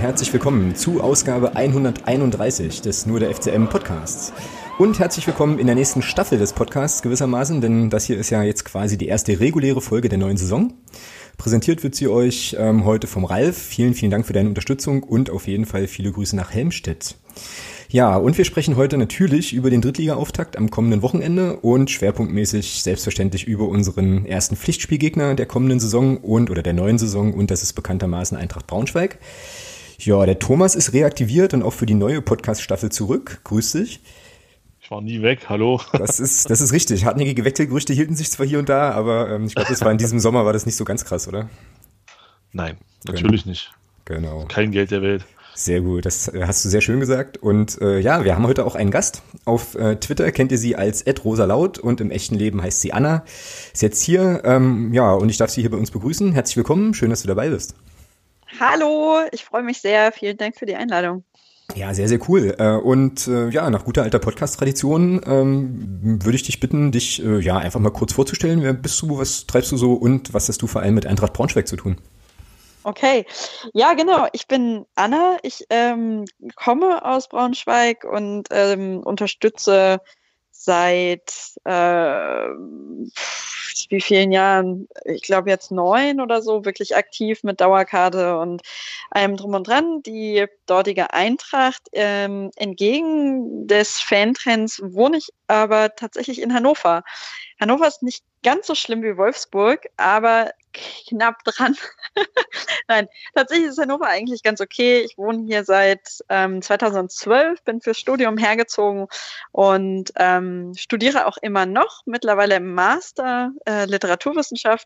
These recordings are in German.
herzlich willkommen zu Ausgabe 131 des Nur der FCM Podcasts. Und herzlich willkommen in der nächsten Staffel des Podcasts gewissermaßen, denn das hier ist ja jetzt quasi die erste reguläre Folge der neuen Saison. Präsentiert wird sie euch heute vom Ralf. Vielen, vielen Dank für deine Unterstützung und auf jeden Fall viele Grüße nach Helmstedt. Ja, und wir sprechen heute natürlich über den Drittliga-Auftakt am kommenden Wochenende und schwerpunktmäßig selbstverständlich über unseren ersten Pflichtspielgegner der kommenden Saison oder der neuen Saison, und das ist bekanntermaßen Eintracht Braunschweig. Ja, der Thomas ist reaktiviert und auch für die neue Podcast-Staffel zurück. Grüß dich. Ich war nie weg, hallo. Das ist richtig. Hartnäckige Wechselgerüchte hielten sich zwar hier und da, aber ich glaube, das war in diesem Sommer war das nicht so ganz krass, oder? Nein, natürlich nicht. Genau. Kein Geld der Welt. Sehr gut, das hast du sehr schön gesagt. Und ja, wir haben heute auch einen Gast. Auf Twitter kennt ihr sie als @rosalaut und im echten Leben heißt sie Anna. Ist jetzt hier, ja, und ich darf sie hier bei uns begrüßen. Herzlich willkommen, schön, dass du dabei bist. Hallo, ich freue mich sehr. Vielen Dank für die Einladung. Ja, sehr, sehr cool. Und ja, nach guter alter Podcast-Tradition würde ich dich bitten, dich ja einfach mal kurz vorzustellen. Wer bist du, was treibst du so und was hast du vor allem mit Eintracht Braunschweig zu tun? Okay, ja genau, ich bin Anna, ich komme aus Braunschweig und unterstütze seit wie vielen Jahren, ich glaube jetzt 9 oder so, wirklich aktiv mit Dauerkarte und allem drum und dran, die dortige Eintracht. Entgegen des Fantrends wohne ich aber tatsächlich in Hannover. Hannover ist nicht ganz so schlimm wie Wolfsburg, aber knapp dran. Nein, tatsächlich ist Hannover eigentlich ganz okay. Ich wohne hier seit 2012, bin fürs Studium hergezogen und studiere auch immer noch, mittlerweile im Master Literaturwissenschaft,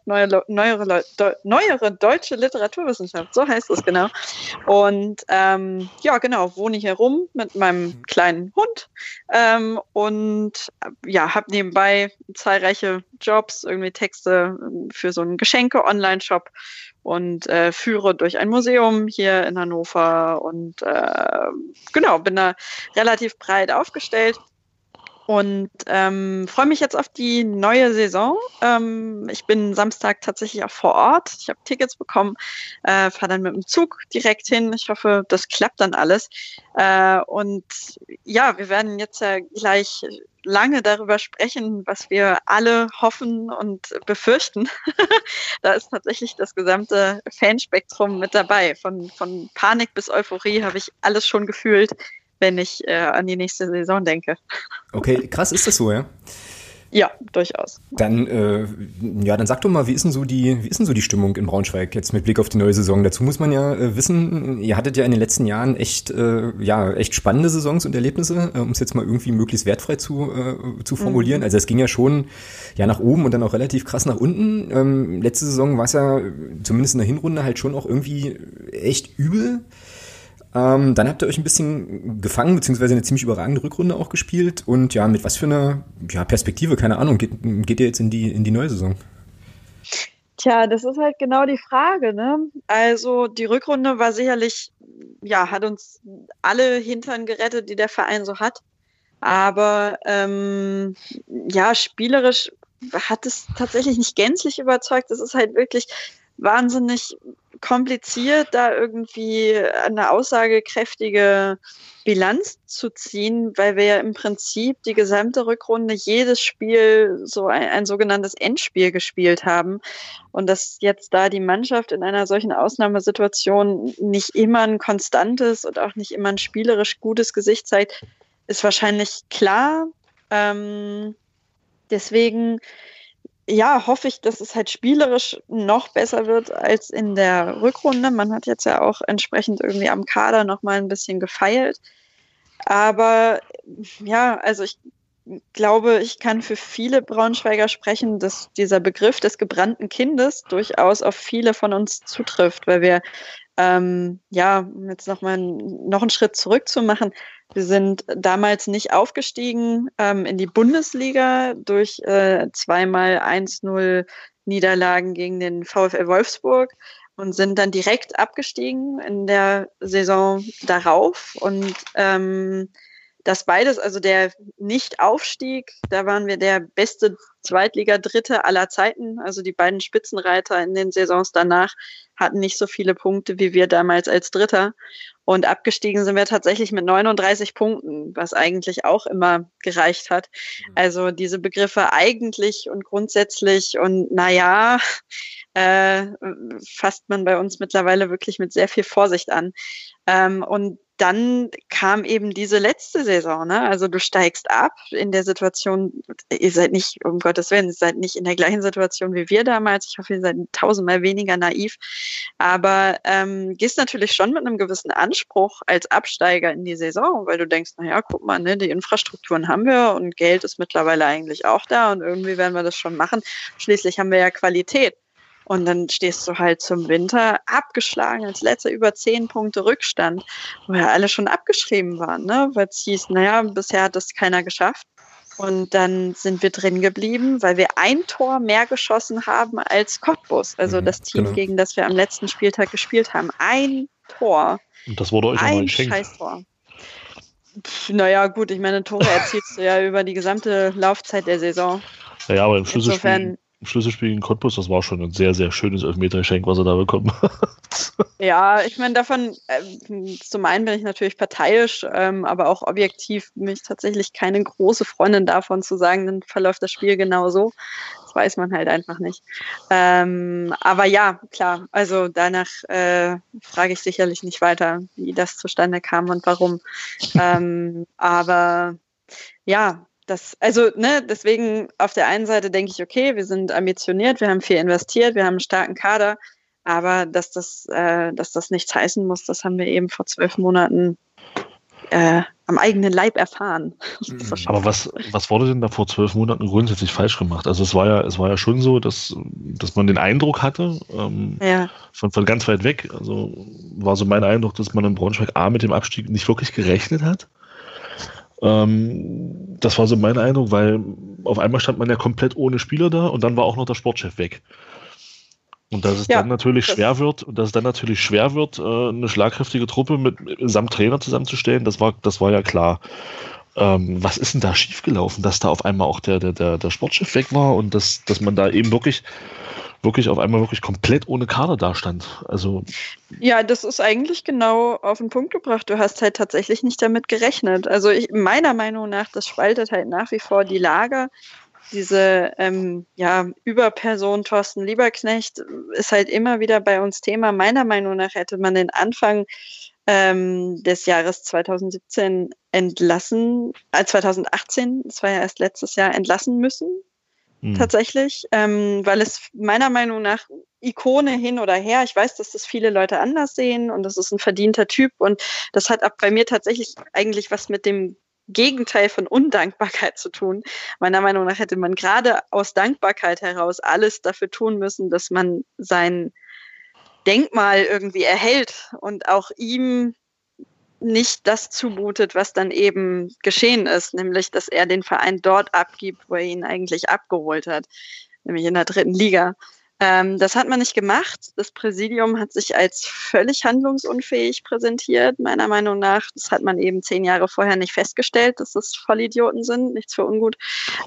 neuere deutsche Literaturwissenschaft, so heißt es genau. Und ja, genau, wohne hier rum mit meinem kleinen Hund und ja, habe nebenbei zahlreiche Jobs, irgendwie Texte für so einen Geschenke-Online-Shop und führe durch ein Museum hier in Hannover und genau, bin da relativ breit aufgestellt und freue mich jetzt auf die neue Saison. Ich bin Samstag tatsächlich auch vor Ort. Ich habe Tickets bekommen, fahre dann mit dem Zug direkt hin. Ich hoffe, das klappt dann alles. Und ja, wir werden jetzt ja gleich lange darüber sprechen, was wir alle hoffen und befürchten. Da ist tatsächlich das gesamte Fanspektrum mit dabei. Von Panik bis Euphorie habe ich alles schon gefühlt, wenn ich an die nächste Saison denke. Okay, krass, ist das so, ja? Ja, durchaus. Dann, ja, dann sag doch mal, wie ist denn so die Stimmung in Braunschweig jetzt mit Blick auf die neue Saison? Dazu muss man ja wissen, ihr hattet ja in den letzten Jahren echt spannende Saisons und Erlebnisse, um es jetzt mal irgendwie möglichst wertfrei zu formulieren. Also es ging ja schon nach oben und dann auch relativ krass nach unten. Letzte Saison war es ja zumindest in der Hinrunde halt schon auch irgendwie echt übel. Dann habt ihr euch ein bisschen gefangen, beziehungsweise eine ziemlich überragende Rückrunde auch gespielt. Und ja, mit was für einer Perspektive, keine Ahnung, geht ihr jetzt in die neue Saison? Tja, das ist halt genau die Frage, ne? Also die Rückrunde war sicherlich, ja, hat uns alle Hintern gerettet, die der Verein so hat. Aber ja, spielerisch hat es tatsächlich nicht gänzlich überzeugt. Es ist halt wirklich wahnsinnig kompliziert, da irgendwie eine aussagekräftige Bilanz zu ziehen, weil wir ja im Prinzip die gesamte Rückrunde jedes Spiel so ein sogenanntes Endspiel gespielt haben und dass jetzt da die Mannschaft in einer solchen Ausnahmesituation nicht immer ein konstantes und auch nicht immer ein spielerisch gutes Gesicht zeigt, ist wahrscheinlich klar. Deswegen ja, hoffe ich, dass es halt spielerisch noch besser wird als in der Rückrunde. Man hat jetzt ja auch entsprechend irgendwie am Kader noch mal ein bisschen gefeilt. Aber ja, also ich glaube, ich kann für viele Braunschweiger sprechen, dass dieser Begriff des gebrannten Kindes durchaus auf viele von uns zutrifft, weil wir ja, um jetzt noch einen Schritt zurück zu machen, wir sind damals nicht aufgestiegen in die Bundesliga durch zweimal 1-0 Niederlagen gegen den VfL Wolfsburg und sind dann direkt abgestiegen in der Saison darauf. Und dass beides, also der Nicht-Aufstieg, da waren wir der beste Zweitliga-Dritte aller Zeiten. Also die beiden Spitzenreiter in den Saisons danach hatten nicht so viele Punkte wie wir damals als Dritter. Und abgestiegen sind wir tatsächlich mit 39 Punkten, was eigentlich auch immer gereicht hat. Also diese Begriffe eigentlich und grundsätzlich und fasst man bei uns mittlerweile wirklich mit sehr viel Vorsicht an. Und dann kam eben diese letzte Saison, ne? Also du steigst ab in der Situation, ihr seid nicht, um Gottes Willen, ihr seid nicht in der gleichen Situation wie wir damals. Ich hoffe, ihr seid tausendmal weniger naiv. Aber gehst natürlich schon mit einem gewissen Anspruch als Absteiger in die Saison, weil du denkst, guck mal, ne, die Infrastrukturen haben wir und Geld ist mittlerweile eigentlich auch da und irgendwie werden wir das schon machen. Schließlich haben wir ja Qualität. Und dann stehst du halt zum Winter abgeschlagen als letzter über 10 Punkte Rückstand, wo ja alle schon abgeschrieben waren, ne? Weil es hieß, bisher hat das keiner geschafft. Und dann sind wir drin geblieben, weil wir ein Tor mehr geschossen haben als Cottbus, also das Team, gegen das wir am letzten Spieltag gespielt haben. Ein Tor. Und das wurde euch nochmal geschenkt. Ein Scheißtor. Gut, ich meine, Tore erzielst du ja über die gesamte Laufzeit der Saison. Ja, aber im Schlüsselspiel gegen Cottbus, das war schon ein sehr, sehr schönes Elfmetergeschenk, was er da bekommen hat. Ja, ich meine, davon, zum einen bin ich natürlich parteiisch, aber auch objektiv bin ich tatsächlich keine große Freundin davon zu sagen, dann verläuft das Spiel genau so. Das weiß man halt einfach nicht. Aber ja, klar, also danach frage ich sicherlich nicht weiter, wie das zustande kam und warum. Aber ja, deswegen auf der einen Seite denke ich, okay, wir sind ambitioniert, wir haben viel investiert, wir haben einen starken Kader, aber dass das nichts heißen muss, das haben wir eben vor 12 Monaten am eigenen Leib erfahren. Aber was wurde denn da vor 12 Monaten grundsätzlich falsch gemacht? Also es war ja schon so, dass man den Eindruck hatte, von ganz weit weg, also war so mein Eindruck, dass man in Braunschweig mit dem Abstieg nicht wirklich gerechnet hat. Das war so mein Eindruck, weil auf einmal stand man ja komplett ohne Spieler da und dann war auch noch der Sportchef weg. Und dass es dann natürlich schwer wird, eine schlagkräftige Truppe samt Trainer zusammenzustellen, das war ja klar. Was ist denn da schiefgelaufen, dass da auf einmal auch der Sportchef weg war und dass man da eben wirklich auf einmal wirklich komplett ohne Kader dastand. Also ja, das ist eigentlich genau auf den Punkt gebracht. Du hast halt tatsächlich nicht damit gerechnet. Also meiner Meinung nach, das spaltet halt nach wie vor die Lager. Diese Überperson Thorsten Lieberknecht ist halt immer wieder bei uns Thema. Meiner Meinung nach hätte man den Anfang des Jahres 2017 2018, das war ja erst letztes Jahr, entlassen müssen. Tatsächlich, weil es meiner Meinung nach Ikone hin oder her, ich weiß, dass das viele Leute anders sehen und das ist ein verdienter Typ und das hat auch bei mir tatsächlich eigentlich was mit dem Gegenteil von Undankbarkeit zu tun. Meiner Meinung nach hätte man gerade aus Dankbarkeit heraus alles dafür tun müssen, dass man sein Denkmal irgendwie erhält und auch ihm nicht das zumutet, was dann eben geschehen ist, nämlich, dass er den Verein dort abgibt, wo er ihn eigentlich abgeholt hat, nämlich in der 3. Liga. Das hat man nicht gemacht. Das Präsidium hat sich als völlig handlungsunfähig präsentiert, meiner Meinung nach. Das hat man eben 10 Jahre vorher nicht festgestellt, dass das Vollidioten sind, nichts für ungut,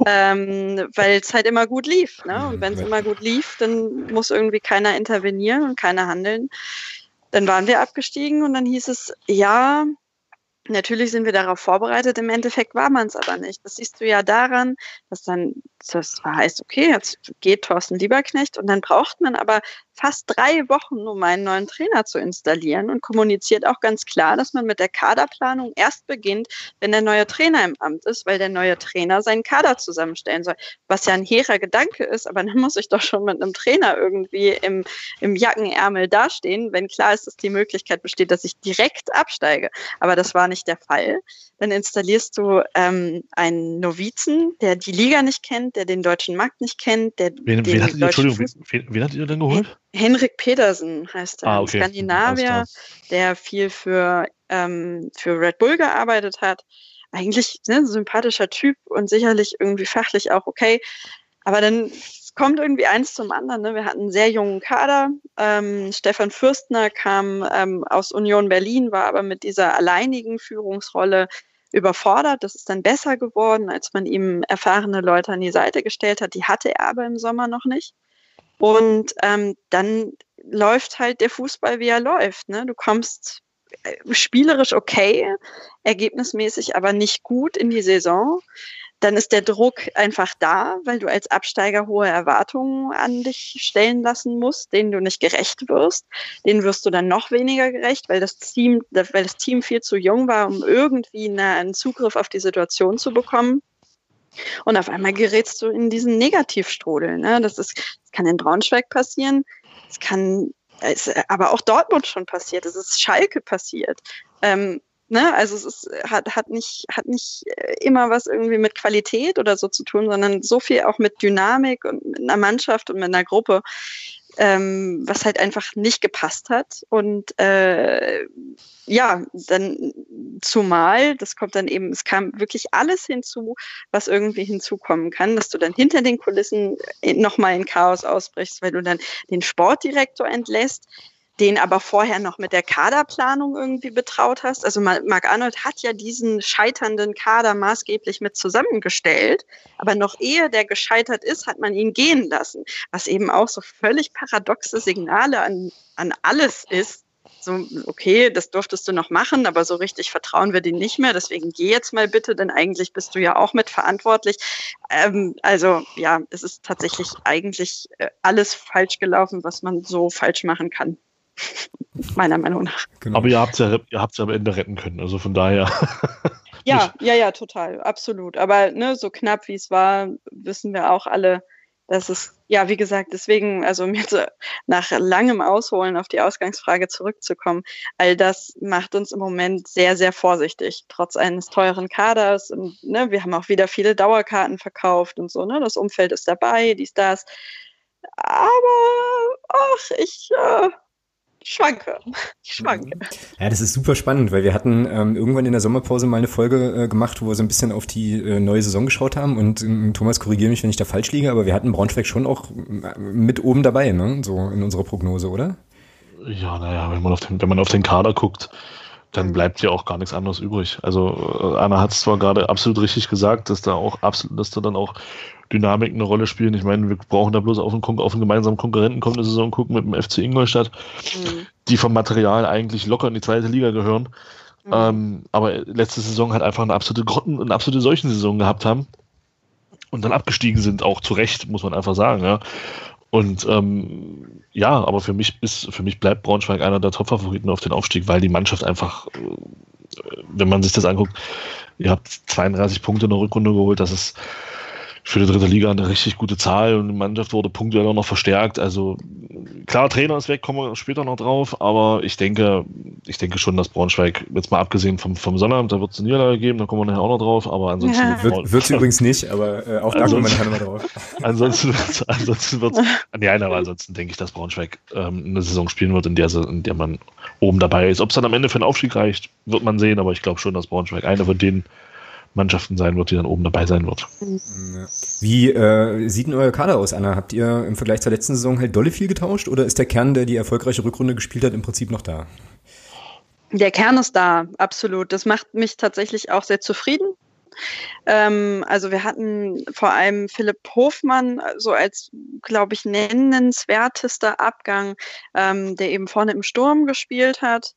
weil es halt immer gut lief. Ne? Und wenn es immer gut lief, dann muss irgendwie keiner intervenieren und keiner handeln. Dann waren wir abgestiegen und dann hieß es, ja, natürlich sind wir darauf vorbereitet, im Endeffekt war man es aber nicht. Das siehst du ja daran, dass dann das heißt, okay, jetzt geht Thorsten Lieberknecht und dann braucht man aber fast 3 Wochen, um einen neuen Trainer zu installieren und kommuniziert auch ganz klar, dass man mit der Kaderplanung erst beginnt, wenn der neue Trainer im Amt ist, weil der neue Trainer seinen Kader zusammenstellen soll. Was ja ein hehrer Gedanke ist, aber dann muss ich doch schon mit einem Trainer irgendwie im Jackenärmel dastehen, wenn klar ist, dass die Möglichkeit besteht, dass ich direkt absteige. Aber das war nicht der Fall. Dann installierst du einen Novizen, der die Liga nicht kennt, der den deutschen Markt nicht kennt. Wen hat ihr denn geholt? Henrik Pedersen heißt er, okay. Skandinavier, der viel für Red Bull gearbeitet hat. Eigentlich ein sympathischer Typ und sicherlich irgendwie fachlich auch okay. Aber dann kommt irgendwie eins zum anderen. Ne? Wir hatten einen sehr jungen Kader. Stefan Fürstner kam aus Union Berlin, war aber mit dieser alleinigen Führungsrolle überfordert. Das ist dann besser geworden, als man ihm erfahrene Leute an die Seite gestellt hat. Die hatte er aber im Sommer noch nicht. Und dann läuft halt der Fußball, wie er läuft. Ne? Du kommst spielerisch okay, ergebnismäßig aber nicht gut in die Saison. Dann ist der Druck einfach da, weil du als Absteiger hohe Erwartungen an dich stellen lassen musst, denen du nicht gerecht wirst. Denen wirst du dann noch weniger gerecht, weil das Team viel zu jung war, um irgendwie einen Zugriff auf die Situation zu bekommen. Und auf einmal gerätst du in diesen Negativstrudel. Ne? Das kann in Braunschweig passieren, ist aber auch Dortmund schon passiert, es ist Schalke passiert. Ne? Also hat nicht immer was irgendwie mit Qualität oder so zu tun, sondern so viel auch mit Dynamik und mit einer Mannschaft und mit einer Gruppe, was halt einfach nicht gepasst hat. Und dann zumal, das kommt dann eben, es kam wirklich alles hinzu, was irgendwie hinzukommen kann, dass du dann hinter den Kulissen nochmal in Chaos ausbrichst, weil du dann den Sportdirektor entlässt, den aber vorher noch mit der Kaderplanung irgendwie betraut hast. Also Marc Arnold hat ja diesen scheiternden Kader maßgeblich mit zusammengestellt, aber noch ehe der gescheitert ist, hat man ihn gehen lassen, was eben auch so völlig paradoxe Signale an alles ist. So, okay, das durftest du noch machen, aber so richtig vertrauen wir dir nicht mehr, deswegen geh jetzt mal bitte, denn eigentlich bist du ja auch mitverantwortlich. Es ist tatsächlich eigentlich alles falsch gelaufen, was man so falsch machen kann. Meiner Meinung nach. Genau. Aber ihr habt's ja am Ende retten können, also von daher. Ja, total, absolut. Aber ne, so knapp wie es war, wissen wir auch alle, dass es, ja, wie gesagt, deswegen, also um jetzt nach langem Ausholen auf die Ausgangsfrage zurückzukommen, all das macht uns im Moment sehr, sehr vorsichtig, trotz eines teuren Kaders. Und ne, wir haben auch wieder viele Dauerkarten verkauft und so, ne, das Umfeld ist dabei, dies, das. Aber, ich schwanke. Ja, das ist super spannend, weil wir hatten irgendwann in der Sommerpause mal eine Folge gemacht, wo wir so ein bisschen auf die neue Saison geschaut haben und Thomas, korrigiere mich, wenn ich da falsch liege, aber wir hatten Braunschweig schon auch mit oben dabei, ne? So in unserer Prognose, oder? Ja, naja, wenn man auf den Kader guckt, dann bleibt ja auch gar nichts anderes übrig. Also Anna hat es zwar gerade absolut richtig gesagt, dass da dann auch Dynamik eine Rolle spielen. Ich meine, wir brauchen da bloß auf einen gemeinsamen Konkurrenten kommende Saison gucken mit dem FC Ingolstadt, die vom Material eigentlich locker in die zweite Liga gehören. Aber letzte Saison halt einfach eine absolute Seuchensaison gehabt haben und dann abgestiegen sind, auch zu Recht, muss man einfach sagen. Ja. Und aber für mich bleibt Braunschweig einer der Top-Favoriten auf den Aufstieg, weil die Mannschaft einfach, wenn man sich das anguckt, ihr habt 32 Punkte in der Rückrunde geholt, das ist für die dritte Liga eine richtig gute Zahl und die Mannschaft wurde punktuell auch noch verstärkt. Also klar, Trainer ist weg, kommen wir später noch drauf, aber ich denke schon, dass Braunschweig, jetzt mal abgesehen vom Sonnabend, da wird es eine Niederlage geben, da kommen wir nachher auch noch drauf, aber ansonsten... Ja. Wird es übrigens nicht, aber auch da kommen wir nachher nochmal drauf. Ansonsten denke ich, dass Braunschweig eine Saison spielen wird, in der man oben dabei ist. Ob es dann am Ende für den Aufstieg reicht, wird man sehen, aber ich glaube schon, dass Braunschweig eine von den Mannschaften sein wird, die dann oben dabei sein wird. Wie sieht denn euer Kader aus, Anna? Habt ihr im Vergleich zur letzten Saison halt dolle viel getauscht oder ist der Kern, der die erfolgreiche Rückrunde gespielt hat, im Prinzip noch da? Der Kern ist da, absolut. Das macht mich tatsächlich auch sehr zufrieden. Also wir hatten vor allem Philipp Hofmann so als, glaube ich, nennenswertester Abgang, der eben vorne im Sturm gespielt hat.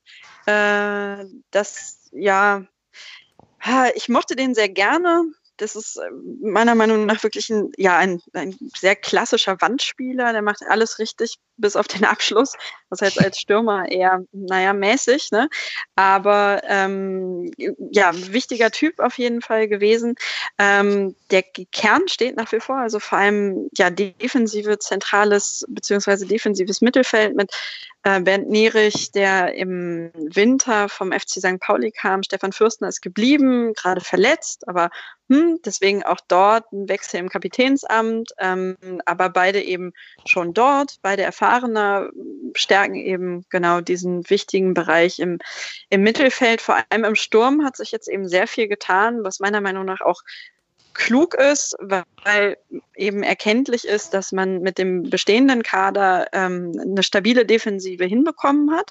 Ich mochte den sehr gerne. Das ist meiner Meinung nach wirklich ein sehr klassischer Wandspieler. Der macht alles richtig, bis auf den Abschluss. Das heißt als Stürmer eher, mäßig, ne? Aber wichtiger Typ auf jeden Fall gewesen. Der Kern steht nach wie vor, also vor allem defensives Mittelfeld mit Bernd Nierich, der im Winter vom FC St. Pauli kam. Stefan Fürstner ist geblieben, gerade verletzt, aber deswegen auch dort ein Wechsel im Kapitänsamt, aber beide eben schon dort, beide erfahrener, stärken eben genau diesen wichtigen Bereich im Mittelfeld. Vor allem im Sturm hat sich jetzt eben sehr viel getan, was meiner Meinung nach auch klug ist, weil eben erkenntlich ist, dass man mit dem bestehenden Kader eine stabile Defensive hinbekommen hat.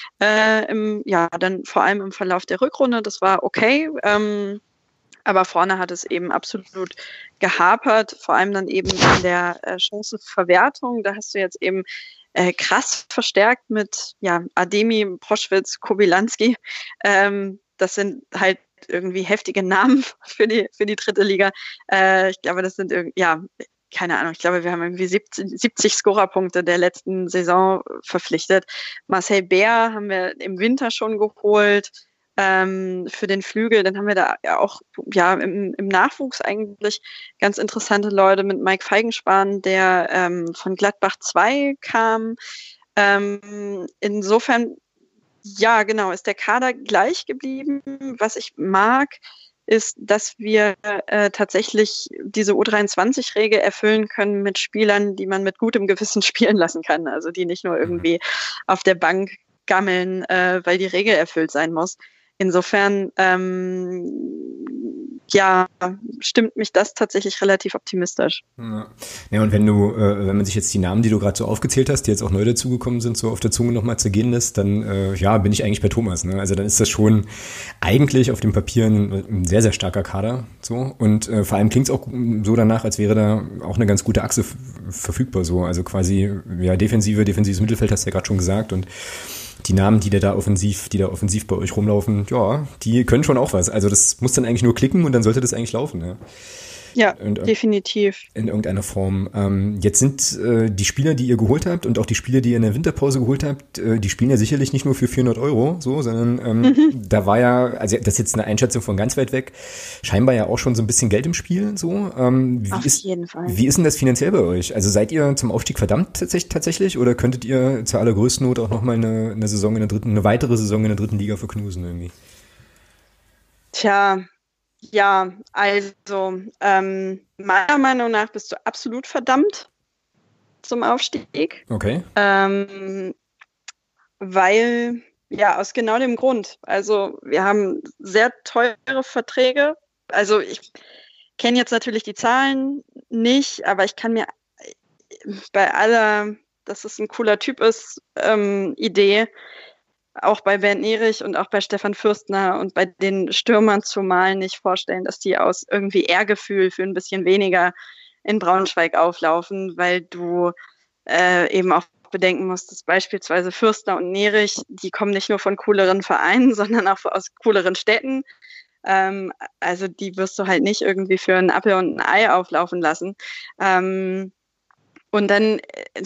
Dann vor allem im Verlauf der Rückrunde, das war okay. Aber vorne hat es eben absolut gehapert, vor allem dann eben in der Chancenverwertung. Da hast du jetzt eben krass verstärkt mit Ademi, Proschwitz, Kobylanski. Das sind halt irgendwie heftige Namen für die dritte Liga. Ich glaube, das sind keine Ahnung, ich glaube, wir haben irgendwie 70 Scorerpunkte der letzten Saison verpflichtet. Marcel Bär haben wir im Winter schon geholt für den Flügel. Dann haben wir da ja auch im Nachwuchs eigentlich ganz interessante Leute mit Mike Feigenspahn, der von Gladbach 2 kam. Insofern ja, genau, ist der Kader gleich geblieben. Was ich mag, ist, dass wir tatsächlich diese U23-Regel erfüllen können mit Spielern, die man mit gutem Gewissen spielen lassen kann. Also die nicht nur irgendwie auf der Bank gammeln, weil die Regel erfüllt sein muss. Insofern stimmt mich das tatsächlich relativ optimistisch. Ja, und wenn man sich jetzt die Namen, die du gerade so aufgezählt hast, die jetzt auch neu dazugekommen sind, so auf der Zunge nochmal zergehen lässt, dann bin ich eigentlich bei Thomas. Ne? Also dann ist das schon eigentlich auf dem Papier ein sehr, sehr starker Kader. So. Und vor allem klingt es auch so danach, als wäre da auch eine ganz gute Achse verfügbar. So. Also quasi defensives Mittelfeld, hast du ja gerade schon gesagt. Und die Namen, die da offensiv bei euch rumlaufen, ja, die können schon auch was. Also das muss dann eigentlich nur klicken und dann sollte das eigentlich laufen. Ja. Ja, definitiv. In irgendeiner Form. Jetzt sind die Spieler, die ihr geholt habt und auch die Spieler, die ihr in der Winterpause geholt habt, die spielen ja sicherlich nicht nur für 400 €, so, sondern da war ja, also das ist jetzt eine Einschätzung von ganz weit weg, scheinbar ja auch schon so ein bisschen Geld im Spiel. So. Auf jeden Fall. Wie ist denn das finanziell bei euch? Also seid ihr zum Aufstieg verdammt tatsächlich oder könntet ihr zur allergrößten Not auch nochmal eine weitere Saison in der dritten Liga verknusen irgendwie? Tja, ja, also meiner Meinung nach bist du absolut verdammt zum Aufstieg. Okay. Weil, aus genau dem Grund. Also wir haben sehr teure Verträge. Also ich kenne jetzt natürlich die Zahlen nicht, aber ich kann mir bei aller, dass es ein cooler Typ ist, Idee, auch bei Bernd Nierich und auch bei Stefan Fürstner und bei den Stürmern zumal nicht vorstellen, dass die aus irgendwie Ehrgefühl für ein bisschen weniger in Braunschweig auflaufen, weil du eben auch bedenken musst, dass beispielsweise Fürstner und Nierich, die kommen nicht nur von cooleren Vereinen, sondern auch aus cooleren Städten. Also die wirst du halt nicht irgendwie für einen Apfel und ein Ei auflaufen lassen. Und dann,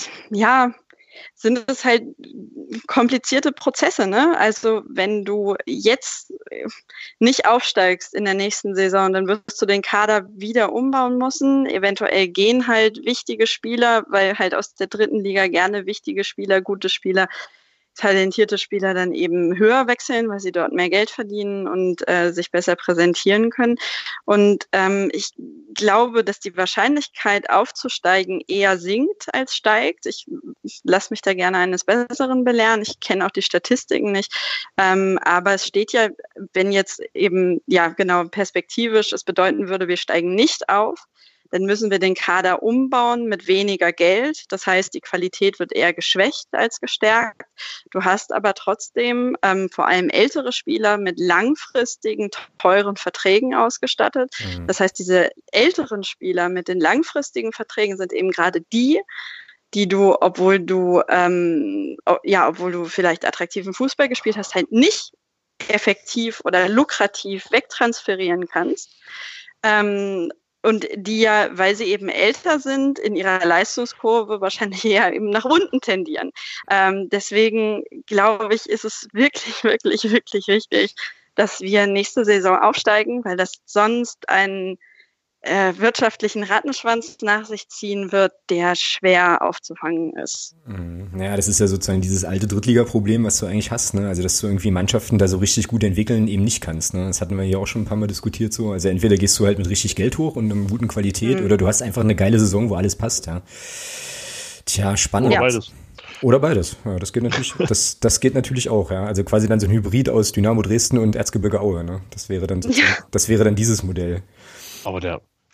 sind es halt komplizierte Prozesse, ne? Also wenn du jetzt nicht aufsteigst in der nächsten Saison, dann wirst du den Kader wieder umbauen müssen. Eventuell gehen halt wichtige Spieler, weil halt aus der dritten Liga gerne wichtige Spieler, gute Spieler, talentierte Spieler dann eben höher wechseln, weil sie dort mehr Geld verdienen und sich besser präsentieren können. Und ich glaube, dass die Wahrscheinlichkeit aufzusteigen eher sinkt als steigt. Ich lasse mich da gerne eines Besseren belehren. Ich kenne auch die Statistiken nicht. Aber es steht ja, wenn jetzt eben, perspektivisch es bedeuten würde, wir steigen nicht auf, dann müssen wir den Kader umbauen mit weniger Geld. Das heißt, die Qualität wird eher geschwächt als gestärkt. Du hast aber trotzdem vor allem ältere Spieler mit langfristigen, teuren Verträgen ausgestattet. Das heißt, diese älteren Spieler mit den langfristigen Verträgen sind eben gerade die du, obwohl du vielleicht attraktiven Fußball gespielt hast, halt nicht effektiv oder lukrativ wegtransferieren kannst. Und die ja, weil sie eben älter sind, in ihrer Leistungskurve wahrscheinlich eher eben nach unten tendieren. Deswegen glaube ich, ist es wirklich, wirklich, wirklich wichtig, dass wir nächste Saison aufsteigen, weil das sonst einen wirtschaftlichen Rattenschwanz nach sich ziehen wird, der schwer aufzufangen ist. Ja, das ist ja sozusagen dieses alte Drittliga-Problem, was du eigentlich hast, ne? Also, dass du irgendwie Mannschaften da so richtig gut entwickeln eben nicht kannst, ne? Das hatten wir hier auch schon ein paar Mal diskutiert so. Also, entweder gehst du halt mit richtig Geld hoch und einer guten Qualität oder du hast einfach eine geile Saison, wo alles passt, ja. Tja, spannend. Oder beides. Oder beides. Ja, das geht natürlich, das geht natürlich auch, ja. Also quasi dann so ein Hybrid aus Dynamo Dresden und Erzgebirge Aue, ne? Das wäre dann sozusagen, das wäre dann dieses Modell. Aber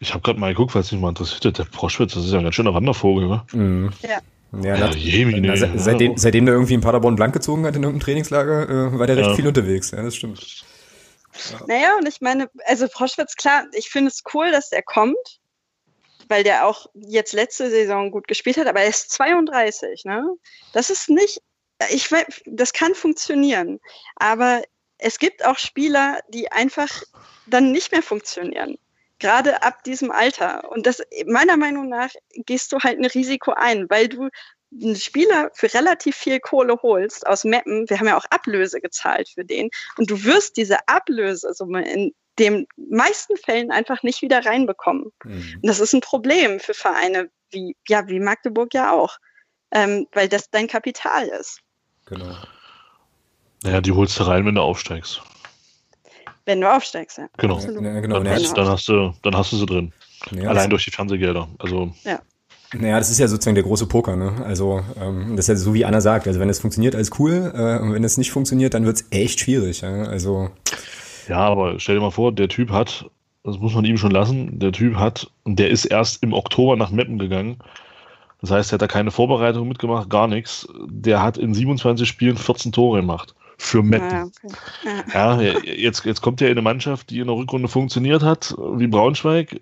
Ich habe gerade mal geguckt, weil es mich mal interessiert. Der Proschwitz, das ist ja ein ganz schöner Wandervogel, wa? Mhm. Ja. Ja, seitdem er in Paderborn blank gezogen hat in irgendeinem Trainingslager, war der recht viel unterwegs. Ja, das stimmt. Naja, und ich meine, also Proschwitz, klar, ich finde es cool, dass der kommt, weil der auch jetzt letzte Saison gut gespielt hat, aber er ist 32, ne? Das ist nicht, ich weiß, das kann funktionieren, aber es gibt auch Spieler, die einfach dann nicht mehr funktionieren. Gerade ab diesem Alter. Und das, meiner Meinung nach, gehst du halt ein Risiko ein, weil du einen Spieler für relativ viel Kohle holst aus Meppen. Wir haben ja auch Ablöse gezahlt für den. Und du wirst diese Ablösesumme in den meisten Fällen einfach nicht wieder reinbekommen. Mhm. Und das ist ein Problem für Vereine wie Magdeburg ja auch, weil das dein Kapital ist. Genau. Naja, die holst du rein, wenn du aufsteigst. Wenn du aufsteigst, ja. Genau. Dann hast du sie drin. Ja, allein durch die Fernsehgelder. Also. Ja. Naja, das ist ja sozusagen der große Poker, ne? Also, das ist ja so, wie Anna sagt. Also, wenn es funktioniert, alles cool. Und wenn es nicht funktioniert, dann wird's echt schwierig. Ja? Also. Ja, aber stell dir mal vor, der Typ hat, das muss man ihm schon lassen, der ist erst im Oktober nach Meppen gegangen. Das heißt, er hat da keine Vorbereitung mitgemacht, gar nichts. Der hat in 27 Spielen 14 Tore gemacht. Für Meppen. Ja, jetzt kommt er in eine Mannschaft, die in der Rückrunde funktioniert hat, wie Braunschweig.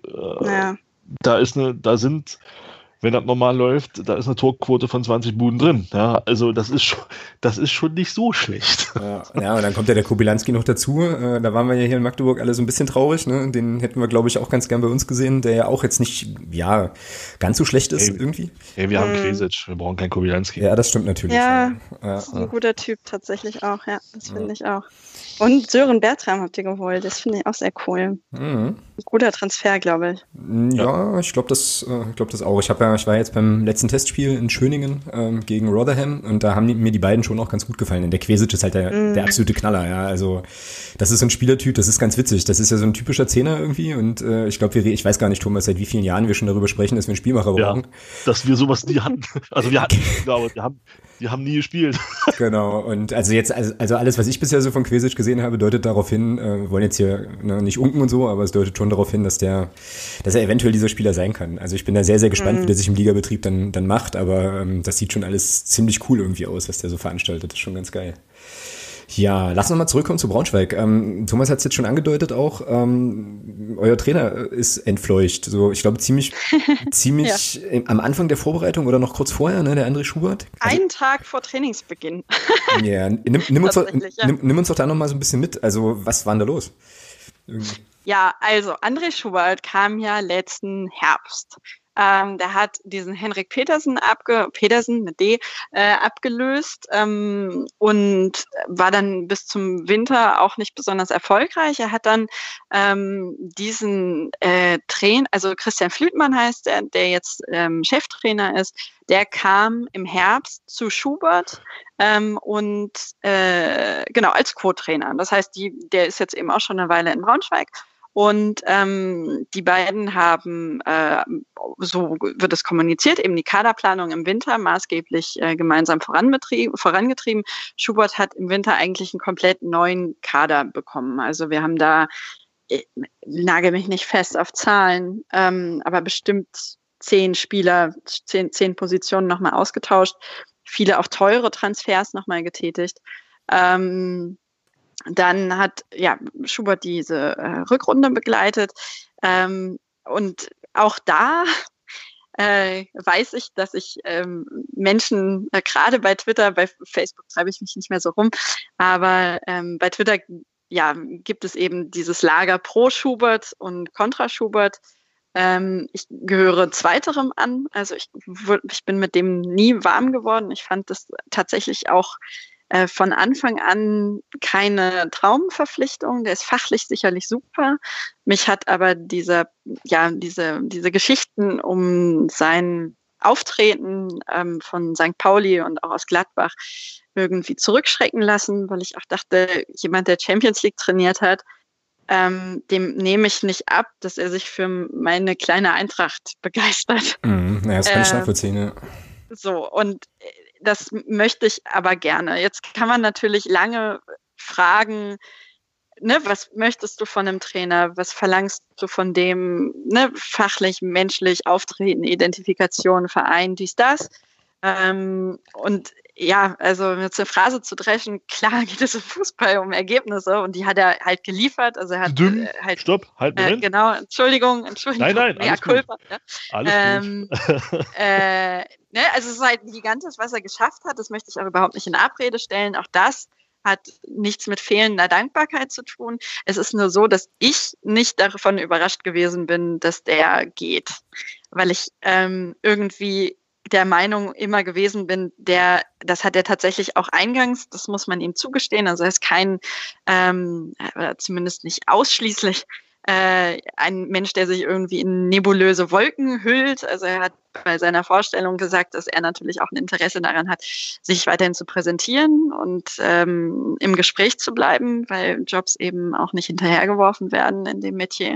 Da sind, wenn das normal läuft, da ist eine Torquote von 20 Buden drin. Ja, also das ist schon nicht so schlecht. Ja, und dann kommt ja der Kobylanski noch dazu. Da waren wir ja hier in Magdeburg alle so ein bisschen traurig. Ne? Den hätten wir, glaube ich, auch ganz gern bei uns gesehen, der ja auch jetzt nicht, ganz so schlecht ist irgendwie. Hey, wir haben Klesic, wir brauchen keinen Kobylanski. Ja, das stimmt natürlich. Ja, das ist ein guter Typ tatsächlich auch. Ja, das finde ich auch. Und Sören Bertram habt ihr geholt. Das finde ich auch sehr cool. Mhm. Ein guter Transfer, glaube ich. Ja, ich glaube das auch. Ich war jetzt beim letzten Testspiel in Schöningen gegen Rotherham und da haben mir die beiden schon auch ganz gut gefallen. Denn der Quesic ist halt der absolute Knaller. Ja, also das ist so ein Spielertyp, das ist ganz witzig. Das ist ja so ein typischer Zehner irgendwie und ich glaube, ich weiß gar nicht, Thomas, seit wie vielen Jahren wir schon darüber sprechen, dass wir einen Spielmacher brauchen. Dass wir sowas nie hatten. Also wir hatten, aber die haben nie gespielt. Genau. Und also alles, was ich bisher so von Quesic gesehen habe, deutet darauf hin, wir wollen jetzt hier nicht unken und so, aber es deutet schon darauf hin, dass er eventuell dieser Spieler sein kann. Also ich bin da sehr, sehr gespannt, wie der sich im Ligabetrieb dann macht, aber das sieht schon alles ziemlich cool irgendwie aus, was der so veranstaltet. Das ist schon ganz geil. Ja, lass uns mal zurückkommen zu Braunschweig. Thomas hat es jetzt schon angedeutet auch, euer Trainer ist entfleucht. So, ich glaube, ziemlich am Anfang der Vorbereitung oder noch kurz vorher, ne, der André Schubert. Also, einen Tag vor Trainingsbeginn. Ja, nimm uns doch da noch mal so ein bisschen mit. Also, was war denn da los? Ja, also André Schubert kam ja letzten Herbst. Der hat diesen Henrik Petersen mit D abgelöst und war dann bis zum Winter auch nicht besonders erfolgreich. Er hat dann diesen Trainer, also Christian Flütmann heißt der jetzt Cheftrainer ist, der kam im Herbst zu Schubert und als Co-Trainer. Das heißt, der ist jetzt eben auch schon eine Weile in Braunschweig. Und die beiden haben, so wird es kommuniziert, eben die Kaderplanung im Winter maßgeblich gemeinsam vorangetrieben. Schubert hat im Winter eigentlich einen komplett neuen Kader bekommen. Also wir haben da, nagel mich nicht fest auf Zahlen, aber bestimmt 10 Spieler, 10 Positionen nochmal ausgetauscht, viele auch teure Transfers nochmal getätigt. Dann hat Schubert diese Rückrunde begleitet und auch da weiß ich, dass ich Menschen, gerade bei Twitter, bei Facebook treibe ich mich nicht mehr so rum, aber bei Twitter gibt es eben dieses Lager pro Schubert und kontra Schubert. Ich gehöre zweiterem an, also ich bin mit dem nie warm geworden. Ich fand das tatsächlich auch von Anfang an keine Traumverpflichtung. Der ist fachlich sicherlich super. Mich hat aber diese Geschichten um sein Auftreten von St. Pauli und auch aus Gladbach irgendwie zurückschrecken lassen, weil ich auch dachte, jemand, der Champions League trainiert hat, dem nehme ich nicht ab, dass er sich für meine kleine Eintracht begeistert. Das kann ich nachvollziehen, ja. So, und das möchte ich aber gerne. Jetzt kann man natürlich lange fragen, ne, was möchtest du von einem Trainer? Was verlangst du von dem, ne, fachlich, menschlich, Auftreten, Identifikation, Verein, dies, das. Und ja, also jetzt eine Phrase zu dreschen, klar geht es im Fußball um Ergebnisse und die hat er halt geliefert. Also er hat halt. Stopp, halt, Moment. Genau, Entschuldigung. Nein, Mea culpa. Ja. Alles gut. Ne, also es ist halt gigantisch, was er geschafft hat. Das möchte ich auch überhaupt nicht in Abrede stellen. Auch das hat nichts mit fehlender Dankbarkeit zu tun. Es ist nur so, dass ich nicht davon überrascht gewesen bin, dass der geht. Weil ich irgendwie der Meinung immer gewesen bin, das hat er tatsächlich auch eingangs, das muss man ihm zugestehen, also er ist kein, zumindest nicht ausschließlich, ein Mensch, der sich irgendwie in nebulöse Wolken hüllt. Also er hat bei seiner Vorstellung gesagt, dass er natürlich auch ein Interesse daran hat, sich weiterhin zu präsentieren und im Gespräch zu bleiben, weil Jobs eben auch nicht hinterhergeworfen werden in dem Metier.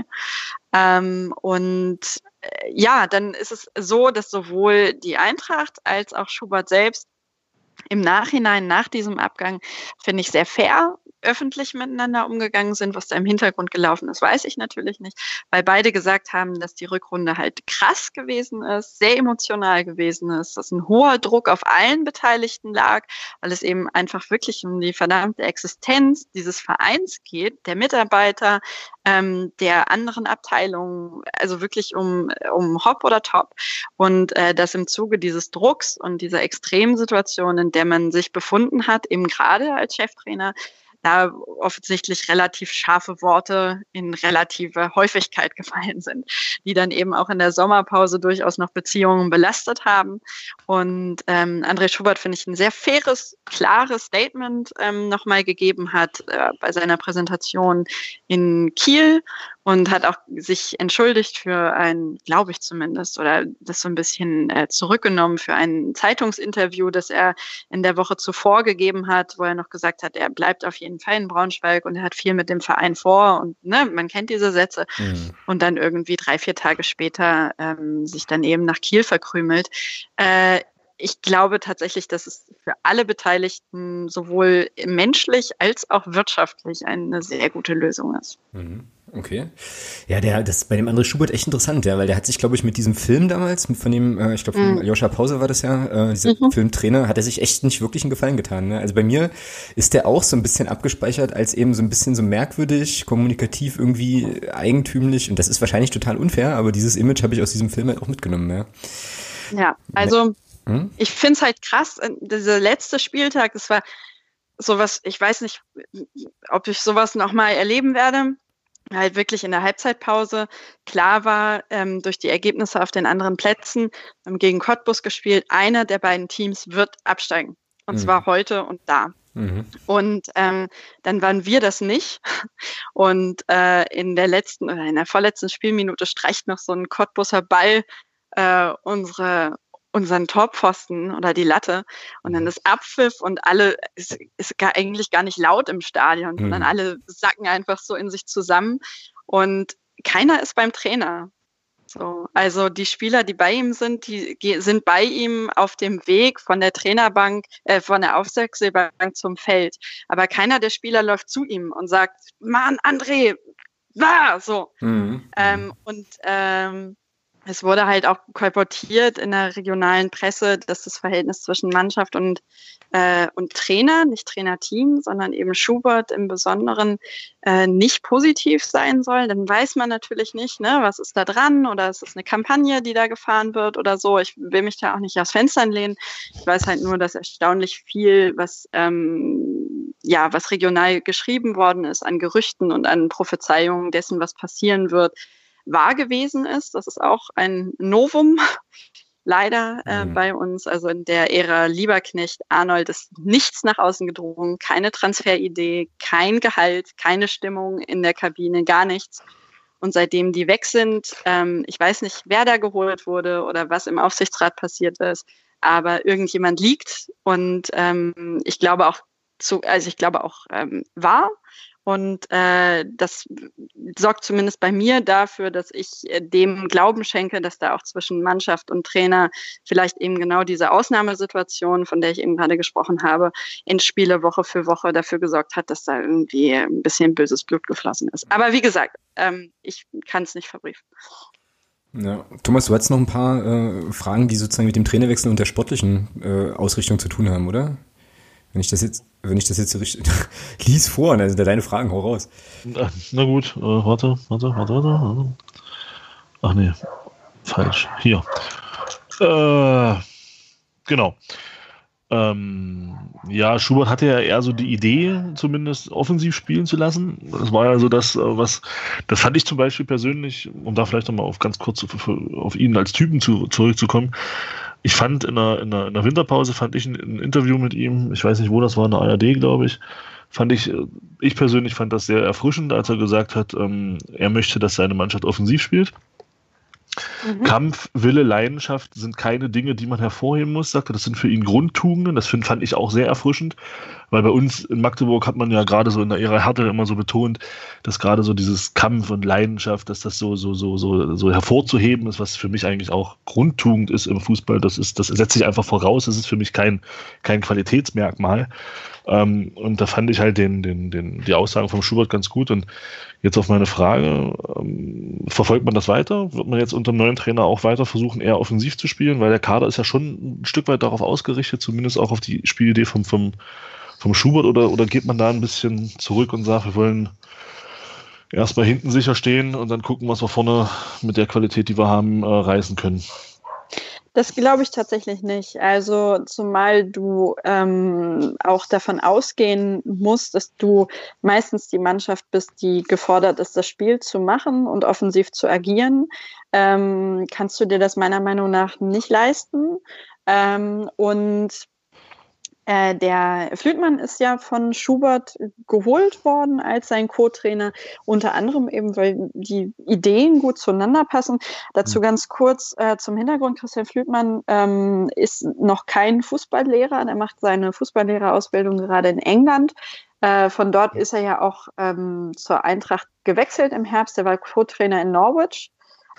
Ja, dann ist es so, dass sowohl die Eintracht als auch Schubert selbst im Nachhinein, nach diesem Abgang, finde ich, sehr fair öffentlich miteinander umgegangen sind. Was da im Hintergrund gelaufen ist, weiß ich natürlich nicht, weil beide gesagt haben, dass die Rückrunde halt krass gewesen ist, sehr emotional gewesen ist, dass ein hoher Druck auf allen Beteiligten lag, weil es eben einfach wirklich um die verdammte Existenz dieses Vereins geht, der Mitarbeiter, der anderen Abteilungen, also wirklich um Hop oder Top. Und dass im Zuge dieses Drucks und dieser extremen Situation, in der man sich befunden hat, eben gerade als Cheftrainer, da offensichtlich relativ scharfe Worte in relative Häufigkeit gefallen sind, die dann eben auch in der Sommerpause durchaus noch Beziehungen belastet haben. Und André Schubert, finde ich, ein sehr faires, klares Statement nochmal gegeben hat bei seiner Präsentation in Kiel und hat auch sich entschuldigt für ein, glaube ich zumindest, oder das so ein bisschen zurückgenommen für ein Zeitungsinterview, das er in der Woche zuvor gegeben hat, wo er noch gesagt hat, er bleibt auf jeden Fall in Braunschweig und er hat viel mit dem Verein vor und ne, man kennt diese Sätze. Und dann irgendwie 3-4 Tage später sich dann eben nach Kiel verkrümelt. Ich glaube tatsächlich, dass es für alle Beteiligten sowohl menschlich als auch wirtschaftlich eine sehr gute Lösung ist. Okay. Ja, das bei dem André Schubert echt interessant, ja, weil der hat sich, glaube ich, mit diesem Film damals, von dem, ich glaube, von Aljoscha Pause war das ja, dieser Filmtrainer, hat er sich echt nicht wirklich einen Gefallen getan. Ne? Also bei mir ist der auch so ein bisschen abgespeichert als eben so ein bisschen so merkwürdig, kommunikativ, irgendwie eigentümlich und das ist wahrscheinlich total unfair, aber dieses Image habe ich aus diesem Film halt auch mitgenommen, ja. Ja, also ich finde es halt krass, dieser letzte Spieltag, das war sowas, ich weiß nicht, ob ich sowas nochmal erleben werde, halt wirklich in der Halbzeitpause klar war, durch die Ergebnisse auf den anderen Plätzen, gegen Cottbus gespielt, einer der beiden Teams wird absteigen. Und zwar heute und da. Und dann waren wir das nicht. Und in der vorletzten Spielminute streicht noch so ein Cottbuser Ball unseren Torpfosten oder die Latte und dann ist Abpfiff und alle ist eigentlich gar nicht laut im Stadion, sondern alle sacken einfach so in sich zusammen und keiner ist beim Trainer. So, also die Spieler, die bei ihm sind, die sind bei ihm auf dem Weg von der Trainerbank, von der Aufsichtsbank zum Feld. Aber keiner der Spieler läuft zu ihm und sagt, Mann, André, so. Es wurde halt auch kolportiert in der regionalen Presse, dass das Verhältnis zwischen Mannschaft und Trainer, nicht Trainerteam, sondern eben Schubert im Besonderen nicht positiv sein soll. Dann weiß man natürlich nicht, ne, was ist da dran oder ist es eine Kampagne, die da gefahren wird oder so. Ich will mich da auch nicht aus Fenstern lehnen. Ich weiß halt nur, dass erstaunlich viel, was regional geschrieben worden ist an Gerüchten und an Prophezeiungen dessen, was passieren wird, wahr gewesen ist. Das ist auch ein Novum, leider bei uns. Also in der Ära Lieberknecht, Arnold ist nichts nach außen gedrungen, keine Transferidee, kein Gehalt, keine Stimmung in der Kabine, gar nichts. Und seitdem die weg sind, ich weiß nicht, wer da geholt wurde oder was im Aufsichtsrat passiert ist, aber irgendjemand liegt und ich glaube auch wahr. Und das sorgt zumindest bei mir dafür, dass ich dem Glauben schenke, dass da auch zwischen Mannschaft und Trainer vielleicht eben genau diese Ausnahmesituation, von der ich eben gerade gesprochen habe, in Spiele Woche für Woche dafür gesorgt hat, dass da irgendwie ein bisschen böses Blut geflossen ist. Aber wie gesagt, ich kann es nicht verbriefen. Ja. Thomas, du hattest noch ein paar Fragen, die sozusagen mit dem Trainerwechsel und der sportlichen Ausrichtung zu tun haben, oder? Wenn ich das jetzt so richtig lies vor, also deine Fragen, hau raus. Na gut, warte. Ach nee, falsch. Hier. Genau. Ja, Schubert hatte ja eher so die Idee, zumindest offensiv spielen zu lassen. Das war ja so das fand ich zum Beispiel persönlich, um da vielleicht nochmal ganz kurz auf ihn als Typen zurückzukommen. Ich fand in der Winterpause ein Interview mit ihm, ich weiß nicht, wo das war, in der ARD, glaube ich, ich persönlich fand das sehr erfrischend, als er gesagt hat, er möchte, dass seine Mannschaft offensiv spielt. Kampf, Wille, Leidenschaft sind keine Dinge, die man hervorheben muss, sagte, das sind für ihn Grundtugenden. Das fand ich auch sehr erfrischend, weil bei uns in Magdeburg hat man ja gerade so in der Ära Härte immer so betont, dass gerade so dieses Kampf und Leidenschaft, dass das so hervorzuheben ist, was für mich eigentlich auch Grundtugend ist im Fußball. Das setzt sich einfach voraus. Das ist für mich kein Qualitätsmerkmal. Und da fand ich halt die Aussagen vom Schubert ganz gut. Und jetzt auf meine Frage, verfolgt man das weiter? Wird man jetzt unter dem neuen Trainer auch weiter versuchen, eher offensiv zu spielen? Weil der Kader ist ja schon ein Stück weit darauf ausgerichtet, zumindest auch auf die Spielidee vom Schubert. Oder geht man da ein bisschen zurück und sagt, wir wollen erstmal hinten sicher stehen und dann gucken, was wir vorne mit der Qualität, die wir haben, reißen können? Das glaube ich tatsächlich nicht. Also zumal du auch davon ausgehen musst, dass du meistens die Mannschaft bist, die gefordert ist, das Spiel zu machen und offensiv zu agieren, kannst du dir das meiner Meinung nach nicht leisten. Und der Flütmann ist ja von Schubert geholt worden als sein Co-Trainer, unter anderem eben, weil die Ideen gut zueinander passen. Dazu ganz kurz zum Hintergrund. Christian Flütmann ist noch kein Fußballlehrer. Der macht seine Fußballlehrerausbildung gerade in England. Von dort ist er ja auch zur Eintracht gewechselt im Herbst. Er war Co-Trainer in Norwich.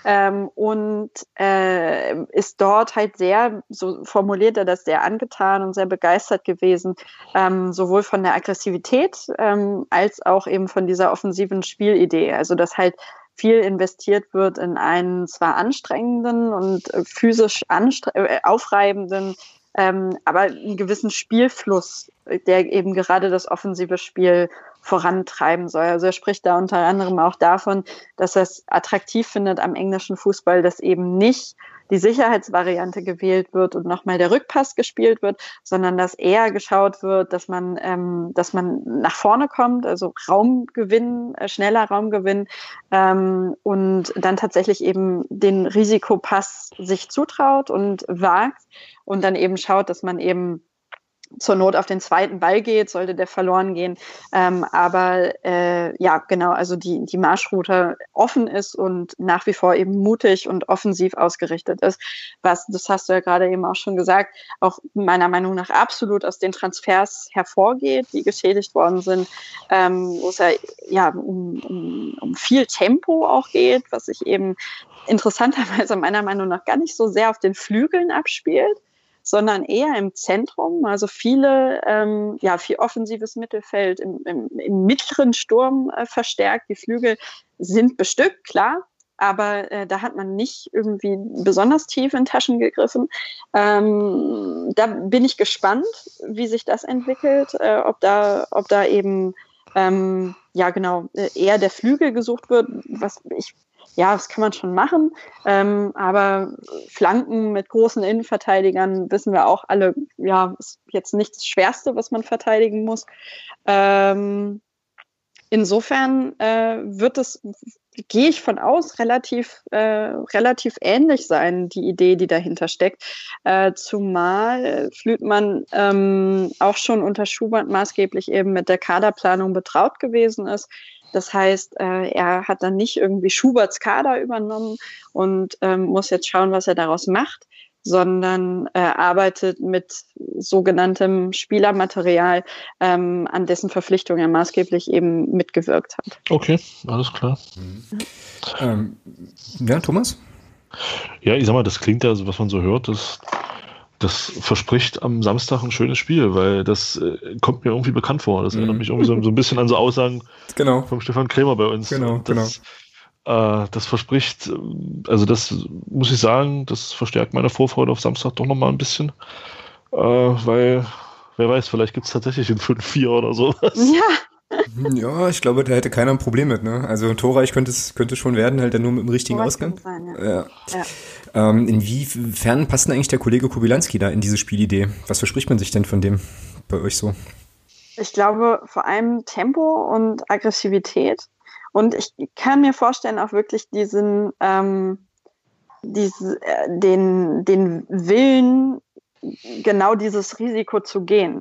Und ist dort halt sehr, so formuliert er das, sehr angetan und sehr begeistert gewesen, sowohl von der Aggressivität als auch eben von dieser offensiven Spielidee. Also dass halt viel investiert wird in einen zwar anstrengenden und physisch aufreibenden, aber einen gewissen Spielfluss, der eben gerade das offensive Spiel vorantreiben soll. Also er spricht da unter anderem auch davon, dass er es attraktiv findet am englischen Fußball, dass eben nicht die Sicherheitsvariante gewählt wird und nochmal der Rückpass gespielt wird, sondern dass eher geschaut wird, dass man nach vorne kommt, also Raumgewinn, schneller Raumgewinn und dann tatsächlich eben den Risikopass sich zutraut und wagt und dann eben schaut, dass man eben zur Not auf den zweiten Ball geht, sollte der verloren gehen. Aber genau, also die Marschroute offen ist und nach wie vor eben mutig und offensiv ausgerichtet ist. Das hast du ja gerade eben auch schon gesagt, auch meiner Meinung nach absolut aus den Transfers hervorgeht, die getätigt worden sind, wo es ja um viel Tempo auch geht, was sich eben interessanterweise meiner Meinung nach gar nicht so sehr auf den Flügeln abspielt, sondern eher im Zentrum, also viel offensives Mittelfeld im mittleren Sturm verstärkt. Die Flügel sind bestückt, klar, aber da hat man nicht irgendwie besonders tief in Taschen gegriffen. Da bin ich gespannt, wie sich das entwickelt, ob da eben eher der Flügel gesucht wird, das kann man schon machen, aber Flanken mit großen Innenverteidigern wissen wir auch alle, ist jetzt nicht das Schwerste, was man verteidigen muss. Insofern wird es, gehe ich von aus, relativ ähnlich sein, die Idee, die dahinter steckt. Zumal Flütmann auch schon unter Schubert maßgeblich eben mit der Kaderplanung betraut gewesen ist. Das heißt, er hat dann nicht irgendwie Schuberts Kader übernommen und muss jetzt schauen, was er daraus macht, sondern arbeitet mit sogenanntem Spielermaterial, an dessen Verpflichtung er maßgeblich eben mitgewirkt hat. Okay, alles klar. Ja, Thomas? Ja, ich sag mal, das klingt ja, also was man so hört, das verspricht am Samstag ein schönes Spiel, weil das kommt mir irgendwie bekannt vor. Das erinnert mich irgendwie so ein bisschen an so Aussagen vom Stefan Krämer bei uns. Genau. Das verspricht, also das muss ich sagen, das verstärkt meine Vorfreude auf Samstag doch nochmal ein bisschen, weil, wer weiß, vielleicht gibt es tatsächlich ein 5-4 oder sowas. Ja, ich glaube, da hätte keiner ein Problem mit, ne? Also torreich könnte schon werden, halt dann nur mit dem richtigen Ausgang. Sein, ja. Inwiefern passt denn eigentlich der Kollege Kubilanski da in diese Spielidee? Was verspricht man sich denn von dem bei euch so? Ich glaube vor allem Tempo und Aggressivität. Und ich kann mir vorstellen, auch wirklich den Willen, genau dieses Risiko zu gehen.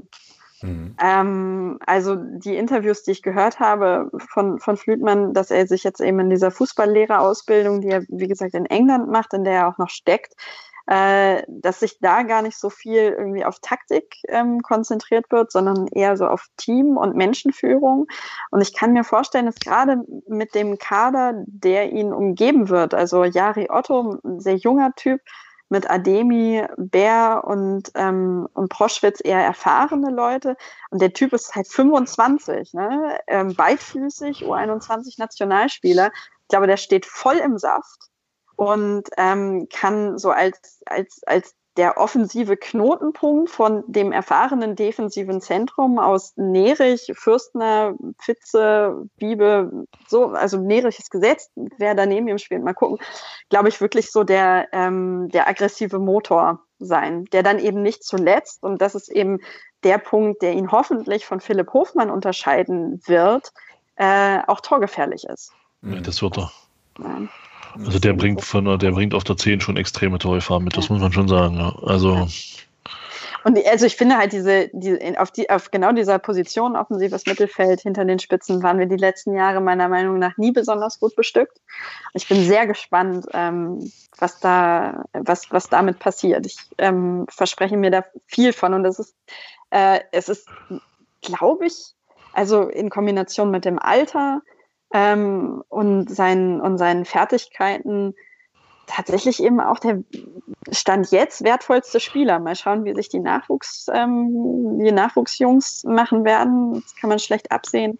Also die Interviews, die ich gehört habe von Flütmann, dass er sich jetzt eben in dieser Fußballlehrerausbildung, die er, wie gesagt, in England macht, in der er auch noch steckt, dass sich da gar nicht so viel irgendwie auf Taktik konzentriert wird, sondern eher so auf Team- und Menschenführung. Und ich kann mir vorstellen, dass gerade mit dem Kader, der ihn umgeben wird, also Jari Otto, ein sehr junger Typ, mit Ademi, Bär und Proschwitz eher erfahrene Leute. Und der Typ ist halt 25, ne? Beidfüßig, U21-Nationalspieler. Ich glaube, der steht voll im Saft und kann so als der offensive Knotenpunkt von dem erfahrenen defensiven Zentrum aus Nerich, Fürstner, Pfitze, Biebe, so, also Nerich ist gesetzt, wer da neben ihm spielt, mal gucken, glaube ich, wirklich so der aggressive Motor sein, der dann eben nicht zuletzt, und das ist eben der Punkt, der ihn hoffentlich von Philipp Hofmann unterscheiden wird, auch torgefährlich ist. Ja, das wird er. Ja. Also der bringt auf der 10 schon extreme Torgefahr mit, das muss man schon sagen. Ja. Also und also ich finde halt auf genau dieser Position offensives Mittelfeld hinter den Spitzen waren wir die letzten Jahre meiner Meinung nach nie besonders gut bestückt. Ich bin sehr gespannt, was damit passiert. Ich verspreche mir da viel von, und es ist, glaube ich, also in Kombination mit dem Alter und seinen Fertigkeiten tatsächlich eben auch der Stand jetzt wertvollste Spieler. Mal schauen, wie sich die Nachwuchsjungs machen werden. Das kann man schlecht absehen.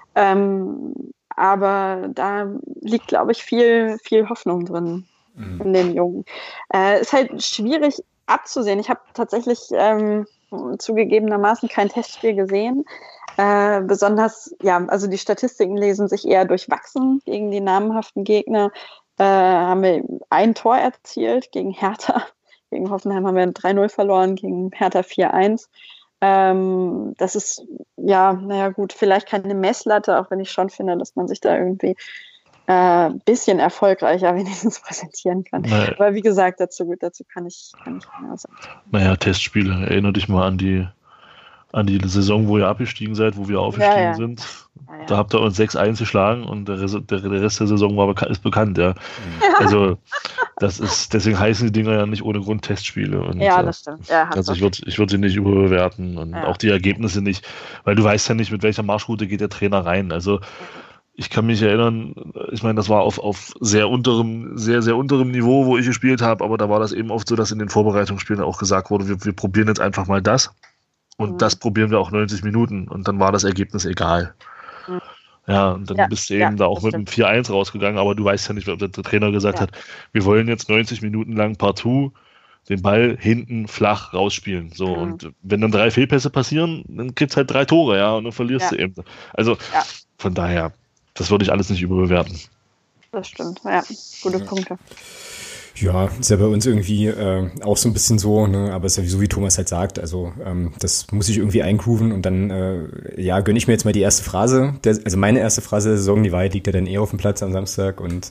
Aber da liegt, glaube ich, viel, viel Hoffnung drin in dem Jungen. Ist halt schwierig abzusehen. Ich habe tatsächlich zugegebenermaßen kein Testspiel gesehen. Besonders, also die Statistiken lesen sich eher durchwachsen gegen die namhaften Gegner. Haben wir ein Tor erzielt gegen Hertha. Gegen Hoffenheim haben wir 3-0 verloren, gegen Hertha 4-1. Das ist, gut, vielleicht keine Messlatte, auch wenn ich schon finde, dass man sich da irgendwie ein bisschen erfolgreicher wenigstens präsentieren kann. Naja. Aber wie gesagt, dazu kann ich mehr sagen. Naja, Testspiele, erinnere dich mal an die Saison, wo ihr abgestiegen seid, wo wir aufgestiegen sind. Ja. Da habt ihr uns 6-1 geschlagen und der Rest der Saison ist bekannt. Ja. Also deswegen heißen die Dinger ja nicht ohne Grund Testspiele. Und, das stimmt. Ja, also ich würd sie nicht überbewerten und auch die Ergebnisse nicht, weil du weißt ja nicht, mit welcher Marschroute geht der Trainer rein. Also ich kann mich erinnern, ich meine, das war auf sehr unterem Niveau, wo ich gespielt habe, aber da war das eben oft so, dass in den Vorbereitungsspielen auch gesagt wurde, wir probieren jetzt einfach mal das. Und das probieren wir auch 90 Minuten und dann war das Ergebnis egal. Ja, und dann bist du eben da auch mit einem 4-1 rausgegangen, aber du weißt ja nicht, ob der Trainer gesagt hat, wir wollen jetzt 90 Minuten lang partout den Ball hinten flach rausspielen. So, und wenn dann 3 Fehlpässe passieren, dann gibt's halt 3 Tore, ja, und dann verlierst du eben. Also von daher, das würde ich alles nicht überbewerten. Das stimmt, ja, gute Punkte. Ja, ist ja bei uns irgendwie auch so ein bisschen so, ne? Aber es ist ja so, wie Thomas halt sagt, also das muss ich irgendwie eingrooven und dann gönne ich mir jetzt mal die erste Phrase, also meine erste Phrase der Saison, die Wahrheit liegt ja dann auf dem Platz am Samstag und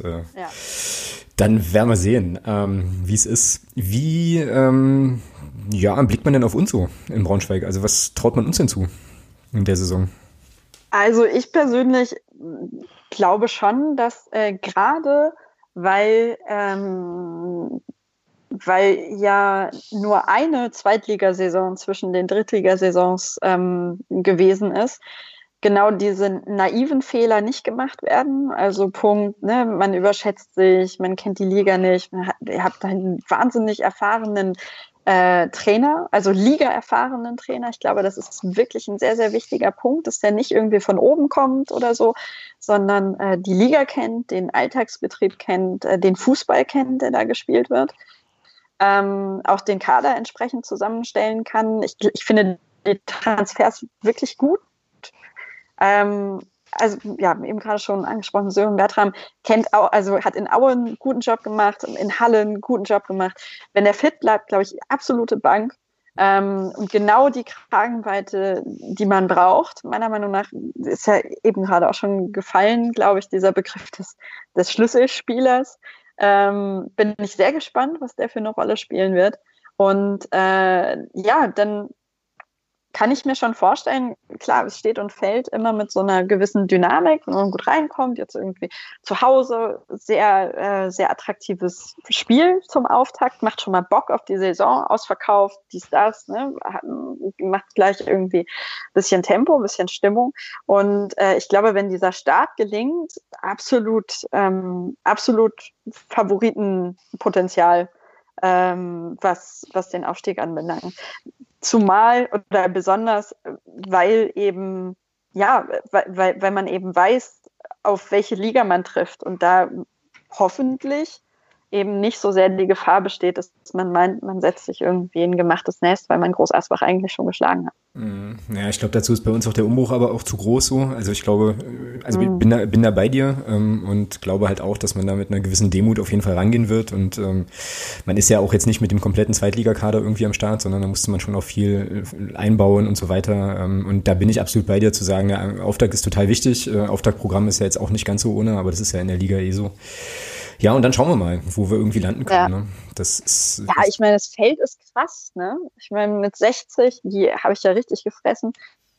dann werden wir sehen, wie es ist. Wie blickt man denn auf uns so in Braunschweig? Also was traut man uns denn zu in der Saison? Also ich persönlich glaube schon, dass gerade weil weil ja nur eine Zweitligasaison zwischen den Drittligasaisons gewesen ist, genau diese naiven Fehler nicht gemacht werden. Also Punkt, ne, man überschätzt sich, man kennt die Liga nicht, ihr habt einen wahnsinnig erfahrenen Trainer, also Liga-erfahrenen Trainer. Ich glaube, das ist wirklich ein sehr, sehr wichtiger Punkt, dass der nicht irgendwie von oben kommt oder so, sondern die Liga kennt, den Alltagsbetrieb kennt, den Fußball kennt, der da gespielt wird, auch den Kader entsprechend zusammenstellen kann. Ich finde die Transfers wirklich gut. Also ja, eben gerade schon angesprochen, Sören Bertram hat in Aue einen guten Job gemacht, in Halle einen guten Job gemacht. Wenn der fit bleibt, glaube ich, absolute Bank. Und genau die Kragenweite, die man braucht, meiner Meinung nach, ist ja eben gerade auch schon gefallen, glaube ich, dieser Begriff des Schlüsselspielers. Bin ich sehr gespannt, was der für eine Rolle spielen wird. Und dann kann ich mir schon vorstellen, klar, es steht und fällt immer mit so einer gewissen Dynamik, wenn man gut reinkommt, jetzt irgendwie zu Hause, sehr, sehr attraktives Spiel zum Auftakt, macht schon mal Bock auf die Saison, ausverkauft, dies, das, ne, macht gleich irgendwie ein bisschen Tempo, ein bisschen Stimmung und ich glaube, wenn dieser Start gelingt, absolut Favoritenpotenzial, was den Aufstieg anbelangt. Zumal oder besonders, weil man eben weiß, auf welche Liga man trifft und da hoffentlich eben nicht so sehr die Gefahr besteht, dass man meint, man setzt sich irgendwie in ein gemachtes Nest, weil man Groß Asbach eigentlich schon geschlagen hat. Ja, ich glaube, dazu ist bei uns auch der Umbruch aber auch zu groß so. Also ich glaube, bin da bei dir und glaube halt auch, dass man da mit einer gewissen Demut auf jeden Fall rangehen wird und man ist ja auch jetzt nicht mit dem kompletten Zweitligakader irgendwie am Start, sondern da musste man schon auch viel einbauen und so weiter und da bin ich absolut bei dir zu sagen, ja, Auftakt ist total wichtig, Auftaktprogramm ist ja jetzt auch nicht ganz so ohne, aber das ist ja in der Liga so. Ja, und dann schauen wir mal, wo wir irgendwie landen können. Ja. Ne? Ich meine, das Feld ist krass, ne? Ich meine, mit 60, die habe ich ja richtig gefressen.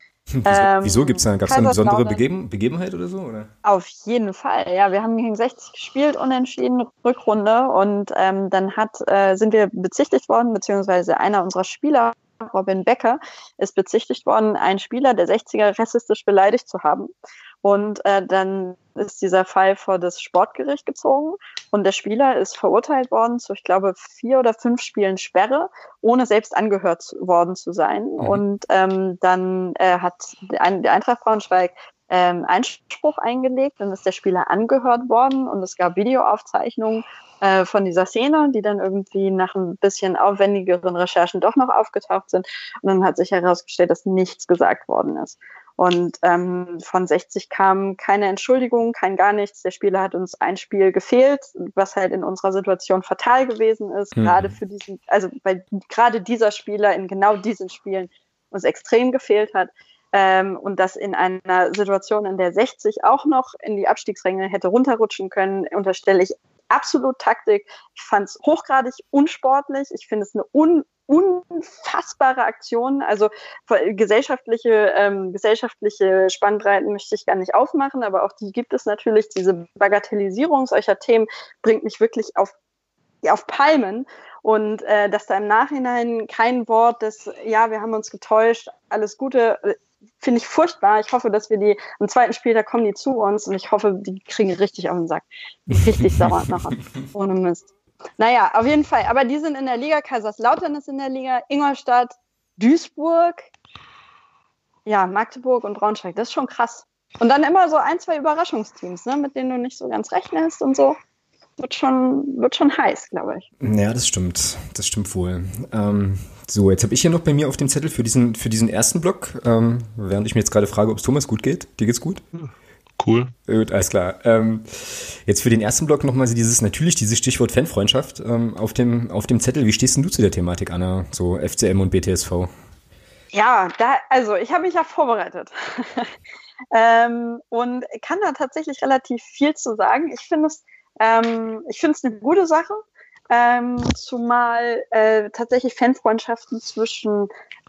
Wieso? Gab es da eine besondere Begebenheit oder so? Oder? Auf jeden Fall, ja. Wir haben gegen 60 gespielt, unentschieden, Rückrunde. Und dann sind wir bezichtigt worden, beziehungsweise einer unserer Spieler, Robin Becker, ist bezichtigt worden, einen Spieler der 60er rassistisch beleidigt zu haben. Und dann ist dieser Fall vor das Sportgericht gezogen und der Spieler ist verurteilt worden zu, ich glaube, 4 oder 5 Spielen Sperre, ohne selbst angehört worden zu sein. Mhm. Und dann hat die Eintracht Braunschweig Einspruch eingelegt, dann ist der Spieler angehört worden und es gab Videoaufzeichnungen von dieser Szene, die dann irgendwie nach ein bisschen aufwendigeren Recherchen doch noch aufgetaucht sind. Und dann hat sich herausgestellt, dass nichts gesagt worden ist. Und von 60 kam keine Entschuldigung, kein gar nichts. Der Spieler hat uns ein Spiel gefehlt, was halt in unserer Situation fatal gewesen ist, gerade für weil gerade dieser Spieler in genau diesen Spielen uns extrem gefehlt hat. Und das in einer Situation, in der 60 auch noch in die Abstiegsränge hätte runterrutschen können, unterstelle ich absolut Taktik. Ich fand es hochgradig unsportlich. Ich finde es eine unfassbare Aktion. Also gesellschaftliche Spannbreiten möchte ich gar nicht aufmachen, aber auch die gibt es natürlich. Diese Bagatellisierung solcher Themen bringt mich wirklich auf Palmen. Und dass da im Nachhinein kein Wort des, ja, wir haben uns getäuscht, alles Gute, finde ich furchtbar. Ich hoffe, dass wir am zweiten Spieltag kommen die zu uns und ich hoffe, die kriegen richtig auf den Sack. Richtig sauer noch. Ohne Mist. Naja, auf jeden Fall. Aber die sind in der Liga. Kaiserslautern ist in der Liga. Ingolstadt, Duisburg, ja, Magdeburg und Braunschweig. Das ist schon krass. Und dann immer so 1, 2 Überraschungsteams, ne, mit denen du nicht so ganz rechnest und so. Wird schon heiß, glaube ich. Ja, das stimmt. Das stimmt wohl. So, jetzt habe ich hier noch bei mir auf dem Zettel für diesen ersten Block, während ich mir jetzt gerade frage, ob es Thomas gut geht. Dir geht's gut? Cool. Gut, alles klar. Jetzt für den ersten Block nochmal dieses Stichwort Fanfreundschaft auf dem Zettel. Wie stehst denn du zu der Thematik, Anna? So FCM und BTSV? Ja, ich habe mich ja vorbereitet. Und kann da tatsächlich relativ viel zu sagen. Ich finde es eine gute Sache, zumal tatsächlich Fanfreundschaften zwischen,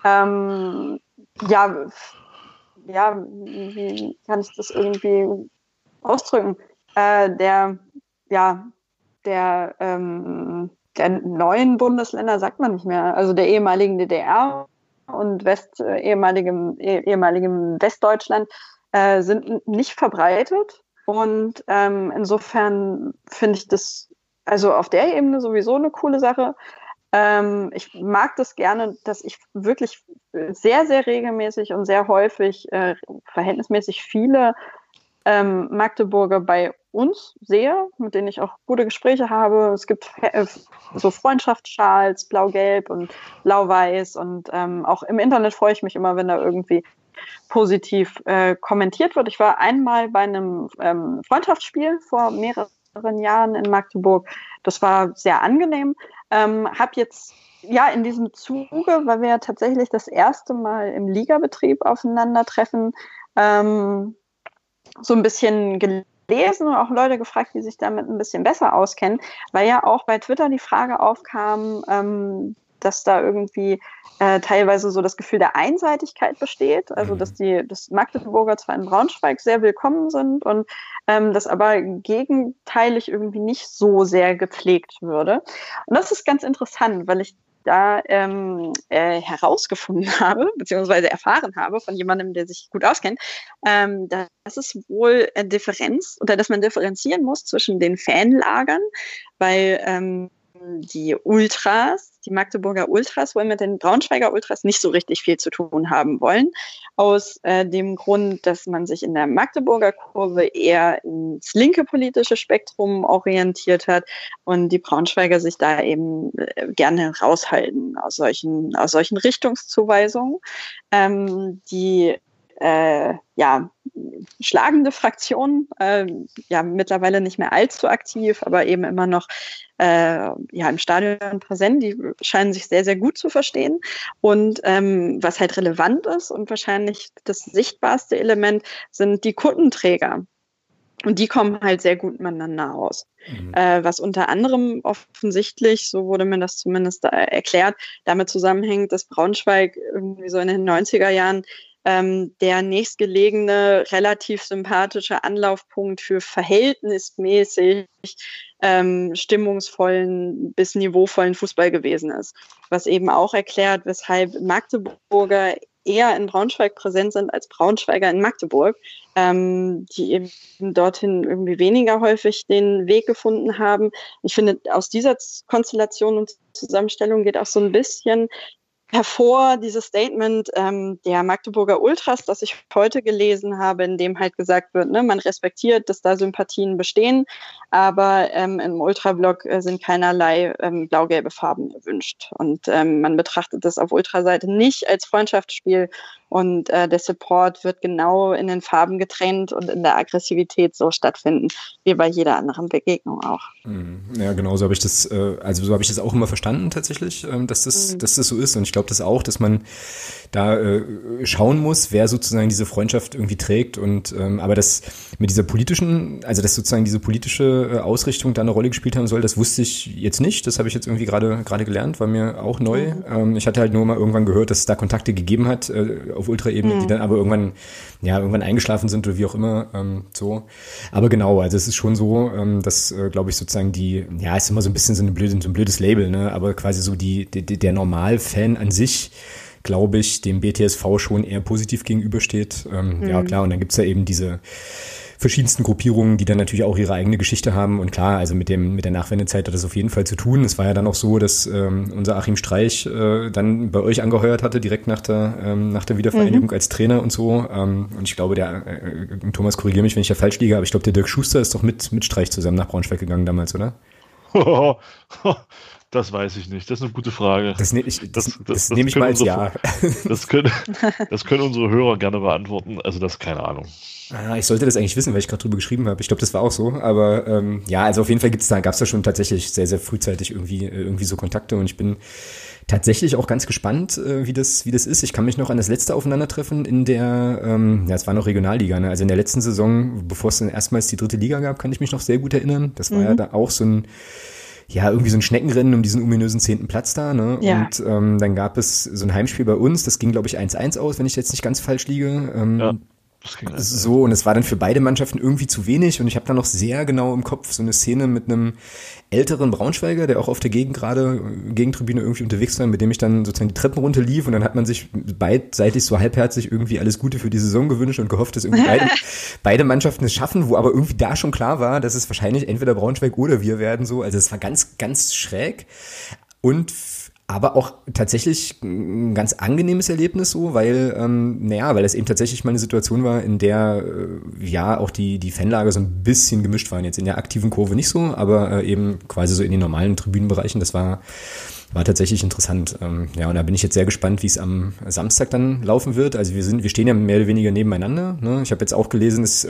wie kann ich das irgendwie ausdrücken, der neuen Bundesländer sagt man nicht mehr, also der ehemaligen DDR und ehemaligem Westdeutschland sind nicht verbreitet. Und insofern finde ich das also auf der Ebene sowieso eine coole Sache. Ich mag das gerne, dass ich wirklich sehr, sehr regelmäßig und sehr häufig verhältnismäßig viele Magdeburger bei uns sehe, mit denen ich auch gute Gespräche habe. Es gibt so Freundschaftsschals, blau-gelb und blau-weiß und auch im Internet freue ich mich immer, wenn da irgendwie positiv kommentiert wird. Ich war einmal bei einem Freundschaftsspiel vor mehreren Jahren in Magdeburg. Das war sehr angenehm. Habe jetzt in diesem Zuge, weil wir ja tatsächlich das erste Mal im Ligabetrieb aufeinandertreffen, so ein bisschen gelesen und auch Leute gefragt, die sich damit ein bisschen besser auskennen, weil ja auch bei Twitter die Frage aufkam, dass da irgendwie teilweise so das Gefühl der Einseitigkeit besteht, also dass Magdeburger zwar in Braunschweig sehr willkommen sind und das aber gegenteilig irgendwie nicht so sehr gepflegt würde. Und das ist ganz interessant, weil ich da herausgefunden habe, beziehungsweise erfahren habe von jemandem, der sich gut auskennt, dass es wohl dass man differenzieren muss zwischen den Fanlagern, weil die Magdeburger Ultras wohl mit den Braunschweiger Ultras nicht so richtig viel zu tun haben wollen. Aus dem Grund, dass man sich in der Magdeburger Kurve eher ins linke politische Spektrum orientiert hat und die Braunschweiger sich da eben gerne raushalten aus solchen Richtungszuweisungen. Die schlagende Fraktion, mittlerweile nicht mehr allzu aktiv, aber eben immer noch im Stadion präsent, die scheinen sich sehr, sehr gut zu verstehen. Und was halt relevant ist und wahrscheinlich das sichtbarste Element sind die Kuttenträger. Und die kommen halt sehr gut miteinander aus. Was unter anderem offensichtlich, so wurde mir das zumindest erklärt, damit zusammenhängt, dass Braunschweig irgendwie so in den 90er Jahren der nächstgelegene, relativ sympathische Anlaufpunkt für verhältnismäßig stimmungsvollen bis niveauvollen Fußball gewesen ist. Was eben auch erklärt, weshalb Magdeburger eher in Braunschweig präsent sind als Braunschweiger in Magdeburg, die eben dorthin irgendwie weniger häufig den Weg gefunden haben. Ich finde, aus dieser Konstellation und Zusammenstellung geht auch so ein bisschen hervor dieses Statement der Magdeburger Ultras, das ich heute gelesen habe, in dem halt gesagt wird, ne, man respektiert, dass da Sympathien bestehen, aber im Ultrablock sind keinerlei blau-gelbe Farben erwünscht. Und man betrachtet das auf Ultraseite nicht als Freundschaftsspiel und der Support wird genau in den Farben getrennt und in der Aggressivität so stattfinden, wie bei jeder anderen Begegnung auch. Ja, genau, so habe ich das, so habe ich das auch immer verstanden tatsächlich, dass das so ist. Und ich glaube das auch, dass man da schauen muss, wer sozusagen diese Freundschaft irgendwie trägt und aber das mit dieser politischen, also dass sozusagen diese politische Ausrichtung da eine Rolle gespielt haben soll, das wusste ich jetzt nicht. Das habe ich jetzt irgendwie gerade gelernt, war mir auch neu. Ich hatte halt nur mal irgendwann gehört, dass es da Kontakte gegeben hat auf Ultraebene, die dann aber irgendwann eingeschlafen sind oder wie auch immer so. Aber genau, also es ist schon so, dass glaube ich sozusagen ist immer so ein bisschen so ein blödes Label, ne? Aber quasi so der Normalfan an sich, glaube ich, dem BTSV schon eher positiv gegenübersteht. Ja, klar, und dann gibt's ja eben diese verschiedensten Gruppierungen, die dann natürlich auch ihre eigene Geschichte haben. Und klar, also mit der Nachwendezeit hat das auf jeden Fall zu tun. Es war ja dann auch so, dass unser Achim Streich dann bei euch angeheuert hatte, direkt nach der Wiedervereinigung als Trainer und so. Und ich glaube, Thomas, korrigiere mich, wenn ich da falsch liege, aber ich glaube, der Dirk Schuster ist doch mit Streich zusammen nach Braunschweig gegangen damals, oder? Das weiß ich nicht. Das ist eine gute Frage. Das nehme ich mal als Ja. Das können unsere Hörer gerne beantworten. Also das ist keine Ahnung. Ich sollte das eigentlich wissen, weil ich gerade drüber geschrieben habe. Ich glaube, das war auch so. Aber also auf jeden Fall gab es da schon tatsächlich sehr, sehr frühzeitig irgendwie so Kontakte. Und ich bin tatsächlich auch ganz gespannt, wie das ist. Ich kann mich noch an das letzte Aufeinandertreffen in der, es war noch Regionalliga, ne? Also in der letzten Saison, bevor es dann erstmals die 3. Liga gab, kann ich mich noch sehr gut erinnern. Das war ja da auch so ein irgendwie so ein Schneckenrennen um diesen ominösen 10. Platz da, ne? Ja. Und dann gab es so ein Heimspiel bei uns, das ging, glaube ich, 1-1 aus, wenn ich jetzt nicht ganz falsch liege. So, und es war dann für beide Mannschaften irgendwie zu wenig und ich habe dann noch sehr genau im Kopf so eine Szene mit einem älteren Braunschweiger, der auch auf der Gegentribüne irgendwie unterwegs war, mit dem ich dann sozusagen die Treppen runterlief und dann hat man sich beidseitig so halbherzig irgendwie alles Gute für die Saison gewünscht und gehofft, dass irgendwie beide Mannschaften es schaffen, wo aber irgendwie da schon klar war, dass es wahrscheinlich entweder Braunschweig oder wir werden so, also es war ganz, ganz schräg und aber auch tatsächlich ein ganz angenehmes Erlebnis so, weil weil es eben tatsächlich mal eine Situation war, in der auch die Fanlager so ein bisschen gemischt waren. Jetzt in der aktiven Kurve nicht so, aber eben quasi so in den normalen Tribünenbereichen. Das war tatsächlich interessant. Und da bin ich jetzt sehr gespannt, wie es am Samstag dann laufen wird. Also wir stehen ja mehr oder weniger nebeneinander. Ne? Ich habe jetzt auch gelesen, dass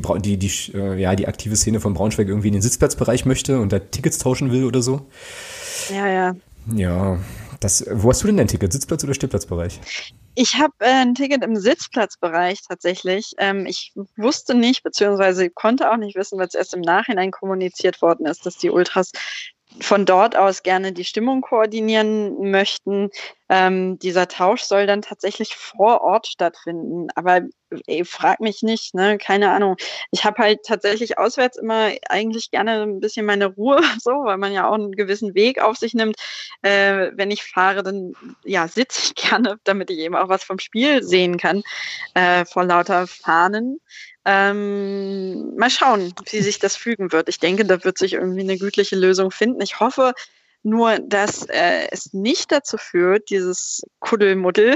die aktive Szene von Braunschweig irgendwie in den Sitzplatzbereich möchte und da Tickets tauschen will oder so. Ja. Ja, wo hast du denn dein Ticket? Sitzplatz oder Stehplatzbereich? Ich habe ein Ticket im Sitzplatzbereich tatsächlich. Ich wusste nicht, beziehungsweise konnte auch nicht wissen, weil es erst im Nachhinein kommuniziert worden ist, dass die Ultras von dort aus gerne die Stimmung koordinieren möchten. Dieser Tausch soll dann tatsächlich vor Ort stattfinden. Aber frag mich nicht, ne? Keine Ahnung. Ich habe halt tatsächlich auswärts immer eigentlich gerne ein bisschen meine Ruhe, so, weil man ja auch einen gewissen Weg auf sich nimmt. Wenn ich fahre, dann sitze ich gerne, damit ich eben auch was vom Spiel sehen kann, vor lauter Fahnen. Mal schauen, wie sich das fügen wird. Ich denke, da wird sich irgendwie eine gütliche Lösung finden. Ich hoffe nur, dass es nicht dazu führt, dieses Kuddelmuddel,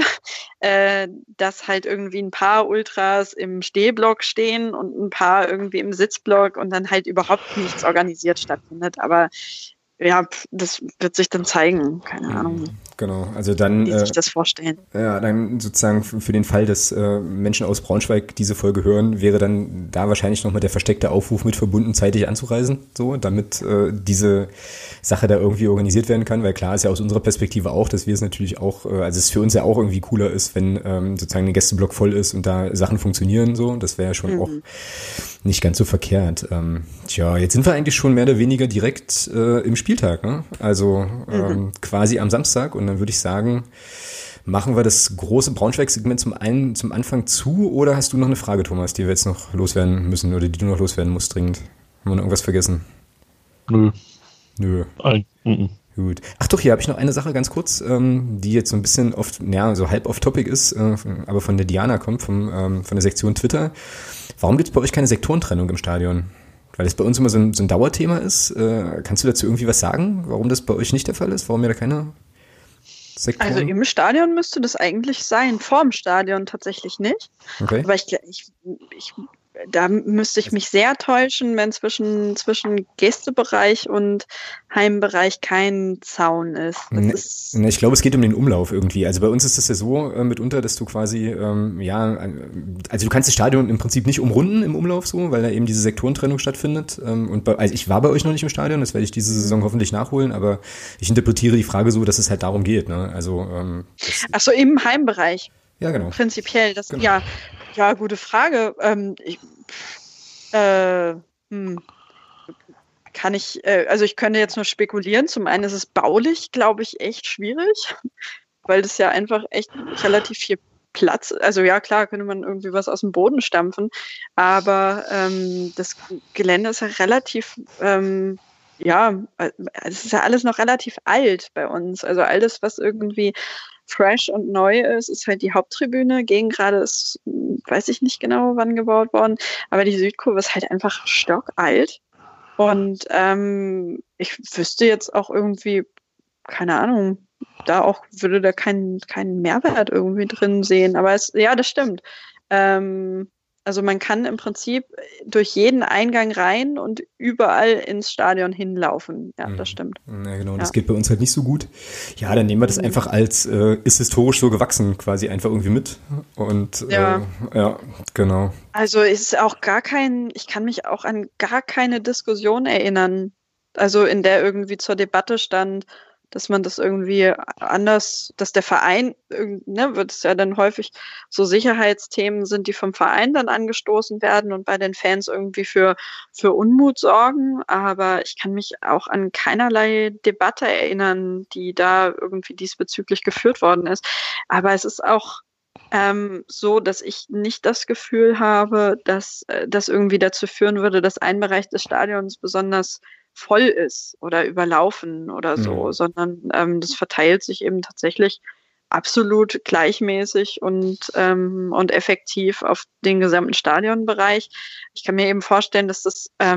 dass halt irgendwie ein paar Ultras im Stehblock stehen und ein paar irgendwie im Sitzblock und dann halt überhaupt nichts organisiert stattfindet. Aber ja, das wird sich dann zeigen. Keine Ahnung. Genau, also dann wie sich das vorstellen. Ja, dann sozusagen für den Fall, dass Menschen aus Braunschweig diese Folge hören, wäre dann da wahrscheinlich nochmal der versteckte Aufruf mit verbunden, zeitig anzureisen, so, damit diese Sache da irgendwie organisiert werden kann, weil klar ist ja aus unserer Perspektive auch, dass wir es natürlich auch, also es für uns ja auch irgendwie cooler ist, wenn sozusagen ein Gästeblock voll ist und da Sachen funktionieren, so, das wäre ja schon auch nicht ganz so verkehrt. Jetzt sind wir eigentlich schon mehr oder weniger direkt im Spieltag, ne? Also quasi am Samstag und dann würde ich sagen, machen wir das große Braunschweig-Segment zum Anfang zu oder hast du noch eine Frage, Thomas, die wir jetzt noch loswerden müssen oder die du noch loswerden musst dringend? Haben wir noch irgendwas vergessen? Nö. Gut. Ach doch, hier habe ich noch eine Sache ganz kurz, die jetzt so ein bisschen so halb off-topic ist, aber von der Diana kommt, von der Sektion Twitter. Warum gibt es bei euch keine Sektorentrennung im Stadion? Weil das bei uns immer so ein Dauerthema ist. Kannst du dazu irgendwie was sagen, warum das bei euch nicht der Fall ist? Warum ihr da keine Sektoren? Also im Stadion müsste das eigentlich sein, vorm Stadion tatsächlich nicht. Okay. Aber da müsste ich mich sehr täuschen, wenn zwischen Gästebereich und Heimbereich kein Zaun ist. Ich glaube, es geht um den Umlauf irgendwie. Also bei uns ist das ja so mitunter, dass du quasi, also du kannst das Stadion im Prinzip nicht umrunden im Umlauf so, weil da eben diese Sektorentrennung stattfindet. Also ich war bei euch noch nicht im Stadion, das werde ich diese Saison hoffentlich nachholen, aber ich interpretiere die Frage so, dass es halt darum geht. Ne? Also, ach so, im Heimbereich. Ja, genau. Prinzipiell, genau. Ja, gute Frage. Ich könnte jetzt nur spekulieren. Zum einen ist es baulich, glaube ich, echt schwierig, weil das ja einfach echt relativ viel Platz, also ja klar, könnte man irgendwie was aus dem Boden stampfen, aber das Gelände ist ja relativ, es ist ja alles noch relativ alt bei uns. Also alles, was irgendwie fresh und neu ist halt die Haupttribüne. Gegengrade ist, weiß ich nicht genau, wann gebaut worden, aber die Südkurve ist halt einfach stockalt. Und ich wüsste jetzt auch irgendwie, keine Ahnung, würde da keinen Mehrwert irgendwie drin sehen. Aber das stimmt. Also man kann im Prinzip durch jeden Eingang rein und überall ins Stadion hinlaufen. Ja, das stimmt. Ja, genau. Das geht bei uns halt nicht so gut. Ja, dann nehmen wir das einfach als ist historisch so gewachsen quasi einfach irgendwie mit. Und genau. Also es ist auch ich kann mich auch an gar keine Diskussion erinnern, also in der irgendwie zur Debatte stand, dass man das irgendwie anders, dass der Verein, wird es ja dann häufig so Sicherheitsthemen sind, die vom Verein dann angestoßen werden und bei den Fans irgendwie für Unmut sorgen. Aber ich kann mich auch an keinerlei Debatte erinnern, die da irgendwie diesbezüglich geführt worden ist. Aber es ist auch, so, dass ich nicht das Gefühl habe, dass das irgendwie dazu führen würde, dass ein Bereich des Stadions besonders voll ist oder überlaufen oder so, sondern das verteilt sich eben tatsächlich absolut gleichmäßig und effektiv auf den gesamten Stadionbereich. Ich kann mir eben vorstellen, dass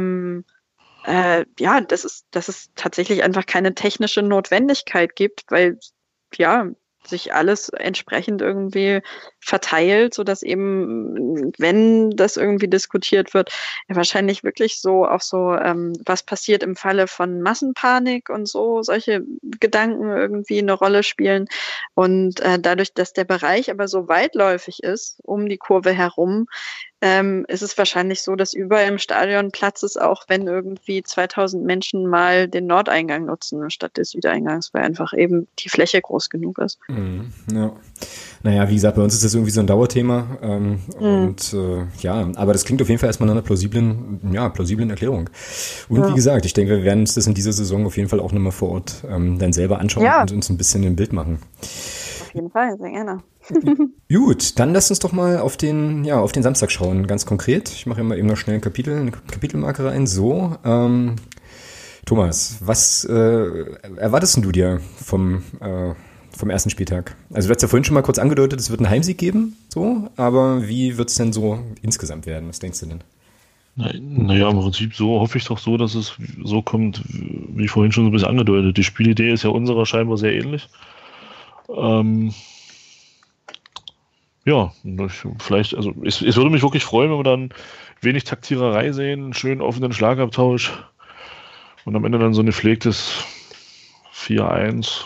dass es tatsächlich einfach keine technische Notwendigkeit gibt, weil ja sich alles entsprechend irgendwie verteilt, sodass eben, wenn das irgendwie diskutiert wird, ja, wahrscheinlich wirklich so auch so, was passiert im Falle von Massenpanik und so, solche Gedanken irgendwie eine Rolle spielen. Und dadurch, dass der Bereich aber so weitläufig ist, um die Kurve herum, ist es wahrscheinlich so, dass überall im Stadion Platz ist, auch wenn irgendwie 2000 Menschen mal den Nordeingang nutzen statt des Südeingangs, weil einfach eben die Fläche groß genug ist. Ja. Naja, wie gesagt, bei uns ist das irgendwie so ein Dauerthema aber das klingt auf jeden Fall erstmal nach einer plausiblen Erklärung. Und wie gesagt, ich denke, wir werden uns das in dieser Saison auf jeden Fall auch nochmal vor Ort dann selber anschauen und uns ein bisschen ein Bild machen. Auf jeden Fall, sehr gerne. Gut, dann lasst uns doch mal auf den Samstag schauen, ganz konkret. Ich mache immer eben noch schnell eine Kapitelmarke rein. So, Thomas, was erwartest du dir vom ersten Spieltag? Also du hast ja vorhin schon mal kurz angedeutet, es wird einen Heimsieg geben, so, aber wie wird es denn so insgesamt werden? Was denkst du denn? Naja, im Prinzip so hoffe ich doch so, dass es so kommt, wie vorhin schon so ein bisschen angedeutet. Die Spielidee ist ja unserer scheinbar sehr ähnlich. Vielleicht, also es würde mich wirklich freuen, wenn wir dann wenig Taktiererei sehen, einen schönen offenen Schlagabtausch und am Ende dann so ein gepflegtes 4-1.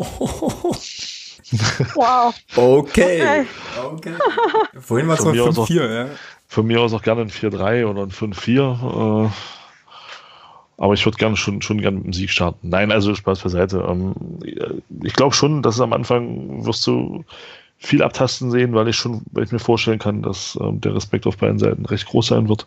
Wow. Okay. Vorhin war es noch 5-4, ja. Von mir aus auch gerne ein 4-3 oder ein 5-4. Aber ich würde schon gerne mit dem Sieg starten. Nein, also Spaß beiseite. Ich glaube schon, dass es am Anfang wirst du viel abtasten sehen, weil ich mir vorstellen kann, dass der Respekt auf beiden Seiten recht groß sein wird.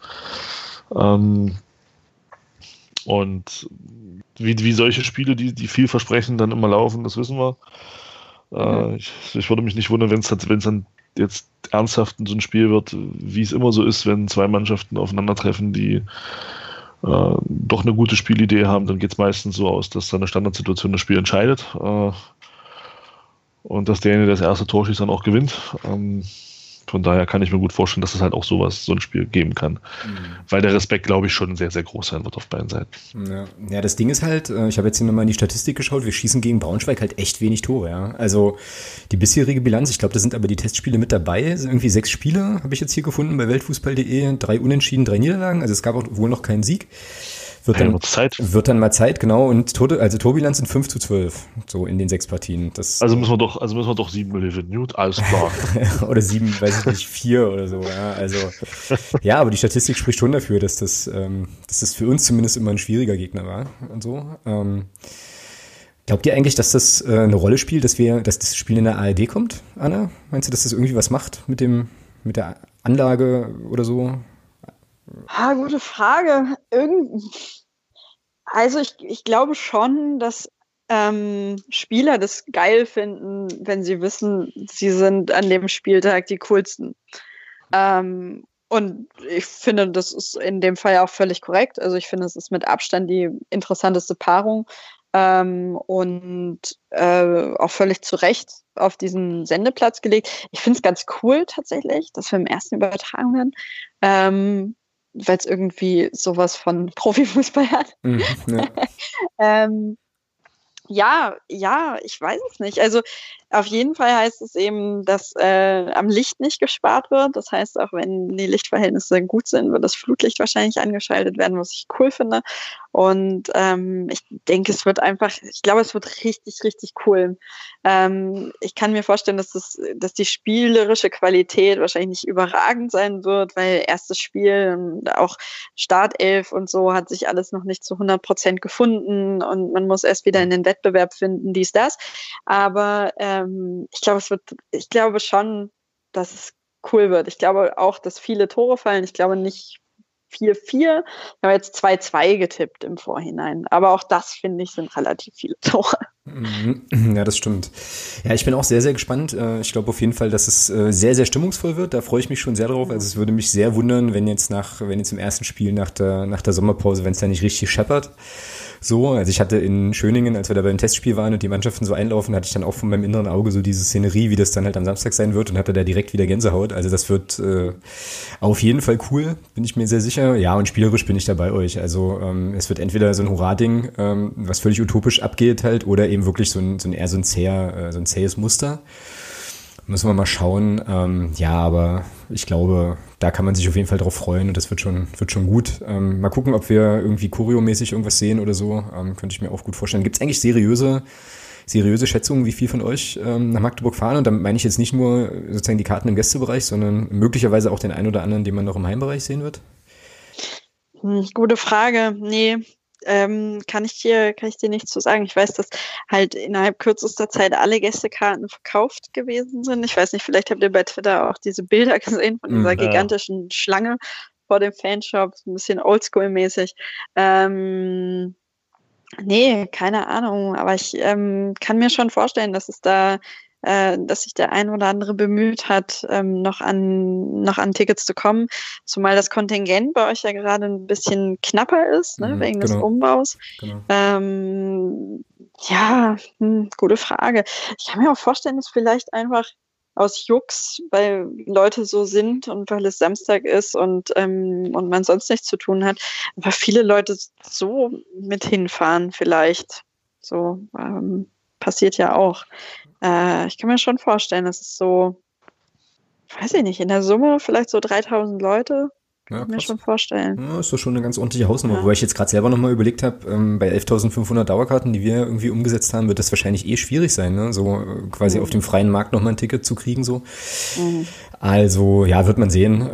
Und wie solche Spiele, die viel versprechen, dann immer laufen, das wissen wir. Ich würde mich nicht wundern, wenn es dann jetzt ernsthaft so ein Spiel wird, wie es immer so ist, wenn zwei Mannschaften aufeinandertreffen, die doch eine gute Spielidee haben, dann geht es meistens so aus, dass dann eine Standardsituation das Spiel entscheidet und dass derjenige, der das erste Tor schießt, dann auch gewinnt. Von daher kann ich mir gut vorstellen, dass es halt auch so ein Spiel geben kann. Weil der Respekt, glaube ich, schon sehr, sehr groß sein wird auf beiden Seiten. Ja, das Ding ist halt, ich habe jetzt hier nochmal in die Statistik geschaut, wir schießen gegen Braunschweig halt echt wenig Tore, ja. Also die bisherige Bilanz, ich glaube, da sind aber die Testspiele mit dabei, sind irgendwie 6 Spiele, habe ich jetzt hier gefunden bei weltfußball.de, 3 Unentschieden, 3 Niederlagen, also es gab auch wohl noch keinen Sieg. Wird dann mal Zeit, genau. Und Torbilanz sind 5-12, so in den 6 Partien. Also müssen wir doch 7 gewinnen, alles klar. Oder 7, weiß ich nicht, 4 oder so. Ja, also ja, aber die Statistik spricht schon dafür, dass das für uns zumindest immer ein schwieriger Gegner war und so. Glaubt ihr eigentlich, dass das eine Rolle spielt, dass das Spiel in der ARD kommt, Anna? Meinst du, dass das irgendwie was macht mit der Anlage oder so? Gute Frage. Also ich glaube schon, dass Spieler das geil finden, wenn sie wissen, sie sind an dem Spieltag die coolsten. Und ich finde, das ist in dem Fall auch völlig korrekt. Also ich finde, es ist mit Abstand die interessanteste Paarung und auch völlig zu Recht auf diesen Sendeplatz gelegt. Ich finde es ganz cool tatsächlich, dass wir im ersten übertragen werden. Weil es irgendwie sowas von Profifußball hat. Ja, ich weiß es nicht. Also auf jeden Fall heißt es eben, dass am Licht nicht gespart wird. Das heißt, auch wenn die Lichtverhältnisse gut sind, wird das Flutlicht wahrscheinlich angeschaltet werden, was ich cool finde. Und ich denke, es wird richtig, richtig cool. Ich kann mir vorstellen, dass die spielerische Qualität wahrscheinlich nicht überragend sein wird, weil erstes Spiel und auch Startelf und so hat sich alles noch nicht zu 100% gefunden und man muss erst wieder in den Wettbewerb finden, dies, das. Aber ich glaube schon, dass es cool wird. Ich glaube auch, dass viele Tore fallen. Ich glaube nicht 4-4. Ich habe jetzt 2-2 getippt im Vorhinein. Aber auch das, finde ich, sind relativ viele Tore. Ja, das stimmt. Ja, ich bin auch sehr, sehr gespannt. Ich glaube auf jeden Fall, dass es sehr, sehr stimmungsvoll wird. Da freue ich mich schon sehr drauf. Also es würde mich sehr wundern, wenn jetzt im ersten Spiel nach der Sommerpause, wenn es da nicht richtig scheppert. So, also ich hatte in Schöningen, als wir da beim Testspiel waren und die Mannschaften so einlaufen, hatte ich dann auch von meinem inneren Auge so diese Szenerie, wie das dann halt am Samstag sein wird und hatte da direkt wieder Gänsehaut. Also das wird auf jeden Fall cool, bin ich mir sehr sicher. Ja, und spielerisch bin ich da bei euch. Also es wird entweder so ein Hurra-Ding, was völlig utopisch abgeht halt, oder eben wirklich so ein zähes Muster. Müssen wir mal schauen. Ja, aber ich glaube, da kann man sich auf jeden Fall drauf freuen und das wird schon gut. Mal gucken, ob wir irgendwie choreomäßig irgendwas sehen oder so. Könnte ich mir auch gut vorstellen. Gibt es eigentlich seriöse Schätzungen, wie viel von euch nach Magdeburg fahren? Und damit meine ich jetzt nicht nur sozusagen die Karten im Gästebereich, sondern möglicherweise auch den einen oder anderen, den man noch im Heimbereich sehen wird? Gute Frage. Nee. Kann ich dir nichts zu sagen. Ich weiß, dass halt innerhalb kürzester Zeit alle Gästekarten verkauft gewesen sind. Ich weiß nicht, vielleicht habt ihr bei Twitter auch diese Bilder gesehen von dieser gigantischen Schlange vor dem Fanshop, so ein bisschen Oldschool-mäßig. Nee, keine Ahnung, aber ich kann mir schon vorstellen, dass sich der ein oder andere bemüht hat, noch an Tickets zu kommen, zumal das Kontingent bei euch ja gerade ein bisschen knapper ist, ne, wegen des Umbaus. Genau. Gute Frage. Ich kann mir auch vorstellen, dass vielleicht einfach aus Jux, weil Leute so sind und weil es Samstag ist und man sonst nichts zu tun hat, aber viele Leute so mit hinfahren vielleicht. So passiert ja auch. Ich kann mir schon vorstellen, dass es so, weiß ich nicht, in der Summe vielleicht so 3000 Leute. Kann ich mir schon vorstellen. Ja, ist doch schon eine ganz ordentliche Hausnummer. Wobei ich jetzt gerade selber nochmal überlegt habe, bei 11.500 Dauerkarten, die wir irgendwie umgesetzt haben, wird das wahrscheinlich schwierig sein, ne? So quasi auf dem freien Markt nochmal ein Ticket zu kriegen. So. Also, ja, wird man sehen.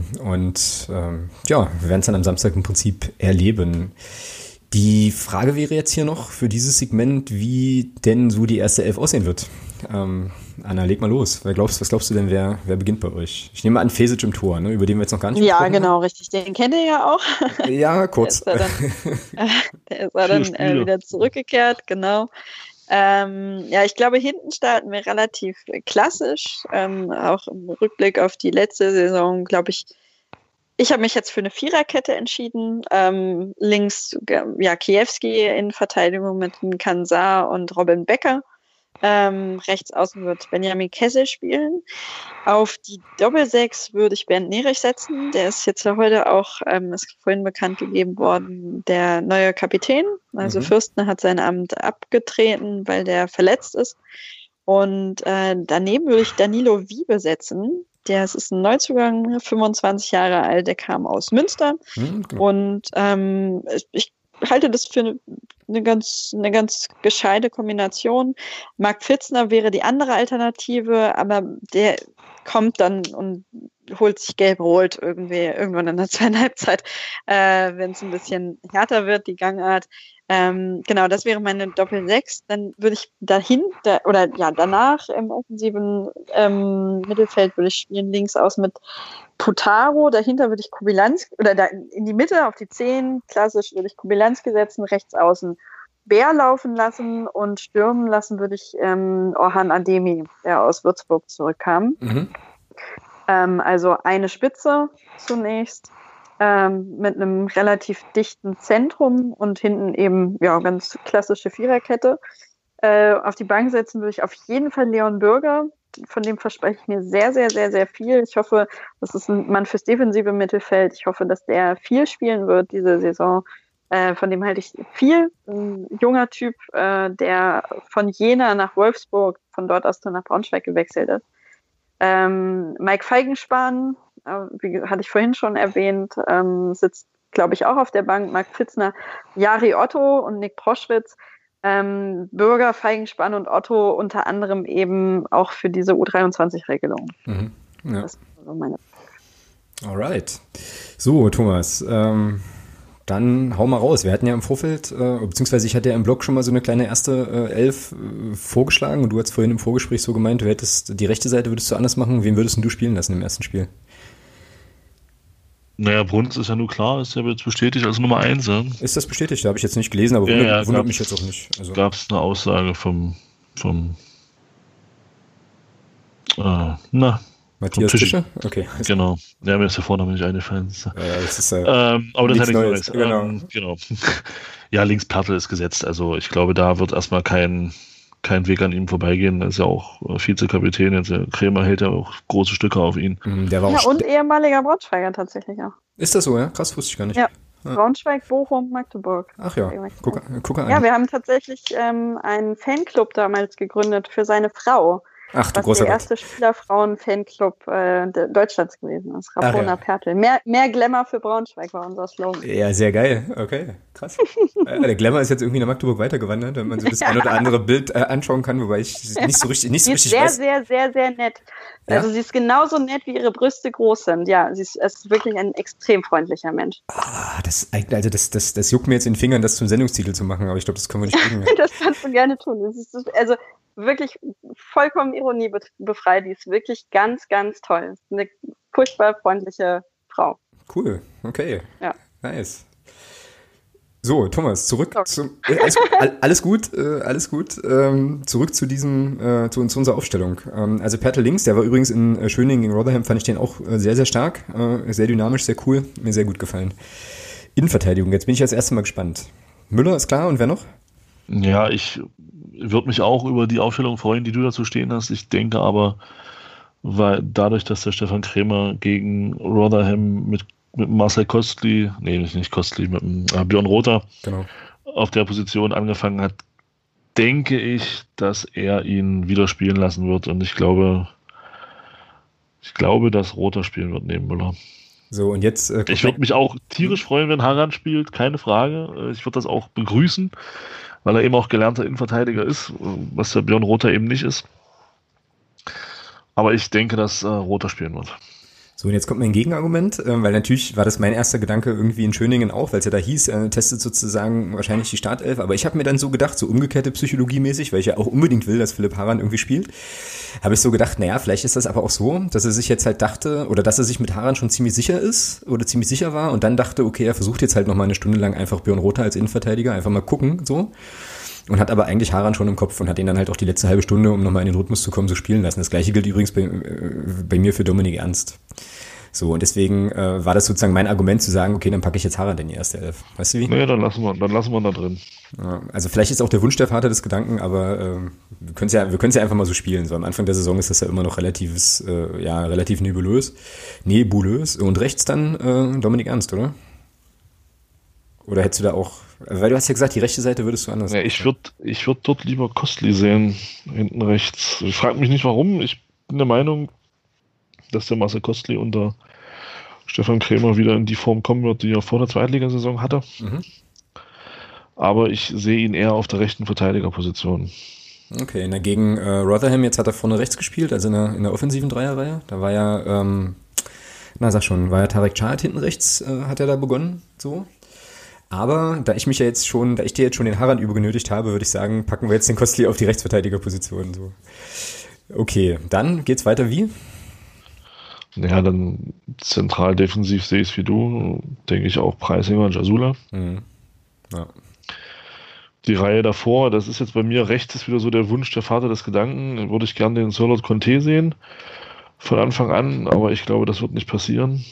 Wir werden es dann am Samstag im Prinzip erleben. Die Frage wäre jetzt hier noch für dieses Segment, wie denn so die erste Elf aussehen wird. Anna, leg mal los. Was glaubst du denn, wer beginnt bei euch? Ich nehme an, Fesic im Tor, ne? Über den wir jetzt noch gar nicht gesprochen haben. Ja, genau, richtig. Den kennt ihr ja auch. Ja, kurz. Der ist ja dann wieder zurückgekehrt, genau. Ich glaube, hinten starten wir relativ klassisch. Auch im Rückblick auf die letzte Saison, glaube ich, ich habe mich jetzt für eine Viererkette entschieden. Links Kiewski in Verteidigung mit Kansar und Robin Becker. Rechts außen wird Benjamin Kessel spielen. Auf die Doppelsechs würde ich Bernd Nerich setzen. Der ist jetzt ja heute auch, ist vorhin bekannt gegeben worden, der neue Kapitän. Also Fürsten hat sein Amt abgetreten, weil der verletzt ist. Und daneben würde ich Danilo Wiebe setzen. Der ist ein Neuzugang, 25 Jahre alt, der kam aus Münster. Und ich halte das für eine ganz gescheite Kombination. Marc Pfitzner wäre die andere Alternative, aber der kommt dann und holt sich gelb-rot irgendwann in der zweiten Halbzeit, wenn es ein bisschen härter wird, die Gangart. Genau, das wäre meine Doppel-6. Dann würde ich danach im offensiven Mittelfeld würde ich spielen, links aus mit Putaro, dahinter würde ich Kubilanski, in die Mitte auf die 10, klassisch würde ich Kubilanski setzen, rechts außen Bär laufen lassen und stürmen lassen würde ich Orhan Ademi, der aus Würzburg zurückkam. Also eine Spitze zunächst, mit einem relativ dichten Zentrum und hinten eben ganz klassische Viererkette. Auf die Bank setzen würde ich auf jeden Fall Leon Bürger. Von dem verspreche ich mir sehr, sehr, sehr, sehr viel. Ich hoffe, das ist ein Mann fürs defensive Mittelfeld. Ich hoffe, dass der viel spielen wird diese Saison. Von dem halte ich viel. Ein junger Typ, der von Jena nach Wolfsburg, von dort aus dann nach Braunschweig gewechselt ist. Mike Feigenspan, hatte ich vorhin schon erwähnt, sitzt, glaube ich, auch auf der Bank. Marc Pfitzner, Jari Otto und Nick Proschwitz. Bürger, Feigenspan und Otto unter anderem eben auch für diese U23-Regelung. Ja. Das ist also meine Frage. Alright. So, Thomas, dann hau mal raus. Wir hatten ja im Vorfeld, beziehungsweise ich hatte ja im Blog schon mal so eine kleine erste Elf vorgeschlagen und du hast vorhin im Vorgespräch so gemeint, du hättest die rechte Seite würdest du anders machen. Wen würdest du spielen lassen im ersten Spiel? Naja, Bruns ist ja nur klar, ist ja jetzt bestätigt als Nummer 1. Ja? Ist das bestätigt? Da habe ich jetzt nicht gelesen, aber wundert mich jetzt auch nicht. Also gab es eine Aussage vom Matthias Tischer? Okay. Genau. Ja, mir ist der Vorname nicht eingefallen. Das ist aber das ist ja nichts Neues. Genau. Ja, links Pertl ist gesetzt. Also ich glaube, da wird erstmal kein Weg an ihm vorbeigehen. Er ist ja auch Vizekapitän. Jetzt Krämer hält ja auch große Stücke auf ihn. Der war auch und ehemaliger Braunschweiger tatsächlich auch. Ist das so, ja? Krass, wusste ich gar nicht. Ja. Braunschweig, Bochum, Magdeburg. Ach ja, guck an. Ja, wir haben tatsächlich einen Fanclub damals gegründet für seine Frau. Ach, du was großer der erste Spielerfrauen-Fanclub Deutschlands gewesen ist. Rapona Pertl. Mehr Glamour für Braunschweig war unser Slogan. Ja, sehr geil. Okay, krass. Der Glamour ist jetzt irgendwie nach Magdeburg weitergewandert, wenn man so das ein oder andere Bild anschauen kann, wobei ich nicht so richtig weiß. Sehr, sehr, sehr nett. Ja? Also sie ist genauso nett, wie ihre Brüste groß sind. Ja, es ist wirklich ein extrem freundlicher Mensch. Das juckt mir jetzt in den Fingern, das zum Sendungstitel zu machen, aber ich glaube, das können wir nicht kriegen. Das kannst du gerne tun. Das ist also wirklich vollkommen ironiebefreit. Die ist wirklich ganz, ganz toll. Eine furchtbar freundliche Frau. Cool, okay. Ja. Nice. So, Thomas, zurück zum... Alles gut. Zurück zu zu unserer Aufstellung. Also Pertl links, der war übrigens in Schöningen gegen Rotherham, fand ich den auch sehr, sehr stark. Sehr dynamisch, sehr cool. Mir sehr gut gefallen. Innenverteidigung, jetzt bin ich als erstes Mal gespannt. Müller ist klar und wer noch? Ja, ich würde mich auch über die Aufstellung freuen, die du dazu stehen hast. Ich denke aber, weil dadurch, dass der Stefan Krämer gegen Rotherham mit Marcel Kostli, nicht Kostli, mit Björn Rother auf der Position angefangen hat, denke ich, dass er ihn wieder spielen lassen wird. Und ich glaube, dass Rother spielen wird neben Müller. So, und jetzt... ich würde mich auch tierisch freuen, wenn Harran spielt, keine Frage. Ich würde das auch begrüßen, weil er eben auch gelernter Innenverteidiger ist, was der Björn Rother eben nicht ist. Aber ich denke, dass Rother spielen wird. So, und jetzt kommt mein Gegenargument, weil natürlich war das mein erster Gedanke irgendwie in Schöningen auch, weil es ja da hieß, er testet sozusagen wahrscheinlich die Startelf, aber ich habe mir dann so gedacht, so umgekehrte psychologiemäßig, weil ich ja auch unbedingt will, dass Philipp Harran irgendwie spielt, habe ich so gedacht, naja, vielleicht ist das aber auch so, dass er sich jetzt halt dachte, oder dass er sich mit Harran schon ziemlich sicher ist, oder ziemlich sicher war und dann dachte, okay, er versucht jetzt halt nochmal eine Stunde lang einfach Björn Rother als Innenverteidiger, einfach mal gucken, so. Und hat aber eigentlich Harran schon im Kopf und hat ihn dann halt auch die letzte halbe Stunde, um nochmal in den Rhythmus zu kommen, so spielen lassen. Das gleiche gilt übrigens bei mir für Dominik Ernst. So, und deswegen war das sozusagen mein Argument zu sagen, okay, dann packe ich jetzt Harran in die erste Elf. Weißt du wie? Naja, dann lassen wir da drin. Ja, also vielleicht ist auch der Wunsch der Vater des Gedanken, aber wir können es ja einfach mal so spielen. So am Anfang der Saison ist das ja immer noch relativ nebulös. Und rechts dann Dominik Ernst, oder? Oder hättest du da auch, weil du hast ja gesagt, die rechte Seite würdest du anders. Ja, ich würd dort lieber Kostli sehen, hinten rechts. Ich frage mich nicht warum. Ich bin der Meinung, dass der Marcel Kostli unter Stefan Krämer wieder in die Form kommen wird, die er vor der Zweitligasaison hatte. Mhm. Aber ich sehe ihn eher auf der rechten Verteidigerposition. Okay, gegen Rotherham, jetzt hat er vorne rechts gespielt, also in der offensiven Dreierreihe. Da war ja, war ja Tarek Çağat hinten rechts, hat er da begonnen, so. Aber da ich dir jetzt schon den Harran übergenötigt habe, würde ich sagen, packen wir jetzt den Kostli auf die Rechtsverteidigerposition, so. Okay, dann geht's weiter wie? Ja, dann zentral defensiv sehe ich es wie du, denke ich auch Preisinger und Jasula. Mhm. Ja. Die Reihe davor, das ist jetzt bei mir rechts ist wieder so der Wunsch der Vater des Gedanken, würde ich gerne den Solot Conte sehen, von Anfang an, aber ich glaube, das wird nicht passieren.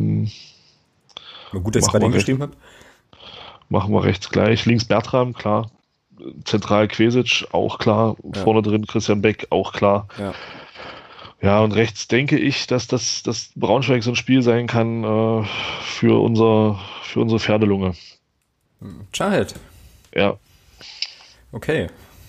Gut, dass ich gerade hingeschrieben habe. Machen wir rechts gleich, links Bertram, klar, zentral Quesic, auch klar, vorne drin Christian Beck, auch klar. Ja, und rechts denke ich, dass das Braunschweig so ein Spiel sein kann für unsere Pferdelunge. Çağat. Ja. Okay.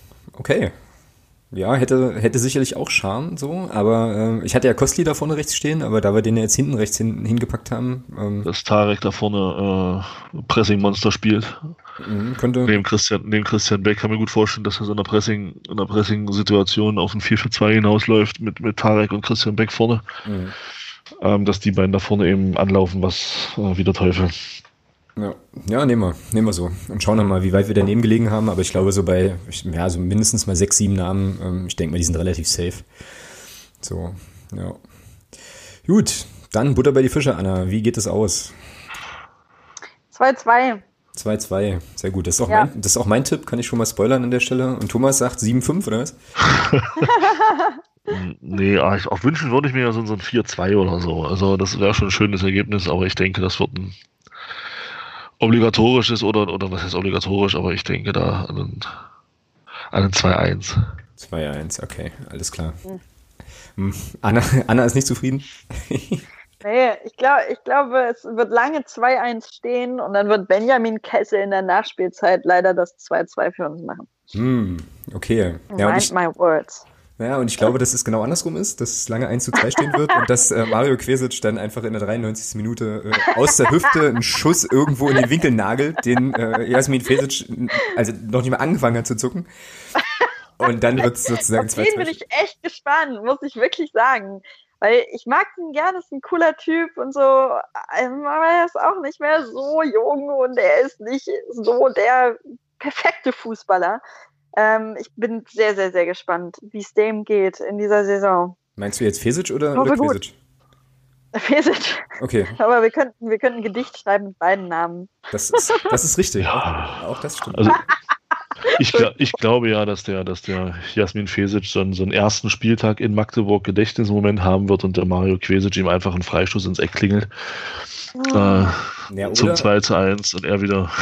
Ja, hätte sicherlich auch Charme, so, aber ich hatte ja Kostli da vorne rechts stehen, aber da wir den ja jetzt hinten rechts hingepackt haben. Dass Tarek da vorne Pressing-Monster spielt. Könnte. Neben Christian Beck kann mir gut vorstellen, dass er so in einer Pressing-Situation auf ein 4-4-2 hinausläuft mit Tarek und Christian Beck vorne. Dass die beiden da vorne eben anlaufen, was wie der Teufel. Ja, nehmen wir so. Und schauen wir mal, wie weit wir daneben gelegen haben. Aber ich glaube, so mindestens mal 6, 7 Namen. Ich denke mal, die sind relativ safe. So, ja. Gut, Dann Butter bei die Fische, Anna. Wie geht es aus? 2-2. 2-2. Sehr gut. Das ist auch mein Tipp, kann ich schon mal spoilern an der Stelle. Und Thomas sagt 7-5, oder was? Nee, auch wünschen würde ich mir ja so ein 4-2 oder so. Also das wäre schon ein schönes Ergebnis, aber ich denke, das wird ein obligatorisches oder was heißt obligatorisch, aber ich denke da an ein 2-1. 2-1, okay, alles klar. Anna ist nicht zufrieden? Nee, ich glaube, es wird lange 2-1 stehen und dann wird Benjamin Kessel in der Nachspielzeit leider das 2-2 für uns machen. Okay. Mind my words. Ja, und ich glaube, dass es genau andersrum ist, dass es lange 1-2 stehen wird und dass Mario Kvesic dann einfach in der 93. Minute aus der Hüfte einen Schuss irgendwo in den Winkel nagelt, den Jasmin Fesic also noch nicht mal angefangen hat zu zucken. Und dann wird es sozusagen 2-2. Auf den bin ich echt gespannt, muss ich wirklich sagen. Weil ich mag ihn gerne, ist ein cooler Typ und so, aber er ist auch nicht mehr so jung und er ist nicht so der perfekte Fußballer. Ich bin sehr, sehr, sehr gespannt, wie es dem geht in dieser Saison. Meinst du jetzt Fesic oder Kvesic? Fesic. Okay. Aber wir könnten ein Gedicht schreiben mit beiden Namen. Das ist richtig. Auch das stimmt. Also, ich glaube ja, dass der Jasmin Fesic so einen ersten Spieltag in Magdeburg Gedächtnismoment haben wird und der Mario Kvesic ihm einfach einen Freistoß ins Eck klingelt. Zum 2-1 und er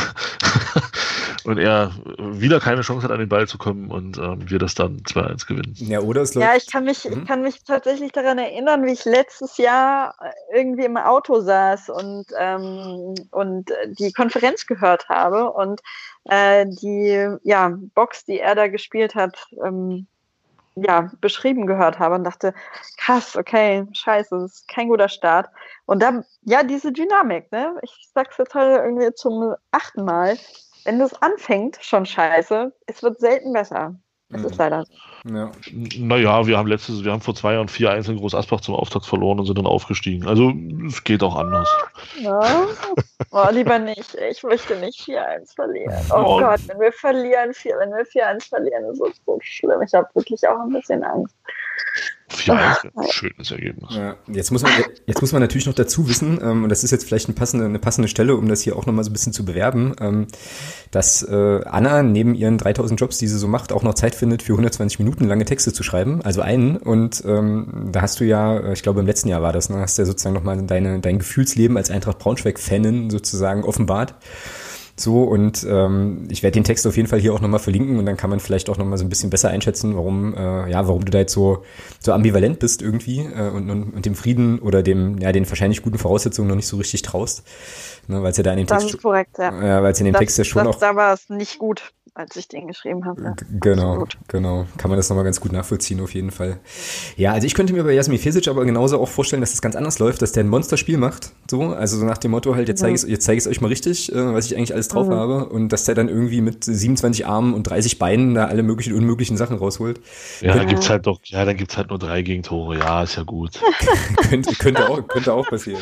wieder keine Chance hat, an den Ball zu kommen und wir das dann 2-1 gewinnen. Ja, oder es läuft. Ja, ich kann mich tatsächlich daran erinnern, wie ich letztes Jahr irgendwie im Auto saß und die Konferenz gehört habe und die Box, die er da gespielt hat, beschrieben gehört habe und dachte, krass, okay, scheiße, das ist kein guter Start. Und dann, diese Dynamik, ne? Ich sag's jetzt halt irgendwie zum 8. Mal. Wenn das anfängt, schon scheiße, es wird selten besser. Das ist leider so. Ja. Naja, wir haben vor 2 Jahren 4-1 in Groß Asbach zum Auftakt verloren und sind dann aufgestiegen. Also es geht auch anders. Ja. Oh, lieber nicht. Ich möchte nicht 4-1 verlieren. Oh Gott, wenn wir 4-1 verlieren, ist es so schlimm. Ich habe wirklich auch ein bisschen Angst. 4-1 wäre ein schönes Ergebnis. Ja, jetzt muss man natürlich noch dazu wissen, und das ist jetzt vielleicht eine passende Stelle, um das hier auch nochmal so ein bisschen zu bewerben, dass Anna neben ihren 3000 Jobs, die sie so macht, auch noch Zeit findet, für 120 Minuten lange Texte zu schreiben, also einen. Und da hast du ja, ich glaube im letzten Jahr war das, hast du ja sozusagen nochmal dein Gefühlsleben als Eintracht Braunschweig-Fanin sozusagen offenbart. So, und ich werde den Text auf jeden Fall hier auch nochmal verlinken und dann kann man vielleicht auch nochmal so ein bisschen besser einschätzen, warum du da jetzt so ambivalent bist irgendwie und dem Frieden oder den wahrscheinlich guten Voraussetzungen noch nicht so richtig traust. Ne, weil es ja da in dem Text. Das ist korrekt, ja. Weil es in dem Text ja schon auch. Da war es nicht gut, als ich den geschrieben habe. Ja. Genau. Kann man das nochmal ganz gut nachvollziehen, auf jeden Fall. Ja, also ich könnte mir bei Jasmin Fesic aber genauso auch vorstellen, dass das ganz anders läuft, dass der ein Monsterspiel macht. So, also so nach dem Motto halt, jetzt zeige ich es euch mal richtig, was ich eigentlich alles drauf habe. Und dass der dann irgendwie mit 27 Armen und 30 Beinen da alle möglichen unmöglichen Sachen rausholt. Ja, dann gibt's halt nur 3 Gegentore. Ja, ist ja gut. könnte auch passieren.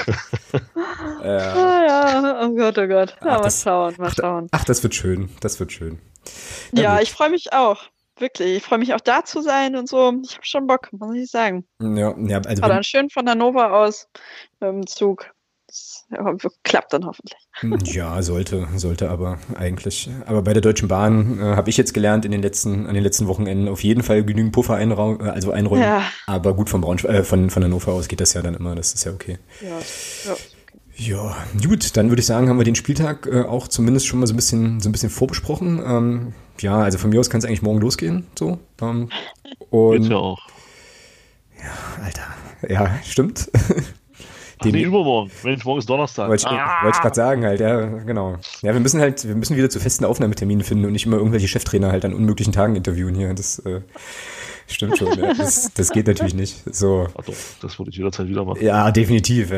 Oh Gott. Ja, mal schauen. Ach, das wird schön. Ja, ich freue mich auch. Wirklich. Ich freue mich auch da zu sein und so. Ich habe schon Bock, muss ich sagen. Ja, also war dann schön von Hannover aus mit dem Zug. Das klappt dann hoffentlich. Ja, sollte aber eigentlich. Aber bei der Deutschen Bahn habe ich jetzt gelernt an den letzten Wochenenden auf jeden Fall genügend Puffer einräumen. Ja. Aber gut, von Hannover aus geht das ja dann immer. Das ist ja okay. Ja. Ja, gut, dann würde ich sagen, haben wir den Spieltag auch zumindest schon mal so ein bisschen vorbesprochen. Also von mir aus kann es eigentlich morgen losgehen. So. Geht's ja auch. Ja, Alter. Ja, stimmt. Übermorgen. Mensch, morgen ist Donnerstag. Wollte ich gerade sagen halt, ja, genau. Ja, wir müssen wieder zu festen Aufnahmeterminen finden und nicht immer irgendwelche Cheftrainer halt an unmöglichen Tagen interviewen hier. Das stimmt schon. Ja. Das geht natürlich nicht. So. Ach doch, das würde ich jederzeit wieder machen. Ja, definitiv.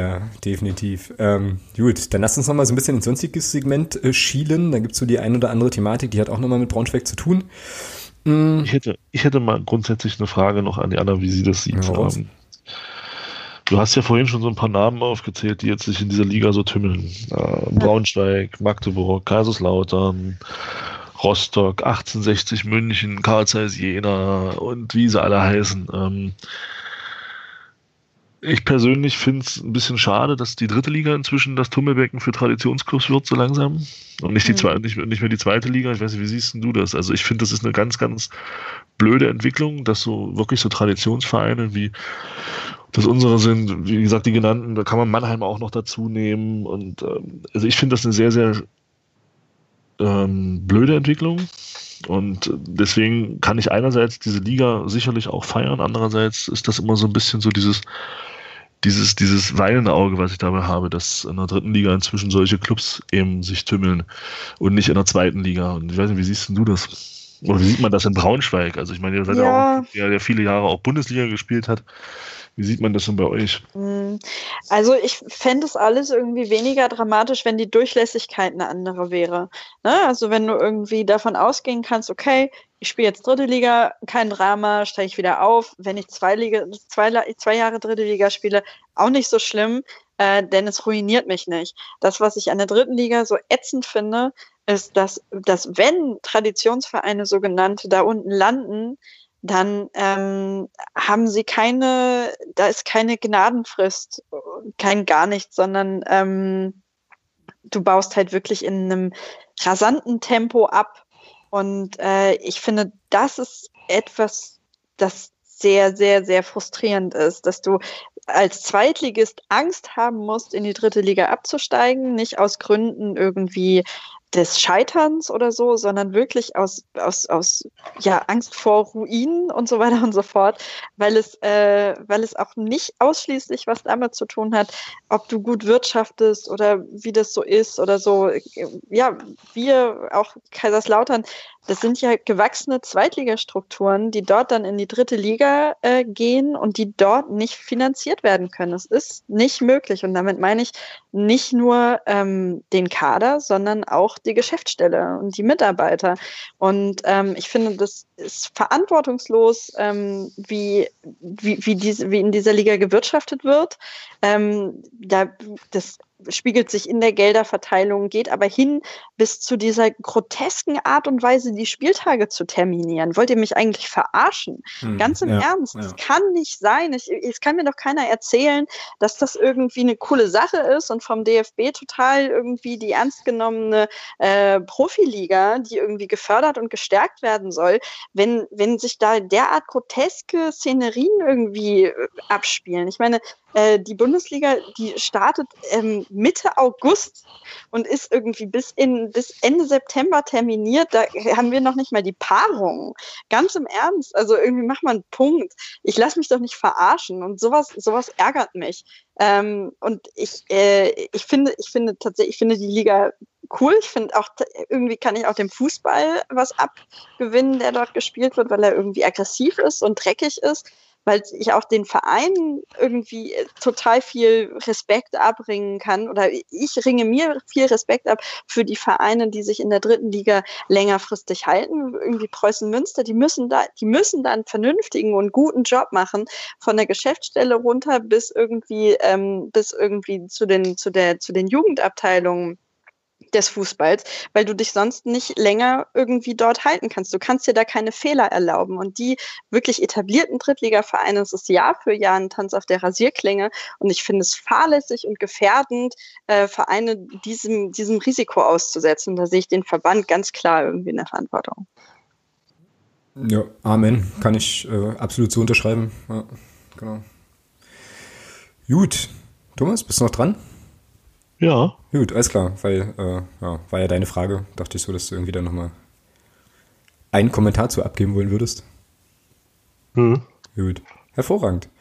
Gut, dann lass uns nochmal so ein bisschen ins sonstiges Segment schielen. Da gibt's so die ein oder andere Thematik, die hat auch nochmal mit Braunschweig zu tun. Ich hätte mal grundsätzlich eine Frage noch an die Anna, wie sie das sieht. Du hast ja vorhin schon so ein paar Namen aufgezählt, die jetzt sich in dieser Liga so tümmeln. Braunschweig, Magdeburg, Kaiserslautern, Rostock, 1860 München, Karl Zeiss Jena und wie sie alle heißen. Ich persönlich finde es ein bisschen schade, dass die dritte Liga inzwischen das Tummelbecken für Traditionsclubs wird, so langsam. Und nicht nicht mehr die zweite Liga. Ich weiß nicht, wie siehst du das? Also ich finde, das ist eine ganz, ganz blöde Entwicklung, dass so wirklich so Traditionsvereine wie das unsere sind, wie gesagt, die genannten, da kann man Mannheim auch noch dazu nehmen. Und also ich finde das eine sehr, sehr blöde Entwicklung. Und deswegen kann ich einerseits diese Liga sicherlich auch feiern, andererseits ist das immer so ein bisschen so dieses weinende Auge, was ich dabei habe, dass in der dritten Liga inzwischen solche Clubs eben sich tümmeln und nicht in der zweiten Liga. Und ich weiß nicht, wie siehst du das? Oder wie sieht man das in Braunschweig? Also ich meine, ihr seid ja auch, der viele Jahre auch Bundesliga gespielt hat. Wie sieht man das denn bei euch? Also ich fände es alles irgendwie weniger dramatisch, wenn die Durchlässigkeit eine andere wäre. Ne? Also wenn du irgendwie davon ausgehen kannst, okay, ich spiele jetzt dritte Liga, kein Drama, steige ich wieder auf. Wenn ich 2 Jahre dritte Liga spiele, auch nicht so schlimm, denn es ruiniert mich nicht. Das, was ich an der dritten Liga so ätzend finde, ist, dass wenn Traditionsvereine sogenannte da unten landen, dann haben sie da ist keine Gnadenfrist, kein gar nichts, sondern du baust halt wirklich in einem rasanten Tempo ab. Und ich finde, das ist etwas, das sehr, sehr, sehr frustrierend ist, dass du als Zweitligist Angst haben musst, in die dritte Liga abzusteigen, nicht aus Gründen irgendwie des Scheiterns oder so, sondern wirklich aus Angst vor Ruinen und so weiter und so fort, weil es auch nicht ausschließlich was damit zu tun hat, ob du gut wirtschaftest oder wie das so ist oder so. Ja, wir, auch Kaiserslautern, das sind ja gewachsene Zweitligastrukturen, die dort dann in die dritte Liga gehen und die dort nicht finanziert werden können. Es ist nicht möglich und damit meine ich nicht nur den Kader, sondern auch die Geschäftsstelle und die Mitarbeiter. Und ich finde, das ist verantwortungslos, wie in dieser Liga gewirtschaftet wird. Das spiegelt sich in der Gelderverteilung, geht aber hin bis zu dieser grotesken Art und Weise, die Spieltage zu terminieren. Wollt ihr mich eigentlich verarschen? Ganz im Ernst. Das kann nicht sein. Es kann mir doch keiner erzählen, dass das irgendwie eine coole Sache ist und vom DFB total irgendwie die ernst genommene Profiliga, die irgendwie gefördert und gestärkt werden soll, wenn sich da derart groteske Szenerien irgendwie abspielen. Ich meine, die Bundesliga, die startet Mitte August und ist irgendwie bis Ende September terminiert. Da haben wir noch nicht mal die Paarung. Ganz im Ernst. Also irgendwie macht man einen Punkt. Ich lasse mich doch nicht verarschen und sowas ärgert mich. Und ich finde die Liga cool. Ich finde auch, irgendwie kann ich auch dem Fußball was abgewinnen, der dort gespielt wird, weil er irgendwie aggressiv ist und dreckig ist, weil ich auch den Vereinen irgendwie total viel Respekt abbringen kann oder ich ringe mir viel Respekt ab für die Vereine, die sich in der dritten Liga längerfristig halten. Irgendwie Preußen Münster, die müssen da einen vernünftigen und guten Job machen, von der Geschäftsstelle runter bis irgendwie zu den Jugendabteilungen des Fußballs, weil du dich sonst nicht länger irgendwie dort halten kannst. Du kannst dir da keine Fehler erlauben. Und die wirklich etablierten Drittligavereine, es ist Jahr für Jahr ein Tanz auf der Rasierklinge. Und ich finde es fahrlässig und gefährdend, Vereine diesem Risiko auszusetzen. Da sehe ich den Verband ganz klar irgendwie in der Verantwortung. Ja, Amen. Kann ich absolut so unterschreiben. Ja, genau. Gut. Thomas, bist du noch dran? Ja. Gut, alles klar, weil war ja deine Frage. Dachte ich so, dass du irgendwie da nochmal einen Kommentar zu abgeben wollen würdest. Gut, hervorragend.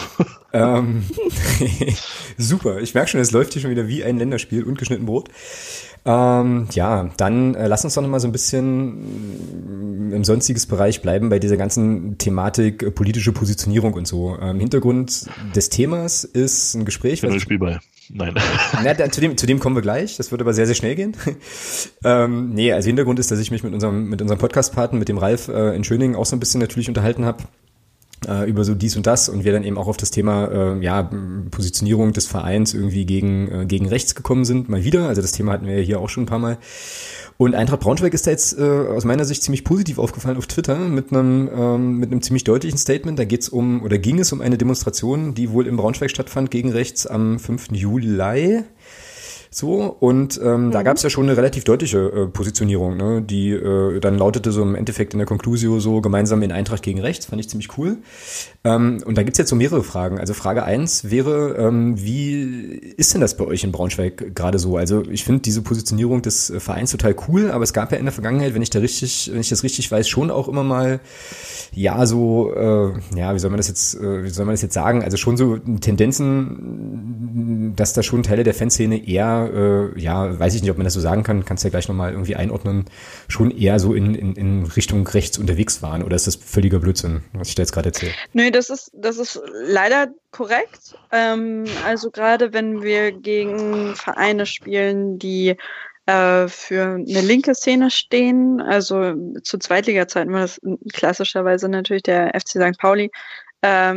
Super, ich merke schon, es läuft hier schon wieder wie ein Länderspiel, ungeschnitten Brot. Dann lass uns doch nochmal so ein bisschen im sonstiges Bereich bleiben bei dieser ganzen Thematik politische Positionierung und so. Hintergrund des Themas ist ein Gespräch. Spielball. Nein. Na, zu dem kommen wir gleich. Das wird aber sehr, sehr schnell gehen. Also Hintergrund ist, dass ich mich mit unserem Podcast-Partner, mit dem Ralf in Schöningen auch so ein bisschen natürlich unterhalten habe. über so dies und das und wir dann eben auch auf das Thema Positionierung des Vereins irgendwie gegen rechts gekommen sind, mal wieder. Also das Thema hatten wir ja hier auch schon ein paar Mal. Und Eintracht Braunschweig ist da jetzt aus meiner Sicht ziemlich positiv aufgefallen auf Twitter mit einem ziemlich deutlichen Statement. Da ging es um eine Demonstration, die wohl in Braunschweig stattfand gegen rechts am 5. Juli. So, und da gab es ja schon eine relativ deutliche Positionierung, ne? Die dann lautete so im Endeffekt in der Conclusio so gemeinsam in Eintracht gegen rechts, fand ich ziemlich cool. Und da gibt's jetzt so mehrere Fragen. Also Frage 1 wäre, wie ist denn das bei euch in Braunschweig gerade so? Also ich finde diese Positionierung des Vereins total cool, aber es gab ja in der Vergangenheit, wenn ich das richtig weiß, schon auch immer mal, wie soll man das jetzt sagen? Also schon so Tendenzen, dass da schon Teile der Fanszene eher weiß ich nicht, ob man das so sagen kann, kannst du ja gleich nochmal irgendwie einordnen, schon eher so in Richtung rechts unterwegs waren, oder ist das völliger Blödsinn, was ich da jetzt gerade erzähle? Nö, das ist leider korrekt. Also gerade wenn wir gegen Vereine spielen, die für eine linke Szene stehen, also zu Zweitliga-Zeiten war das klassischerweise natürlich der FC St. Pauli, hat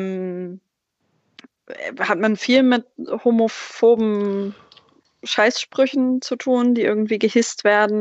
man viel mit homophoben Scheißsprüchen zu tun, die irgendwie gehisst werden.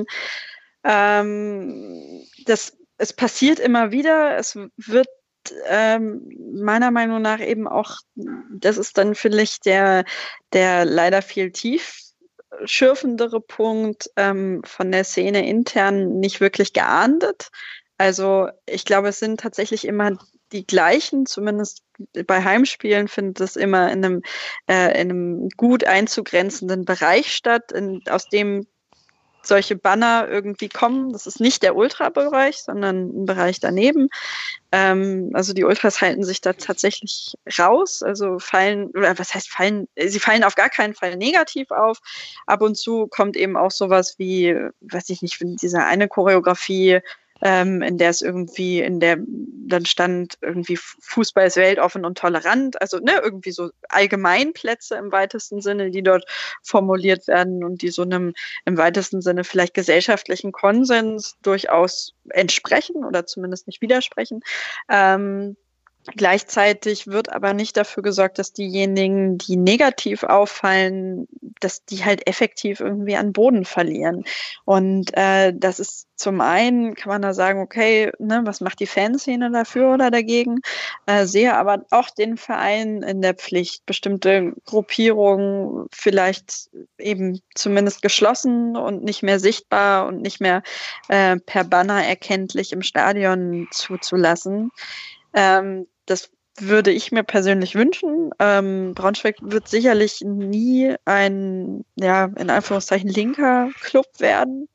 Es passiert immer wieder. Es wird meiner Meinung nach eben auch, das ist dann vielleicht der leider viel tiefschürfendere Punkt, von der Szene intern nicht wirklich geahndet. Also ich glaube, es sind tatsächlich immer die gleichen, zumindest bei Heimspielen findet es immer in einem gut einzugrenzenden Bereich statt, aus dem solche Banner irgendwie kommen. Das ist nicht der Ultra-Bereich, sondern ein Bereich daneben. Also die Ultras halten sich da tatsächlich raus, also fallen sie fallen auf gar keinen Fall negativ auf. Ab und zu kommt eben auch sowas wie, weiß ich nicht, diese eine Choreografie, in der dann stand irgendwie Fußball ist weltoffen und tolerant, also irgendwie so Allgemeinplätze im weitesten Sinne, die dort formuliert werden und die so einem im weitesten Sinne vielleicht gesellschaftlichen Konsens durchaus entsprechen oder zumindest nicht widersprechen. Gleichzeitig wird aber nicht dafür gesorgt, dass diejenigen, die negativ auffallen, dass die halt effektiv irgendwie an Boden verlieren. Und das ist zum einen, kann man da sagen, okay, was macht die Fanszene dafür oder dagegen? Sehe aber auch den Verein in der Pflicht, bestimmte Gruppierungen vielleicht eben zumindest geschlossen und nicht mehr sichtbar und nicht mehr per Banner erkenntlich im Stadion zuzulassen. Das würde ich mir persönlich wünschen. Braunschweig wird sicherlich nie ein, in Anführungszeichen, linker Club werden.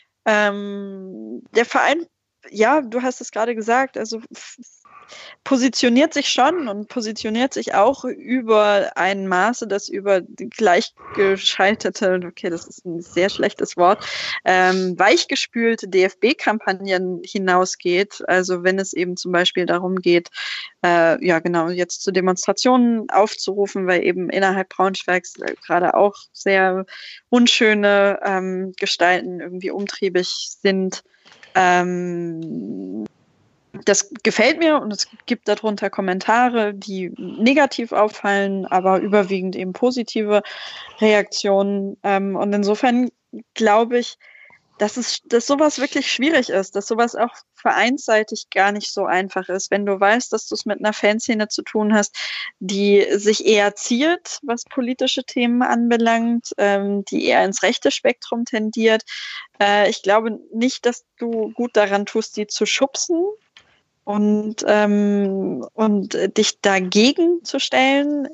Der Verein, du hast es gerade gesagt, also positioniert sich schon und positioniert sich auch über ein Maße, das über die gleichgeschaltete, okay, das ist ein sehr schlechtes Wort, weichgespülte DFB-Kampagnen hinausgeht. Also wenn es eben zum Beispiel darum geht, jetzt zu Demonstrationen aufzurufen, weil eben innerhalb Braunschweigs gerade auch sehr unschöne Gestalten irgendwie umtriebig sind. Das gefällt mir und es gibt darunter Kommentare, die negativ auffallen, aber überwiegend eben positive Reaktionen. Und insofern glaube ich, dass sowas wirklich schwierig ist, dass sowas auch vereinsseitig gar nicht so einfach ist. Wenn du weißt, dass du es mit einer Fanszene zu tun hast, die sich eher ziert, was politische Themen anbelangt, die eher ins rechte Spektrum tendiert. Ich glaube nicht, dass du gut daran tust, die zu schubsen und dich dagegen zu stellen.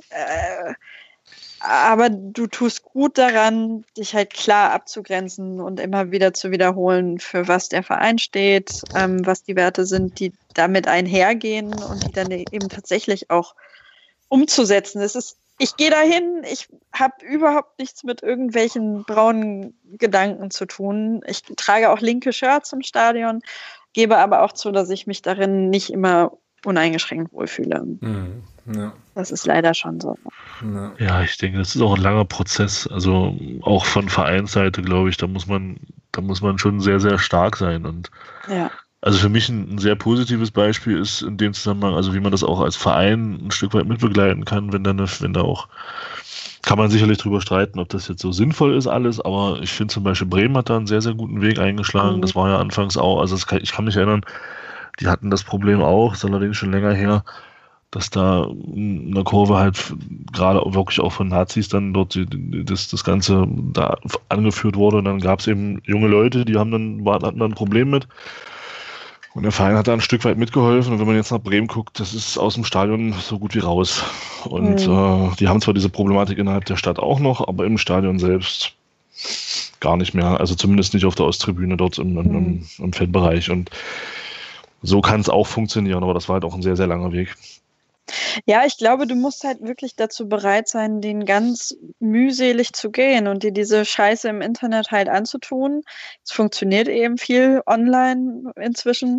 Aber du tust gut daran, dich halt klar abzugrenzen und immer wieder zu wiederholen, für was der Verein steht, was die Werte sind, die damit einhergehen und die dann eben tatsächlich auch umzusetzen. Ich gehe dahin, ich habe überhaupt nichts mit irgendwelchen braunen Gedanken zu tun. Ich trage auch linke Shirts im Stadion, gebe aber auch zu, dass ich mich darin nicht immer uneingeschränkt wohlfühle. Ja. Das ist leider schon so. Ja, ich denke, das ist auch ein langer Prozess. Also auch von Vereinsseite, glaube ich, da muss man schon sehr, sehr stark sein. Und Also für mich ein sehr positives Beispiel ist in dem Zusammenhang, also wie man das auch als Verein ein Stück weit mitbegleiten kann, wenn da auch, kann man sicherlich drüber streiten, ob das jetzt so sinnvoll ist alles, aber ich finde zum Beispiel Bremen hat da einen sehr, sehr guten Weg eingeschlagen. Das war ja anfangs auch, also ich kann mich erinnern, die hatten das Problem auch, ist allerdings schon länger her, dass da in der Kurve halt gerade wirklich auch von Nazis dann dort das Ganze da angeführt wurde und dann gab es eben junge Leute, die hatten dann ein Problem mit. Und der Verein hat da ein Stück weit mitgeholfen. Und wenn man jetzt nach Bremen guckt, das ist aus dem Stadion so gut wie raus. Und die haben zwar diese Problematik innerhalb der Stadt auch noch, aber im Stadion selbst gar nicht mehr. Also zumindest nicht auf der Osttribüne dort im Fanbereich. Und so kann es auch funktionieren, aber das war halt auch ein sehr, sehr langer Weg. Ja, ich glaube, du musst halt wirklich dazu bereit sein, den ganz mühselig zu gehen und dir diese Scheiße im Internet halt anzutun. Es funktioniert eben viel online inzwischen.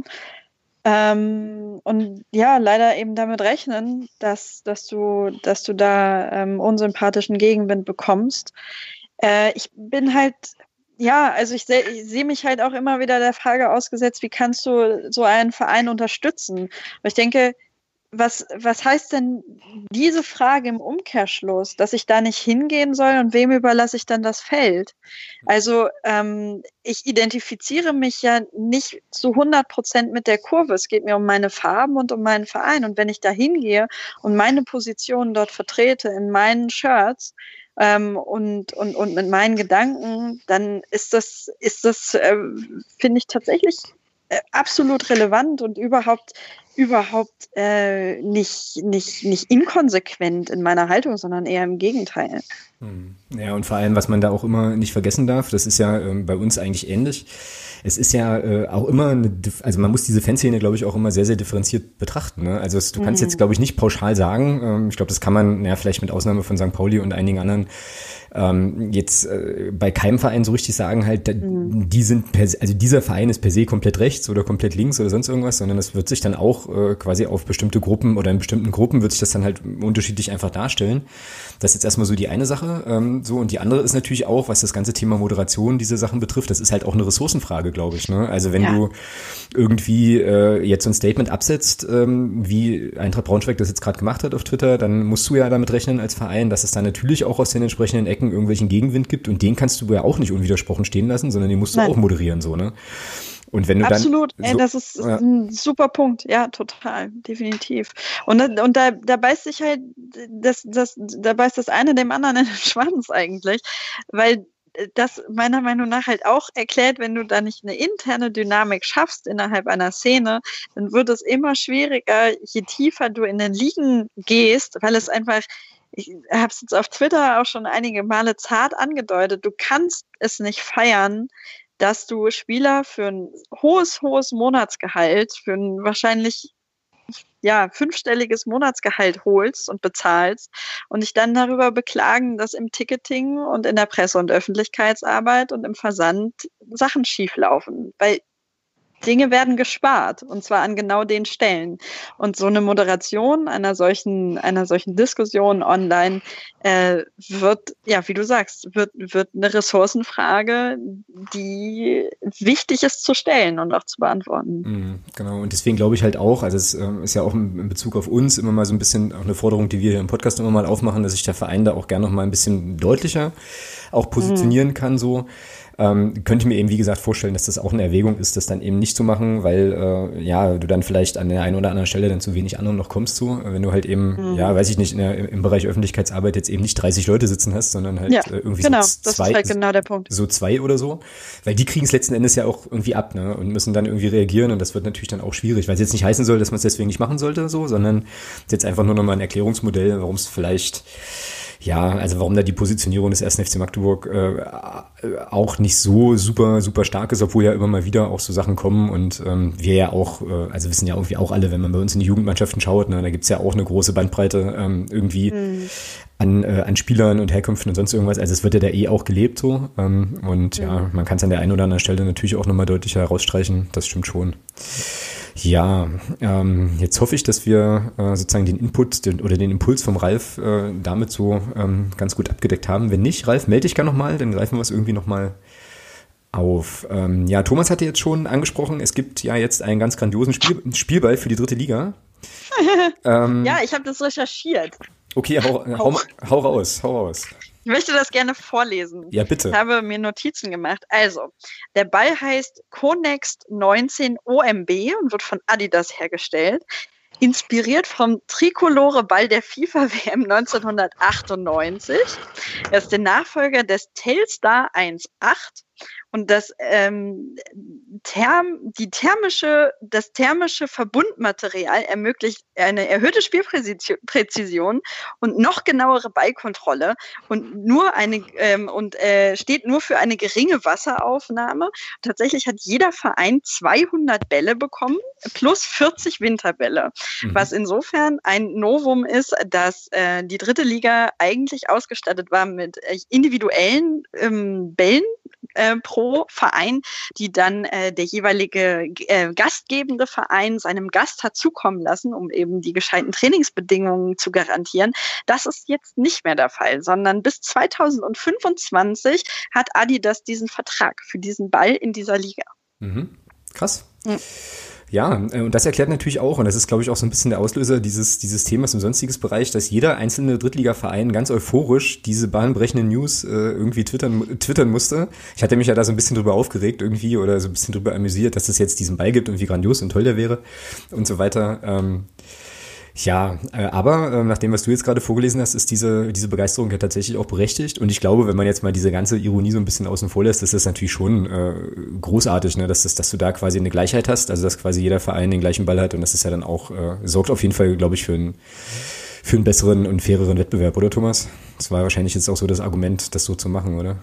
Und ja, leider eben damit rechnen, dass du da unsympathischen Gegenwind bekommst. Ich bin halt, ja, also ich sehe mich halt auch immer wieder der Frage ausgesetzt, wie kannst du so einen Verein unterstützen? Aber ich denke, was heißt denn diese Frage im Umkehrschluss, dass ich da nicht hingehen soll und wem überlasse ich dann das Feld? Also ich identifiziere mich ja nicht zu 100% mit der Kurve. Es geht mir um meine Farben und um meinen Verein. Und wenn ich da hingehe und meine Position dort vertrete in meinen Shirts und mit meinen Gedanken, dann ist das finde ich tatsächlich absolut relevant und überhaupt nicht inkonsequent in meiner Haltung, sondern eher im Gegenteil. Ja, und vor allem, was man da auch immer nicht vergessen darf, das ist ja bei uns eigentlich ähnlich. Es ist ja auch immer also man muss diese Fanszene, glaube ich, auch immer sehr, sehr differenziert betrachten. Ne? Also du kannst jetzt, glaube ich, nicht pauschal sagen, ich glaube, das kann man ja vielleicht mit Ausnahme von St. Pauli und einigen anderen jetzt bei keinem Verein so richtig sagen halt, die sind also dieser Verein ist per se komplett rechts oder komplett links oder sonst irgendwas, sondern das wird sich dann auch quasi auf bestimmte Gruppen oder in bestimmten Gruppen wird sich das dann halt unterschiedlich einfach darstellen. Das ist jetzt erstmal so die eine Sache. So, und die andere ist natürlich auch, was das ganze Thema Moderation, diese Sachen betrifft, das ist halt auch eine Ressourcenfrage, glaube ich. Ne? Also wenn du irgendwie jetzt so ein Statement absetzt, wie Eintracht Braunschweig das jetzt gerade gemacht hat auf Twitter, dann musst du ja damit rechnen als Verein, dass es da natürlich auch aus den entsprechenden Ecken irgendwelchen Gegenwind gibt und den kannst du ja auch nicht unwidersprochen stehen lassen, sondern den musst du auch moderieren, so, ne? Und wenn du absolut, dann so, das ist ein super Punkt, ja, total, definitiv. Und da beißt sich halt da beißt das eine dem anderen in den Schwanz eigentlich, weil das meiner Meinung nach halt auch erklärt, wenn du da nicht eine interne Dynamik schaffst innerhalb einer Szene, dann wird es immer schwieriger, je tiefer du in den Ligen gehst, weil es einfach, ich habe es jetzt auf Twitter auch schon einige Male zart angedeutet, du kannst es nicht feiern, dass du Spieler für ein hohes Monatsgehalt, für ein wahrscheinlich fünfstelliges Monatsgehalt holst und bezahlst und dich dann darüber beklagen, dass im Ticketing und in der Presse- und Öffentlichkeitsarbeit und im Versand Sachen schieflaufen, weil Dinge werden gespart und zwar an genau den Stellen. Und so eine Moderation einer solchen Diskussion online wird, ja, wie du sagst, wird eine Ressourcenfrage, die wichtig ist zu stellen und auch zu beantworten. Genau, und deswegen glaube ich halt auch, also es ist ja auch in Bezug auf uns immer mal so ein bisschen auch eine Forderung, die wir hier im Podcast immer mal aufmachen, dass sich der Verein da auch gerne noch mal ein bisschen deutlicher auch positionieren kann, so. Könnte ich mir eben, wie gesagt, vorstellen, dass das auch eine Erwägung ist, das dann eben nicht zu machen, weil du dann vielleicht an der einen oder anderen Stelle dann zu wenig anderen noch kommst zu, wenn du halt eben, weiß ich nicht, im Bereich Öffentlichkeitsarbeit jetzt eben nicht 30 Leute sitzen hast, sondern halt irgendwie genau, so das ist halt genau der Punkt. So 2 oder so, weil die kriegen es letzten Endes ja auch irgendwie ab, ne, und müssen dann irgendwie reagieren und das wird natürlich dann auch schwierig, weil es jetzt nicht heißen soll, dass man es deswegen nicht machen sollte, so, sondern jetzt einfach nur nochmal ein Erklärungsmodell, warum es vielleicht also warum da die Positionierung des 1. FC Magdeburg auch nicht so super, super stark ist, obwohl ja immer mal wieder auch so Sachen kommen und wir ja auch, also wissen ja irgendwie auch alle, wenn man bei uns in die Jugendmannschaften schaut, ne, da gibt's ja auch eine große Bandbreite irgendwie an Spielern und Herkünften und sonst irgendwas, also es wird ja da auch gelebt so und man kann es an der einen oder anderen Stelle natürlich auch nochmal deutlicher herausstreichen, das stimmt schon. Ja, jetzt hoffe ich, dass wir sozusagen den Input oder den Impuls vom Ralf damit so ganz gut abgedeckt haben. Wenn nicht, Ralf, melde dich gerne nochmal, dann greifen wir es irgendwie nochmal auf. Ja, Thomas hatte jetzt schon angesprochen, es gibt ja jetzt einen ganz grandiosen Spielball für die 3. Liga. Ja, ich habe das recherchiert. Okay, hau raus. Ich möchte das gerne vorlesen. Ja, bitte. Ich habe mir Notizen gemacht. Also, der Ball heißt Connext 19 OMB und wird von Adidas hergestellt. Inspiriert vom Tricolore-Ball der FIFA-WM 1998. Er ist der Nachfolger des Telstar 1.8 und das thermische Verbundmaterial ermöglicht eine erhöhte Spielpräzision und noch genauere Ballkontrolle und steht nur für eine geringe Wasseraufnahme. Tatsächlich hat jeder Verein 200 Bälle bekommen plus 40 Winterbälle, was insofern ein Novum ist, dass die 3. Liga eigentlich ausgestattet war mit individuellen Bällen pro Verein, die dann der jeweilige gastgebende Verein seinem Gast hat zukommen lassen, um eben die gescheiten Trainingsbedingungen zu garantieren. Das ist jetzt nicht mehr der Fall, sondern bis 2025 hat Adidas diesen Vertrag für diesen Ball in dieser Liga. Krass. Ja, und das erklärt natürlich auch, und das ist, glaube ich, auch so ein bisschen der Auslöser dieses Themas im sonstiges Bereich, dass jeder einzelne Drittligaverein ganz euphorisch diese bahnbrechenden News irgendwie twittern musste. Ich hatte mich ja da so ein bisschen drüber aufgeregt irgendwie oder so ein bisschen drüber amüsiert, dass es jetzt diesen Ball gibt und wie grandios und toll der wäre und so weiter. Aber nach dem, was du jetzt gerade vorgelesen hast, ist diese Begeisterung ja tatsächlich auch berechtigt. Und ich glaube, wenn man jetzt mal diese ganze Ironie so ein bisschen außen vor lässt, ist das natürlich schon großartig, ne? Dass du da quasi eine Gleichheit hast, also dass quasi jeder Verein den gleichen Ball hat. Und das ist ja dann auch, sorgt auf jeden Fall, glaube ich, für einen besseren und faireren Wettbewerb, oder Thomas? Das war wahrscheinlich jetzt auch so das Argument, das so zu machen, oder?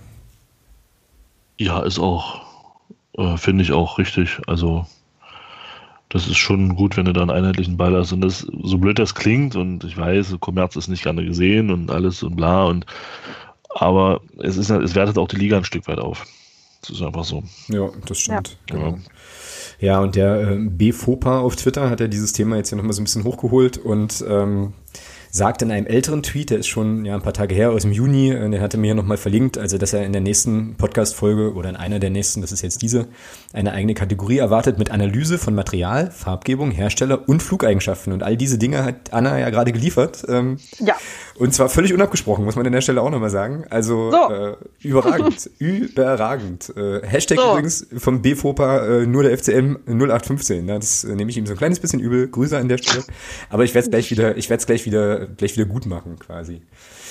Ja, ist auch, finde ich auch richtig. Also das ist schon gut, wenn du da einen einheitlichen Ball hast. Und das, so blöd das klingt, und ich weiß, Kommerz ist nicht gerne gesehen und alles und bla, aber es wertet auch die Liga ein Stück weit auf. Das ist einfach so. Ja, das stimmt. Ja. Genau. Ja, und der BFOPA auf Twitter hat ja dieses Thema jetzt hier nochmal so ein bisschen hochgeholt und sagt in einem älteren Tweet, der ist schon ein paar Tage her, aus dem Juni, den hatte mir hier nochmal verlinkt, also dass er in der nächsten Podcast-Folge oder in einer der nächsten, das ist jetzt diese, eine eigene Kategorie erwartet mit Analyse von Material, Farbgebung, Hersteller und Flugeigenschaften. Und all diese Dinge hat Anna ja gerade geliefert. Ja. Und zwar völlig unabgesprochen, muss man an der Stelle auch nochmal sagen. Also überragend, überragend. Hashtag übrigens vom BFOPA nur der FCM 0815. Das nehme ich ihm so ein kleines bisschen übel. Grüße an der Stelle. Aber ich werde es gleich wieder gut machen, quasi.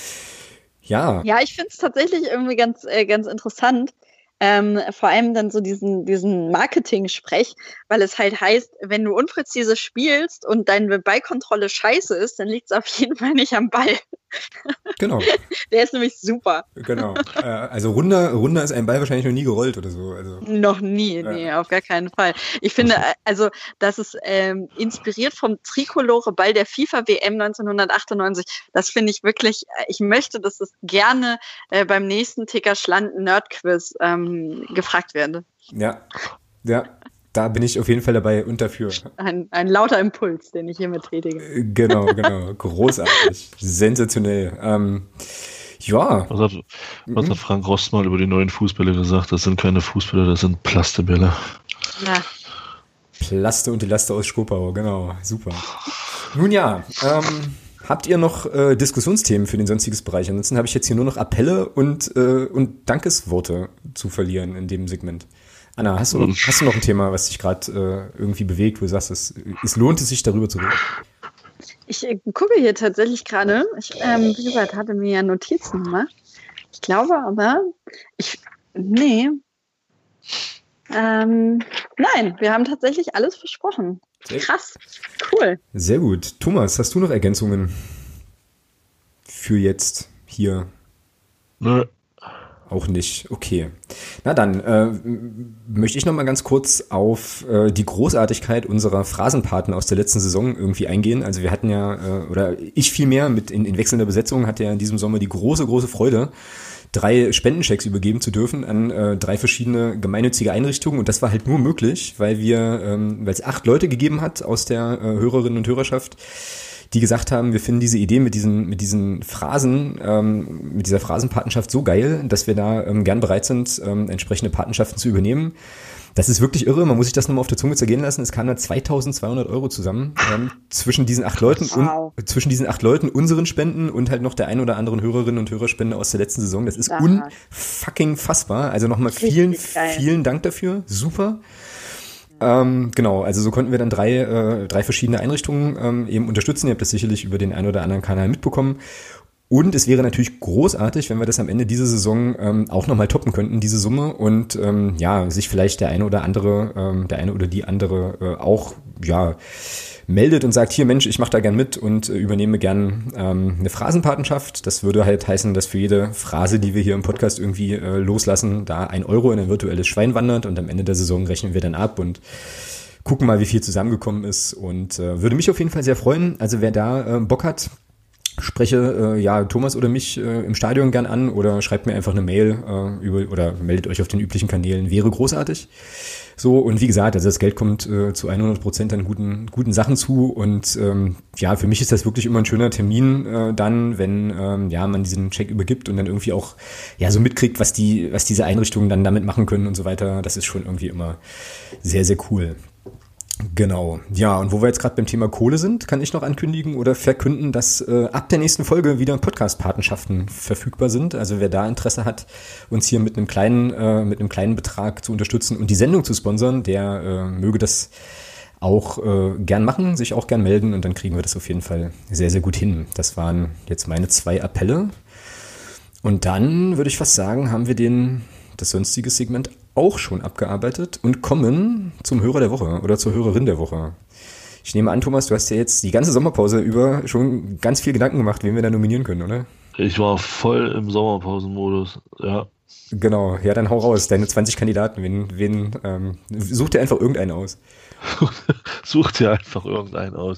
Ja. Ja, ich finde es tatsächlich irgendwie ganz interessant. Vor allem dann so diesen Marketing-Sprech, weil es halt heißt, wenn du unpräzise spielst und deine Ballkontrolle scheiße ist, dann liegt es auf jeden Fall nicht am Ball. Genau. Der ist nämlich super. Genau. Also runder ist ein Ball wahrscheinlich noch nie gerollt oder so. Also. Noch nie, nee, auf gar keinen Fall. Ich finde, also, das ist inspiriert vom Tricolore-Ball der FIFA-WM 1998. Das finde ich wirklich, ich möchte, dass das gerne beim nächsten Ticker-Schland-Nerd-Quiz gefragt werde. Ja. Da bin ich auf jeden Fall dabei und dafür. Ein lauter Impuls, den ich hiermit tätige. Genau. Großartig. Sensationell. Ja. Was hat Frank Rost mal über die neuen Fußbälle gesagt? Das sind keine Fußbälle, das sind Plastebälle. Ja. Plaste und die Laste aus Schkopau, genau. Super. Nun ja, habt ihr noch Diskussionsthemen für den sonstiges Bereich? Ansonsten habe ich jetzt hier nur noch Appelle und Dankesworte zu verlieren in dem Segment. Anna, hast du noch ein Thema, was dich gerade irgendwie bewegt, wo du sagst, es lohnt sich, darüber zu reden? Ich gucke hier tatsächlich gerade, wie gesagt, hatte mir ja Notizen gemacht. Ich glaube aber, nein, wir haben tatsächlich alles versprochen. Krass, cool. Sehr gut. Thomas, hast du noch Ergänzungen für jetzt hier? Nö. Auch nicht, okay. Na dann möchte ich noch mal ganz kurz auf die Großartigkeit unserer Phrasenpaten aus der letzten Saison irgendwie eingehen. Also wir hatten ja, oder ich vielmehr in wechselnder Besetzung hatte ja in diesem Sommer die große Freude, 3 Spendenchecks übergeben zu dürfen an 3 verschiedene gemeinnützige Einrichtungen. Und das war halt nur möglich, weil es 8 Leute gegeben hat aus der Hörerinnen und Hörerschaft, die gesagt haben, wir finden diese Idee mit diesen Phrasen, mit dieser Phrasenpatenschaft so geil, dass wir da gern bereit sind, entsprechende Patenschaften zu übernehmen. Das ist wirklich irre, man muss sich das nochmal auf der Zunge zergehen lassen. Es kamen da 2.200 € zusammen zwischen diesen 8 Leuten unseren Spenden und halt noch der ein oder anderen Hörerinnen und Hörerspende aus der letzten Saison. Das ist unfucking fassbar. Also nochmal vielen Dank dafür. Super. Genau, also so konnten wir dann drei verschiedene Einrichtungen eben unterstützen. Ihr habt das sicherlich über den einen oder anderen Kanal mitbekommen. Und es wäre natürlich großartig, wenn wir das am Ende dieser Saison auch nochmal toppen könnten, diese Summe. Und sich vielleicht der eine oder die andere auch meldet und sagt, hier Mensch, ich mache da gern mit und übernehme gern eine Phrasenpatenschaft. Das würde halt heißen, dass für jede Phrase, die wir hier im Podcast irgendwie loslassen, da 1 € in ein virtuelles Schwein wandert und am Ende der Saison rechnen wir dann ab und gucken mal, wie viel zusammengekommen ist und würde mich auf jeden Fall sehr freuen. Also wer da Bock hat, spreche Thomas oder mich im Stadion gern an oder schreibt mir einfach eine Mail oder meldet euch auf den üblichen Kanälen, wäre großartig. So, und wie gesagt, also das Geld kommt zu 100% an guten Sachen zu und für mich ist das wirklich immer ein schöner Termin dann, wenn man diesen Check übergibt und dann irgendwie auch so mitkriegt, was diese Einrichtungen dann damit machen können und so weiter. Das ist schon irgendwie immer sehr, sehr cool. Genau. Ja, und wo wir jetzt gerade beim Thema Kohle sind, kann ich noch ankündigen oder verkünden, dass ab der nächsten Folge wieder Podcast-Patenschaften verfügbar sind. Also wer da Interesse hat, uns hier mit einem kleinen Betrag zu unterstützen und die Sendung zu sponsern, der möge das auch gern machen, sich auch gern melden und dann kriegen wir das auf jeden Fall sehr, sehr gut hin. Das waren jetzt meine 2 Appelle. Und dann würde ich fast sagen, haben wir das sonstige Segment auch schon abgearbeitet und kommen zum Hörer der Woche oder zur Hörerin der Woche. Ich nehme an, Thomas, du hast ja jetzt die ganze Sommerpause über schon ganz viel Gedanken gemacht, wen wir da nominieren können, oder? Ich war voll im Sommerpausenmodus, ja. Genau, ja, dann hau raus, deine 20 Kandidaten, such dir einfach irgendeinen aus. Such dir einfach irgendeinen aus.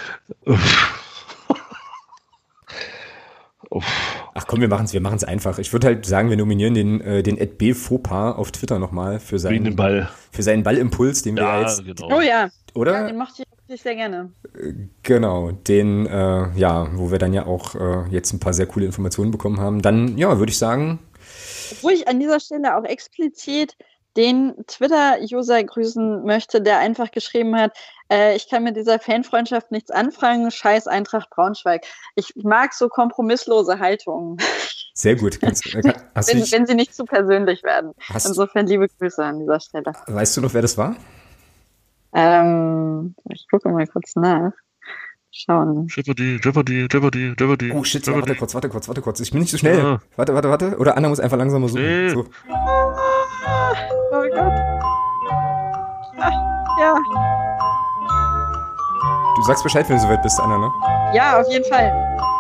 Ach komm, wir machen's einfach. Ich würde halt sagen, wir nominieren den Ed B. Fauxpas auf Twitter nochmal für seinen Ballimpuls, den wir jetzt... Genau. Oh ja. Oder? Ja, den mochte ich sehr gerne. Genau, den, wo wir dann ja auch jetzt ein paar sehr coole Informationen bekommen haben. Dann, würde ich sagen... Obwohl ich an dieser Stelle auch explizit den Twitter-User grüßen möchte, der einfach geschrieben hat, ich kann mit dieser Fanfreundschaft nichts anfangen, scheiß Eintracht Braunschweig. Ich mag so kompromisslose Haltungen. Sehr gut. Wenn sie nicht zu persönlich werden. Insofern liebe Grüße an dieser Stelle. Weißt du noch, wer das war? Ich gucke mal kurz nach. Schauen. Jeopardy. Oh shit, warte kurz. Ich bin nicht so schnell. Ja. Warte. Oder Anna muss einfach langsamer suchen. Nee. So. Oh Gott. Ja. Du sagst Bescheid, wenn du soweit bist, Anna, ne? Ja, auf jeden Fall.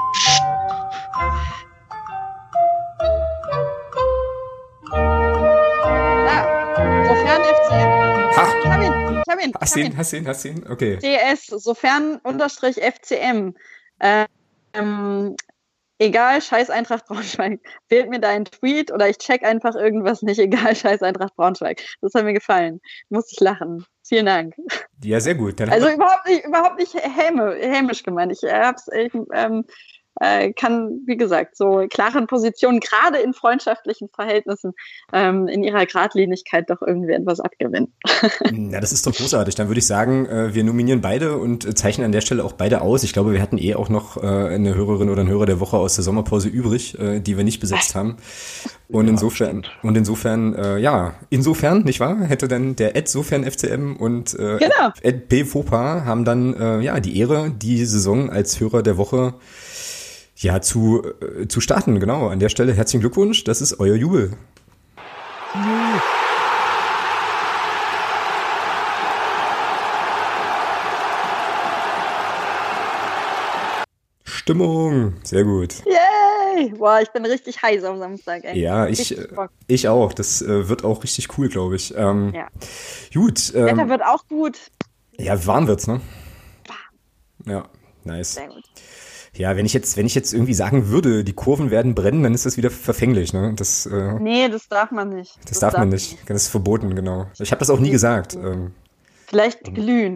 Sofern FCM. Ha! Ich hab ihn. Hast ihn? Okay. CS, sofern _FCM. Egal, scheiß Eintracht Braunschweig. Wählt mir da einen Tweet oder ich check einfach irgendwas nicht. Egal, scheiß Eintracht Braunschweig. Das hat mir gefallen. Muss ich lachen. Vielen Dank. Ja, sehr gut. Dann also überhaupt nicht hämisch gemeint. Kann, wie gesagt, so klaren Positionen, gerade in freundschaftlichen Verhältnissen, in ihrer Gradlinigkeit doch irgendwie etwas abgewinnen. Na, das ist doch großartig. Dann würde ich sagen, wir nominieren beide und zeichnen an der Stelle auch beide aus. Ich glaube, wir hatten auch noch eine Hörerin oder einen Hörer der Woche aus der Sommerpause übrig, die wir nicht besetzt haben. Und insofern, nicht wahr? Hätte dann der sofern FCM und P. Fauxpas haben dann die Ehre, die Saison als Hörer der Woche zu starten, genau. An der Stelle herzlichen Glückwunsch, das ist euer Jubel. Stimmung, sehr gut. Yay! Boah, ich bin richtig heiß am Samstag, ey. Ja, ich auch. Das wird auch richtig cool, glaube ich. Ja. Gut. Wetter wird auch gut. Ja, warm wird's, ne? Warm. Ja, nice. Sehr gut. Ja, wenn ich jetzt irgendwie sagen würde, die Kurven werden brennen, dann ist das wieder verfänglich, ne? Nee, das darf man nicht. Das darf man nicht. Das ist verboten, genau. Ich habe das auch nie gesagt. Vielleicht glühen.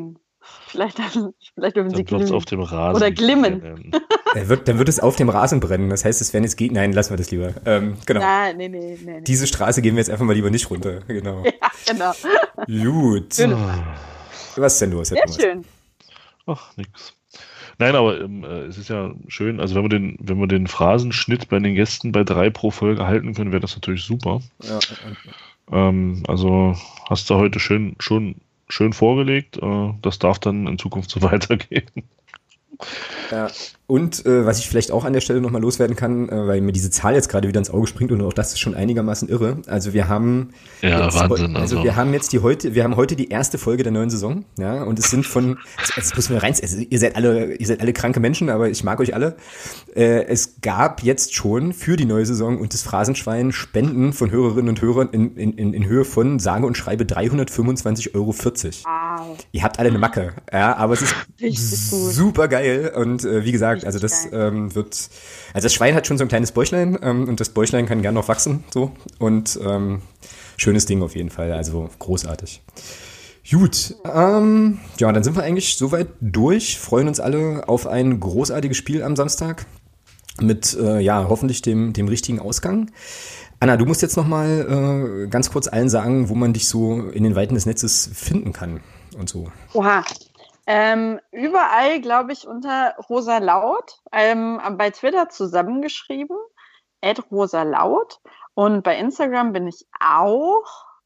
Vielleicht dürfen sie glühen. Auf dem Rasen oder glimmen. Dann wird es auf dem Rasen brennen. Das heißt, es werden jetzt Nein, lassen wir das lieber. Genau. Nee. Diese Straße gehen wir jetzt einfach mal lieber nicht runter. Genau. Ja, genau. Gut. Was ist denn los? Sehr schön. Ach, nix. Nein, aber es ist ja schön, also wenn wir den Phrasenschnitt bei den Gästen bei 3 pro Folge halten können, wäre das natürlich super. Ja. Also hast du heute schön vorgelegt. Das darf dann in Zukunft so weitergehen. Ja. Und was ich vielleicht auch an der Stelle nochmal loswerden kann, weil mir diese Zahl jetzt gerade wieder ins Auge springt und auch das ist schon einigermaßen irre. Also wir haben Wahnsinn. wir haben jetzt heute die erste Folge der neuen Saison, ja, und es sind jetzt müssen wir rein, also ihr seid alle kranke Menschen, aber ich mag euch alle. Es gab jetzt schon für die neue Saison und das Phrasenschwein Spenden von Hörerinnen und Hörern in Höhe von sage und schreibe 325,40 €. Wow. Ihr habt alle eine Macke, ja, aber es ist super geil und wie gesagt, also das das Schwein hat schon so ein kleines Bäuchlein und das Bäuchlein kann gern noch wachsen, so, und schönes Ding auf jeden Fall, also großartig. Gut, dann sind wir eigentlich soweit durch, freuen uns alle auf ein großartiges Spiel am Samstag mit hoffentlich dem richtigen Ausgang. Anna, du musst jetzt nochmal ganz kurz allen sagen, wo man dich so in den Weiten des Netzes finden kann und so. Oha. Überall, glaube ich, unter Rosa Laut, bei Twitter zusammengeschrieben, @rosalaut, und bei Instagram bin ich auch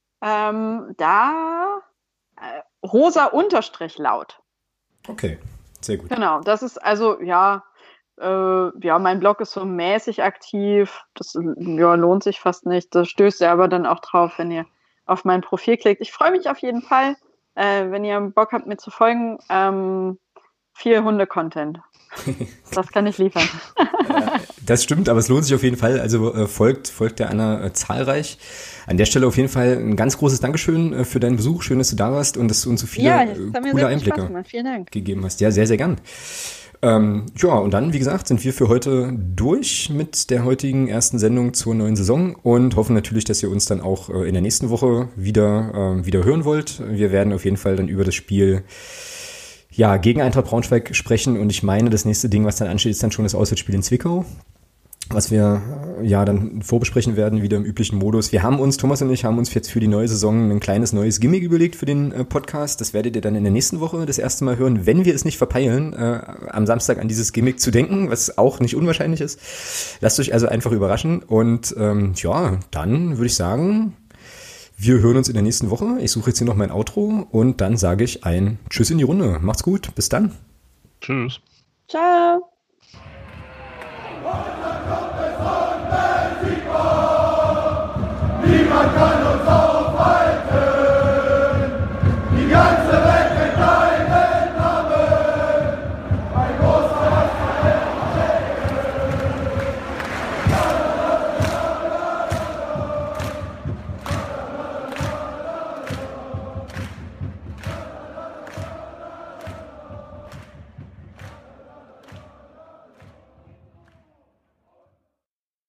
rosa_laut. Okay, sehr gut. Genau, das ist also, mein Blog ist so mäßig aktiv, das lohnt sich fast nicht, das stößt ihr aber dann auch drauf, wenn ihr auf mein Profil klickt. Ich freue mich auf jeden Fall. Wenn ihr Bock habt, mir zu folgen, viel Hunde-Content. Das kann ich liefern. Das stimmt, aber es lohnt sich auf jeden Fall. Also folgt der Anna zahlreich. An der Stelle auf jeden Fall ein ganz großes Dankeschön für deinen Besuch. Schön, dass du da warst und dass du uns so viele coole Einblicke gegeben hast. Ja, sehr, sehr gern. Und dann, wie gesagt, sind wir für heute durch mit der heutigen ersten Sendung zur neuen Saison und hoffen natürlich, dass ihr uns dann auch in der nächsten Woche wieder hören wollt. Wir werden auf jeden Fall dann über das Spiel gegen Eintracht Braunschweig sprechen und ich meine, das nächste Ding, was dann ansteht, ist dann schon das Auswärtsspiel in Zwickau, was wir dann vorbesprechen werden, wieder im üblichen Modus. Thomas und ich haben uns jetzt für die neue Saison ein kleines neues Gimmick überlegt für den Podcast. Das werdet ihr dann in der nächsten Woche das erste Mal hören, wenn wir es nicht verpeilen, am Samstag an dieses Gimmick zu denken, was auch nicht unwahrscheinlich ist. Lasst euch also einfach überraschen und dann würde ich sagen, wir hören uns in der nächsten Woche. Ich suche jetzt hier noch mein Outro und dann sage ich ein Tschüss in die Runde. Macht's gut, bis dann. Tschüss. Ciao. Niemand kann uns